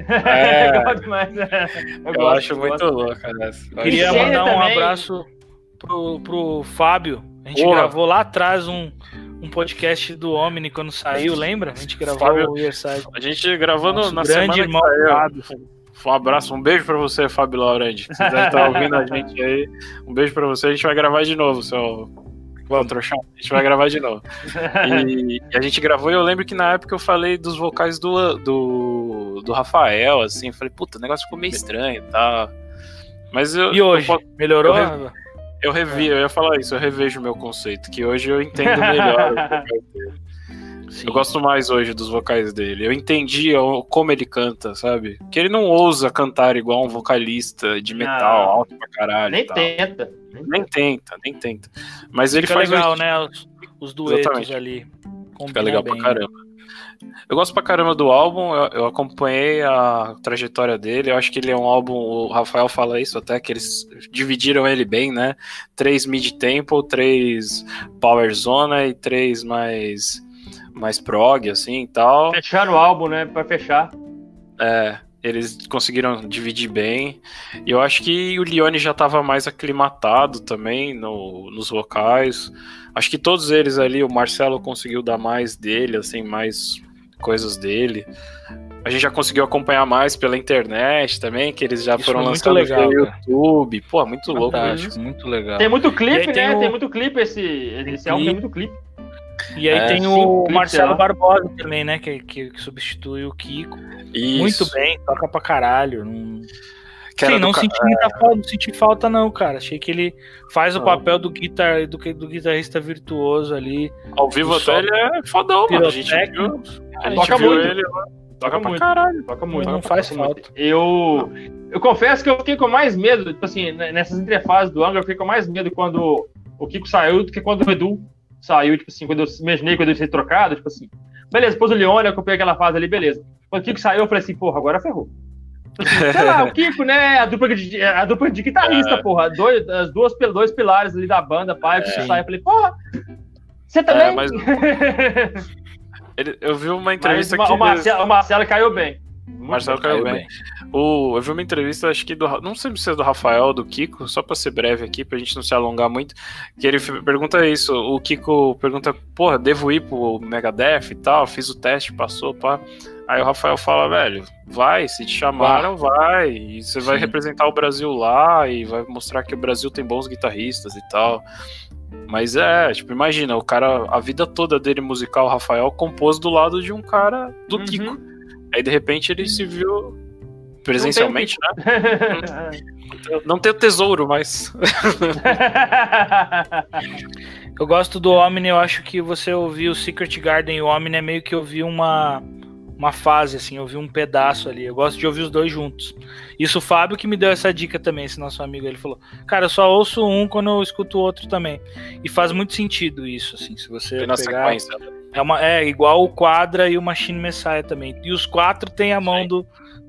É. Eu gosto demais. Eu, Eu gosto, acho eu muito gosto. louca essa. Eu Queria acho- Sênia mandar um também. abraço pro, pro Fábio. A gente Boa. gravou lá atrás um, um podcast do Omni quando saiu, lembra? A gente gravou Fábio- o Earside. A gente gravando Nosso na grande semana que irmão saiu. Fábio. Um abraço, um beijo pra você, Fábio Laurenti. Você deve estar ouvindo a gente aí. Um beijo pra você. A gente vai gravar de novo, seu. Vamos, trouxão. A gente vai gravar de novo. E, e a gente gravou e eu lembro que na época eu falei dos vocais do, do, do Rafael, assim. Eu falei, puta, o negócio ficou meio estranho e tal. Mas eu. E hoje? Eu, posso- Melhorou? eu eu revi, eu ia falar isso, eu revejo o meu conceito, que hoje eu entendo melhor. o vocais dele. Sim. Eu gosto mais hoje dos vocais dele. Eu entendi o- como ele canta, sabe? Que ele não ousa cantar igual um vocalista de metal, Não. alto pra caralho. Nem e tal. tenta. Nem tenta, nem tenta. Mas ele Fica faz legal, um... né? Os, os duetos Exatamente. ali. Fica Combina legal bem. pra caramba. Eu gosto pra caramba do álbum, eu, eu acompanhei a trajetória dele, eu acho que ele é um álbum, o Rafael fala isso até, que eles dividiram ele bem, né? Três mid-tempo, três power zona e três mais, mais prog, assim, e tal. Fecharam o álbum, né? Pra fechar. É, eles conseguiram dividir bem. E eu acho que o Lione já estava mais aclimatado também no, nos vocais. Acho que todos eles ali, o Marcelo conseguiu dar mais dele, assim, mais coisas dele. A gente já conseguiu acompanhar mais pela internet também, que eles já Isso foram foi muito lançados legal, no cara. YouTube. Pô, muito louco. Fantástico, Né? muito legal. Tem muito E clipe, aí tem né? o- Tem muito clipe esse, esse álbum, tem muito clipe. E aí É, tem sim, o clipe, Marcelo sei lá. Barbosa também, né? Que, que, que substitui o Kiko. Isso. Muito bem, toca pra caralho. Não, Que era Sim, do não ca- senti muita falta, não senti falta, não, cara. Achei que ele faz o Não. papel do, guitar, do, do guitarrista virtuoso ali. Ao vivo o até sol- ele é fodão, mano. A gente viu, Pirotécnico. a gente Toca viu muito. ele lá. Toca Toca pra muito. caralho. Toca muito. Não toca faz muito. falta. Eu, eu confesso que eu fiquei com mais medo, tipo assim, nessas interfaces do Angra, eu fiquei com mais medo quando o Kiko saiu do que quando o Edu saiu, tipo assim, quando eu imaginei quando ele ser trocado, tipo assim. Beleza, depois o Leone, eu copiei aquela fase ali, beleza. Quando o Kiko saiu, eu falei assim, porra, agora ferrou. Sei lá, o Kiko, né? A dupla de, a dupla de guitarrista, É. porra. Dois, as duas, dois pilares ali da banda, pai, o Kiko Sim. saiu, eu falei, porra, você também? É, mas- Ele- eu vi uma Mas entrevista o, Ma- que o, Marcelo, o Marcelo caiu bem. o Marcelo caiu bem. O, eu vi uma entrevista, acho que do. Ra- Não sei se é do Rafael ou do Kiko, só pra ser breve aqui, pra gente não se alongar muito. Que ele f- pergunta isso. O Kiko pergunta: porra, devo ir pro Megadeth e tal? Fiz o teste, passou, pá. Aí o Rafael fala: velho, vai, se te chamaram, vai. E você vai Sim. representar o Brasil lá e vai mostrar que o Brasil tem bons guitarristas e tal. Mas é, tipo, imagina, o cara, a vida toda dele musical, o Rafael, compôs do lado de um cara do Uhum. Kiko. Aí de repente ele se viu presencialmente, né? Não tem o tesouro, mas. Eu gosto do Omni, eu acho que você ouvir o Secret Garden e o Omni é meio que ouvir uma, uma fase, assim, ouvir um pedaço ali. Eu gosto de ouvir os dois juntos. Isso o Fábio que me deu essa dica também, esse nosso amigo. Ele falou, cara, eu só ouço um quando eu escuto o outro também. E faz muito sentido isso, assim, se você na pegar... sequência. É, uma, é igual o Quadra e o Machine Messiah também. E os quatro tem a mão do,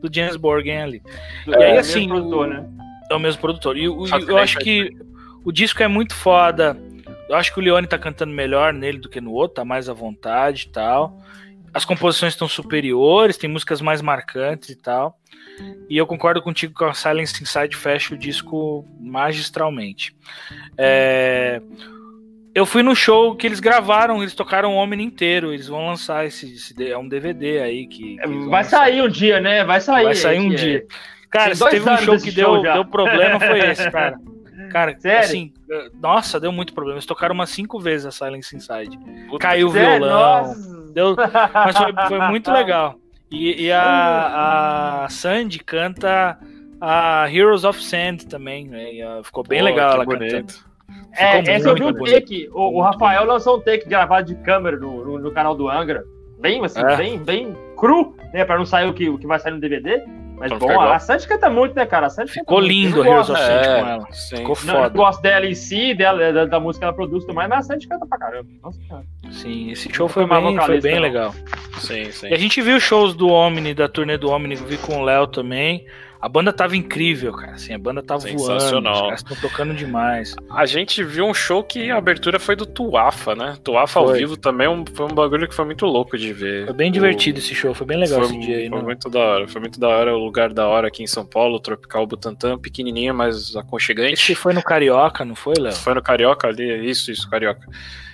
do James Borgen ali. É, e aí, é assim, o mesmo produtor, né? É o mesmo produtor. E o, eu acho que o disco é muito foda. Eu acho que o Leone tá cantando melhor nele do que no outro, tá mais à vontade e tal. As composições estão superiores, tem músicas mais marcantes e tal. E eu concordo contigo que a Silence Inside fecha o disco magistralmente. É... Eu fui no show que eles gravaram, eles tocaram o Omni inteiro. Eles vão lançar esse, esse é um D V D aí que, que vai sair um dia, né? Vai sair. Vai sair um é... dia. Cara, se teve um show que show deu, deu problema foi esse, cara. Cara, sério? Assim, nossa, deu muito problema. Eles tocaram umas cinco vezes a Silence Inside. Puta, caiu o violão. Deu, mas foi, foi muito legal. E, e a, a Sandy canta a Heroes of Sand também. Né? Ficou bem Pô, legal ela bonito. Cantando. É, esse eu vi um take. O, o Rafael lançou um take gravado de câmera no, no, no canal do Angra. Bem, assim, é. bem, bem cru, né? Pra não sair o que, o que vai sair no D V D. Mas então, bom, a Sandy canta muito, né, cara? A Sandy ficou lindo a Heroes of Sand é, com ela. Sim. Ficou não, foda. Eu gosto dela em si, dela, da, da música que ela produz também, mas a Sandy canta pra caramba. Nossa, cara. Sim, esse show foi bem, foi bem legal. Sim, sim. E a gente viu shows do Omni, da turnê do Omni, vi com o Léo também. A banda tava incrível, cara. Assim, a banda tava voando. Os caras estão tocando demais. A gente viu um show que a abertura foi do Tuafa, né? Tuafa foi. Ao vivo também um, foi um bagulho que foi muito louco de ver. Foi bem o... divertido esse show, foi bem legal foi, esse dia aí, Foi né? muito da hora. Foi muito da hora, o lugar da hora aqui em São Paulo, Tropical Butantã, pequenininho, mas aconchegante. Esse foi no Carioca, não foi, Léo? Foi no Carioca ali, isso, isso, Carioca.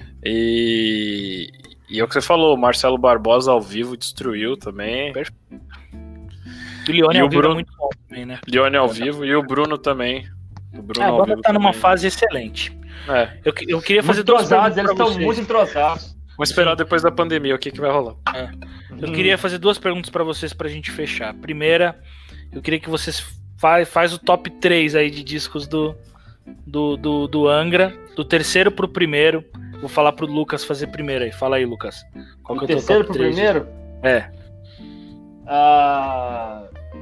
E... E é o que você falou, o Marcelo Barbosa ao vivo destruiu também. Perfeito. O Leone ao vivo Bruno... é muito bom também, né? Leone ao vivo e o Bruno também. O Bruno é, a banda tá numa também. fase excelente. É. Eu, eu queria fazer muito duas perguntas. Eles estão muito entrosados. Vamos esperar depois da pandemia o que, que vai rolar. É. Eu hum. queria fazer duas perguntas pra vocês pra gente fechar. Primeira, eu queria que vocês fa faz o top três aí de discos do, do, do, do Angra, do terceiro pro primeiro. Vou falar pro Lucas fazer primeiro aí. Fala aí, Lucas. Qual que é o terceiro pro três? Primeiro? É. Ah...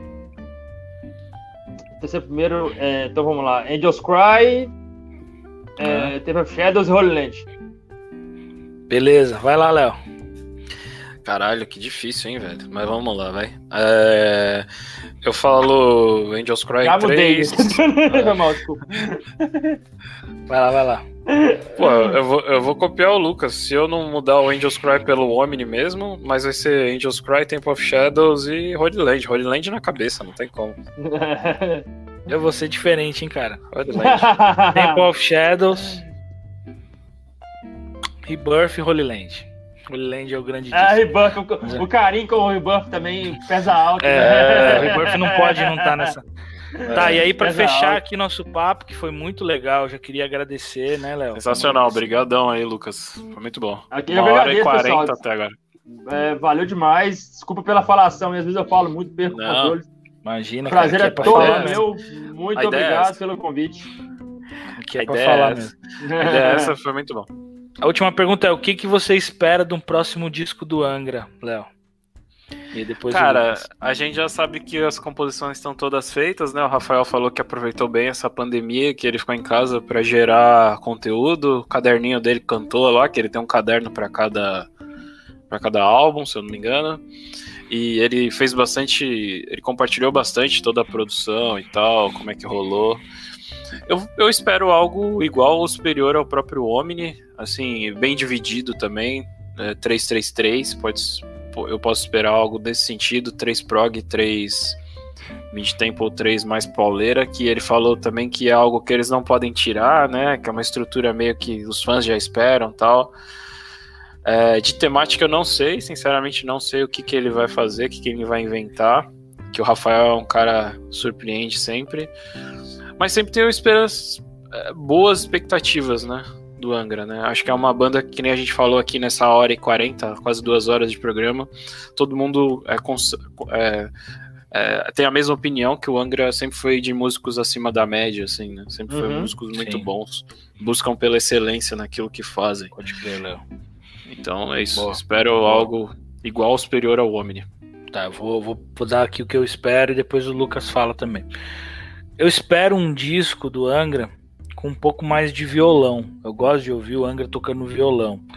Terceiro primeiro, é, então vamos lá. Angels Cry, é, Temple of Shadows e Holy Land. Beleza, vai lá, Léo. Caralho, que difícil, hein, velho. Mas vamos lá, vai. É, eu falo Angels Cry Já três. Mudei. Não, mal, desculpa. Vai lá, vai lá. Pô, eu vou, eu vou copiar o Lucas. Se eu não mudar o Angels Cry pelo Omni mesmo, mas vai ser Angels Cry, Temple of Shadows e Holy Land. Holy Land na cabeça, não tem como. Eu vou ser diferente, hein, cara. Holy Land. Temple of Shadows, Rebirth e Holy Land. Holy Land é o grande disco. Ah, Rebirth, o, o carinho com o Rebirth também pesa alto. É, né? O Rebirth não pode não estar nessa... Tá, e aí pra fechar alto. Aqui nosso papo, que foi muito legal, já queria agradecer, né, Léo? Sensacional, obrigadão aí, Lucas. Foi muito bom. Aqui Uma hora e quarenta até agora. É, valeu demais. Desculpa pela falação, às vezes eu falo muito bem com os olhos. Imagina, o prazer cara, é todo meu. Muito obrigado é pelo convite. Aqui é a pra falar mesmo. A ideia é essa, foi muito bom. A última pergunta é: o que, que você espera de um próximo disco do Angra, Léo? E depois Cara, a gente já sabe que as composições estão todas feitas, né? O Rafael falou que aproveitou bem essa pandemia, que ele ficou em casa para gerar conteúdo. O caderninho dele cantou lá, que ele tem um caderno para cada para cada álbum, se eu não me engano. E ele fez bastante, ele compartilhou bastante toda a produção e tal, como é que rolou. Eu, eu espero algo igual ou superior ao próprio Omni, assim, bem dividido também, é, três três três, pode, eu posso esperar algo desse sentido, três prog, três mid-tempo, três mais pauleira, que ele falou também que é algo que eles não podem tirar, né, que é uma estrutura meio que os fãs já esperam e tal. É, de temática eu não sei, sinceramente não sei o que, que ele vai fazer, o que, que ele vai inventar, que o Rafael é um cara surpreende sempre, mas sempre tenho esperas, é, boas expectativas, né, do Angra, né, acho que é uma banda que nem a gente falou aqui nessa hora e quarenta, quase duas horas de programa, todo mundo é, é, é, tem a mesma opinião, que o Angra sempre foi de músicos acima da média, assim, né, sempre foi uhum, músicos muito sim. bons, buscam pela excelência naquilo que fazem. Pode crer, Léo. Então é isso, boa, espero boa. Algo igual ou superior ao Omni. Tá, eu vou, vou, vou dar aqui o que eu espero e depois o Lucas fala também. Eu espero um disco do Angra com um pouco mais de violão. Eu gosto de ouvir o Angra tocando violão.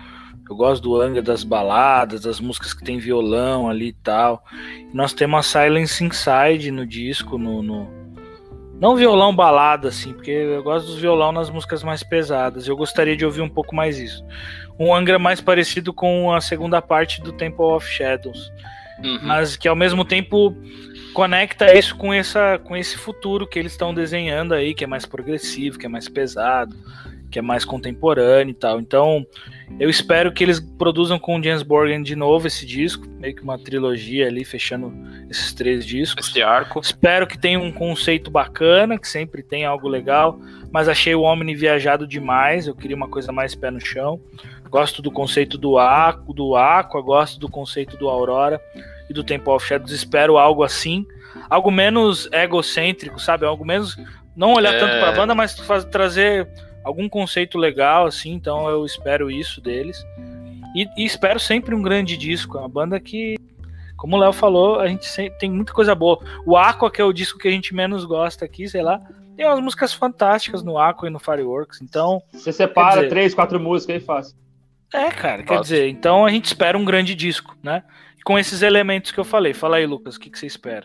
Eu gosto do Angra, das baladas, das músicas que tem violão ali e tal. Nós temos a Silence Inside no disco, no, no... não violão balada, assim, porque eu gosto dos violão nas músicas mais pesadas. Eu gostaria de ouvir um pouco mais isso. Um Angra mais parecido com a segunda parte do Temple of Shadows. Uhum. Mas que ao mesmo tempo conecta isso com, essa, com esse futuro que eles estão desenhando aí, que é mais progressivo, que é mais pesado, que é mais contemporâneo e tal. Então, eu espero que eles produzam com o Jens Borgen de novo esse disco, meio que uma trilogia ali, fechando esses três discos. Esse arco. Espero que tenha um conceito bacana, que sempre tem algo legal, mas achei o Omni viajado demais, eu queria uma coisa mais pé no chão. Gosto do conceito do Aqua, do Aqua, gosto do conceito do Aurora e do Temple of Shadows, espero algo assim, algo menos egocêntrico, sabe? Algo menos, não olhar é... tanto pra banda, mas faz, trazer algum conceito legal, assim, então eu espero isso deles. E, e espero sempre um grande disco, é uma banda que, como o Léo falou, a gente sempre, tem muita coisa boa. O Aqua, que é o disco que a gente menos gosta aqui, sei lá, tem umas músicas fantásticas no Aqua e no Fireworks, então... Você separa dizer, três, quatro músicas aí fácil. É, cara, quer dizer, então a gente espera um grande disco, né? Com esses elementos que eu falei. Fala aí, Lucas, o que, que você espera?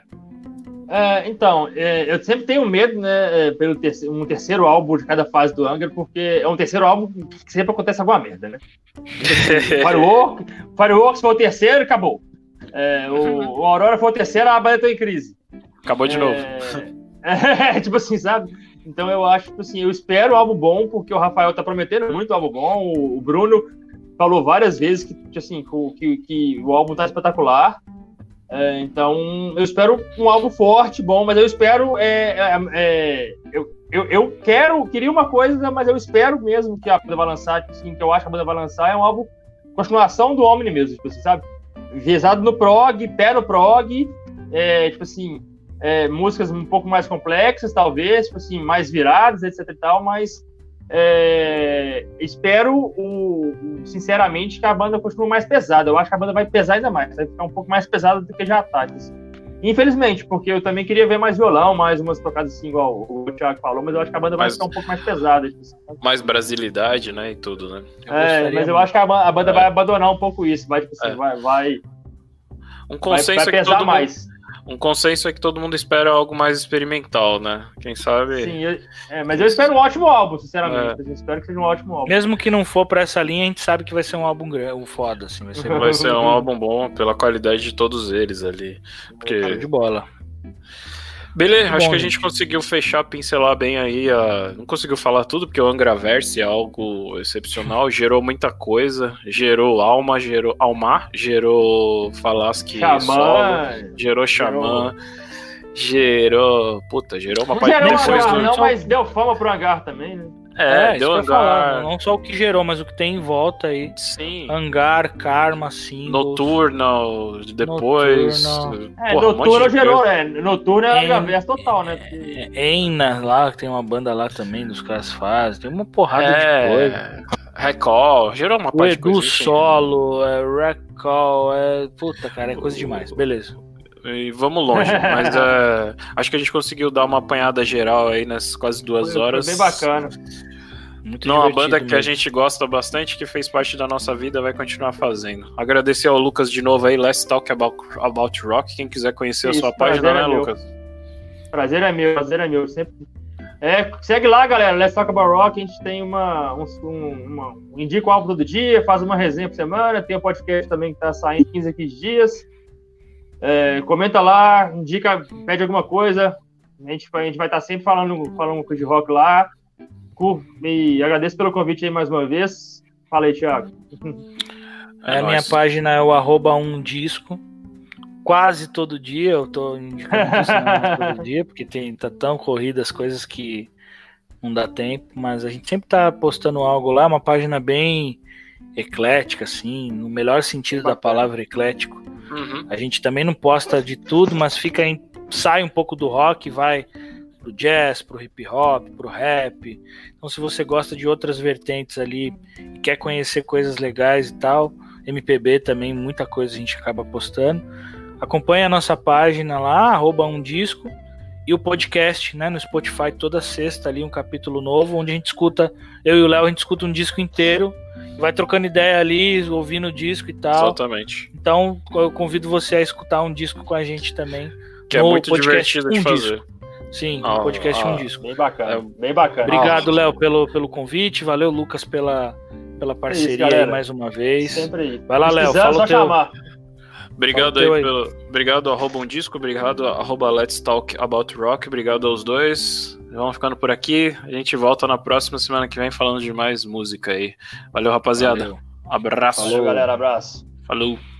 É, então, é, eu sempre tenho medo, né, pelo terceiro, um terceiro álbum de cada fase do Angra, porque é um terceiro álbum que sempre acontece alguma merda, né? Fireworks, Fireworks foi o terceiro e acabou. É, o, o Aurora foi o terceiro, a banda tá em crise. Acabou de é, novo. É, tipo assim, sabe? Então eu acho, tipo assim, eu espero um álbum bom, porque o Rafael tá prometendo muito álbum bom, o, o Bruno falou várias vezes que, assim, que, que o álbum tá espetacular. É, então, eu espero um álbum forte, bom, mas eu espero. É, é, é, eu, eu, eu quero, queria uma coisa, mas eu espero mesmo que a banda vai lançar, tipo assim, que eu acho que a banda vai lançar, é um álbum continuação do Omni mesmo, tipo assim, sabe? Visado no prog, pé no prog, é, tipo assim, é, músicas um pouco mais complexas, talvez, tipo assim, mais viradas, etc e tal, mas. É, espero o, o, sinceramente que a banda continue mais pesada. Eu acho que a banda vai pesar ainda mais, vai ficar um pouco mais pesada do que já tá, assim. Infelizmente, porque eu também queria ver mais violão, mais umas tocadas assim, igual o Thiago falou, mas eu acho que a banda vai mais, ficar um pouco mais pesada, assim. Mais brasilidade, né, e tudo, né? Eu é, mas muito. Eu acho que a, a banda é. vai abandonar um pouco isso, vai, tipo assim, é. vai, vai um consenso vai, vai pesar é que todo mais mundo... Um consenso é que todo mundo espera algo mais experimental, né? Quem sabe... Sim, eu, é, mas eu espero um ótimo álbum, sinceramente. É. Eu espero que seja um ótimo álbum. Mesmo que não for pra essa linha, a gente sabe que vai ser um álbum um foda, assim. Vai ser, vai ser um álbum bom pela qualidade de todos eles ali. Porque... Cara de bola. Beleza, acho bom, que a gente, gente conseguiu fechar, pincelar bem aí. A... Não conseguiu falar tudo, porque o Angraverse é algo excepcional, gerou muita coisa, gerou Alma, gerou Almar, gerou Falasque Solo, gerou Xamã, gerou... Puta, gerou uma parte de coisa. Não, não, mas deu fama pro Hangar também, né? É, é deu Hangar. Falar, não só o que gerou, mas o que tem em volta aí. Sim. Hangar, Karma, sim. Nocturnal, depois. Nocturnal. É, porra, Nocturnal um gerou, coisa. É. Nocturnal é Angraverse total, né? Porque... Eina lá, que tem uma banda lá também, dos caras fazem. Tem uma porrada é, de coisa. Recall, gerou uma parte de coisa. Edu Solo, é Recall, é. Puta, cara, é coisa demais. Beleza. E vamos longe, mas uh, acho que a gente conseguiu dar uma apanhada geral aí nessas quase duas foi, horas. Foi bem bacana. Muito Não, uma banda que mesmo. A gente gosta bastante, que fez parte da nossa vida, vai continuar fazendo. Agradecer ao Lucas de novo aí, Let's Talk About, about Rock. Quem quiser conhecer Isso, a sua página, né, é Lucas? Prazer é meu, prazer é meu. Sempre... É, segue lá, galera, Let's Talk About Rock. A gente tem uma, um, uma, indica o álbum todo dia, faz uma resenha por semana. Tem um podcast também que tá saindo quinze a quinze dias. É, comenta lá, indica, pede alguma coisa. A gente, a gente vai estar sempre falando, falando de rock lá. E agradeço pelo convite aí mais uma vez. Fala aí, Thiago. É, a minha página é o arroba um disco. Quase todo dia eu tô indicando isso, né, todo dia, porque tem, tá tão corrida as coisas que não dá tempo, mas a gente sempre tá postando algo lá, uma página bem eclética, assim, no melhor sentido da palavra eclético. Uhum. A gente também não posta de tudo, mas fica em, sai um pouco do rock, vai pro jazz, pro hip hop, pro rap. Então, se você gosta de outras vertentes ali e quer conhecer coisas legais e tal, M P B também, muita coisa a gente acaba postando. Acompanhe a nossa página lá, arroba um disco, e o podcast, né, no Spotify, toda sexta ali, um capítulo novo, onde a gente escuta, eu e o Léo, a gente escuta um disco inteiro vai trocando ideia ali, ouvindo o disco e tal. Exatamente. Então, eu convido você a escutar um disco com a gente também. Que é muito divertido de um fazer. Disco. Sim, ah, no podcast ah, Um Disco. Bem bacana, é, bem bacana. Obrigado, ah, Léo, pelo, pelo convite. Valeu, Lucas, pela, pela parceria é isso, aí mais uma vez. Sempre aí. Vai lá, Léo, fala o teu... chamar. Obrigado aí, aí pelo. Obrigado, arroba um disco, obrigado, arroba Let's Talk About Rock, obrigado aos dois. Vamos ficando por aqui. A gente volta na próxima semana que vem falando de mais música aí. Valeu, rapaziada. Valeu. Abraço. Valeu, galera. Abraço. Falou.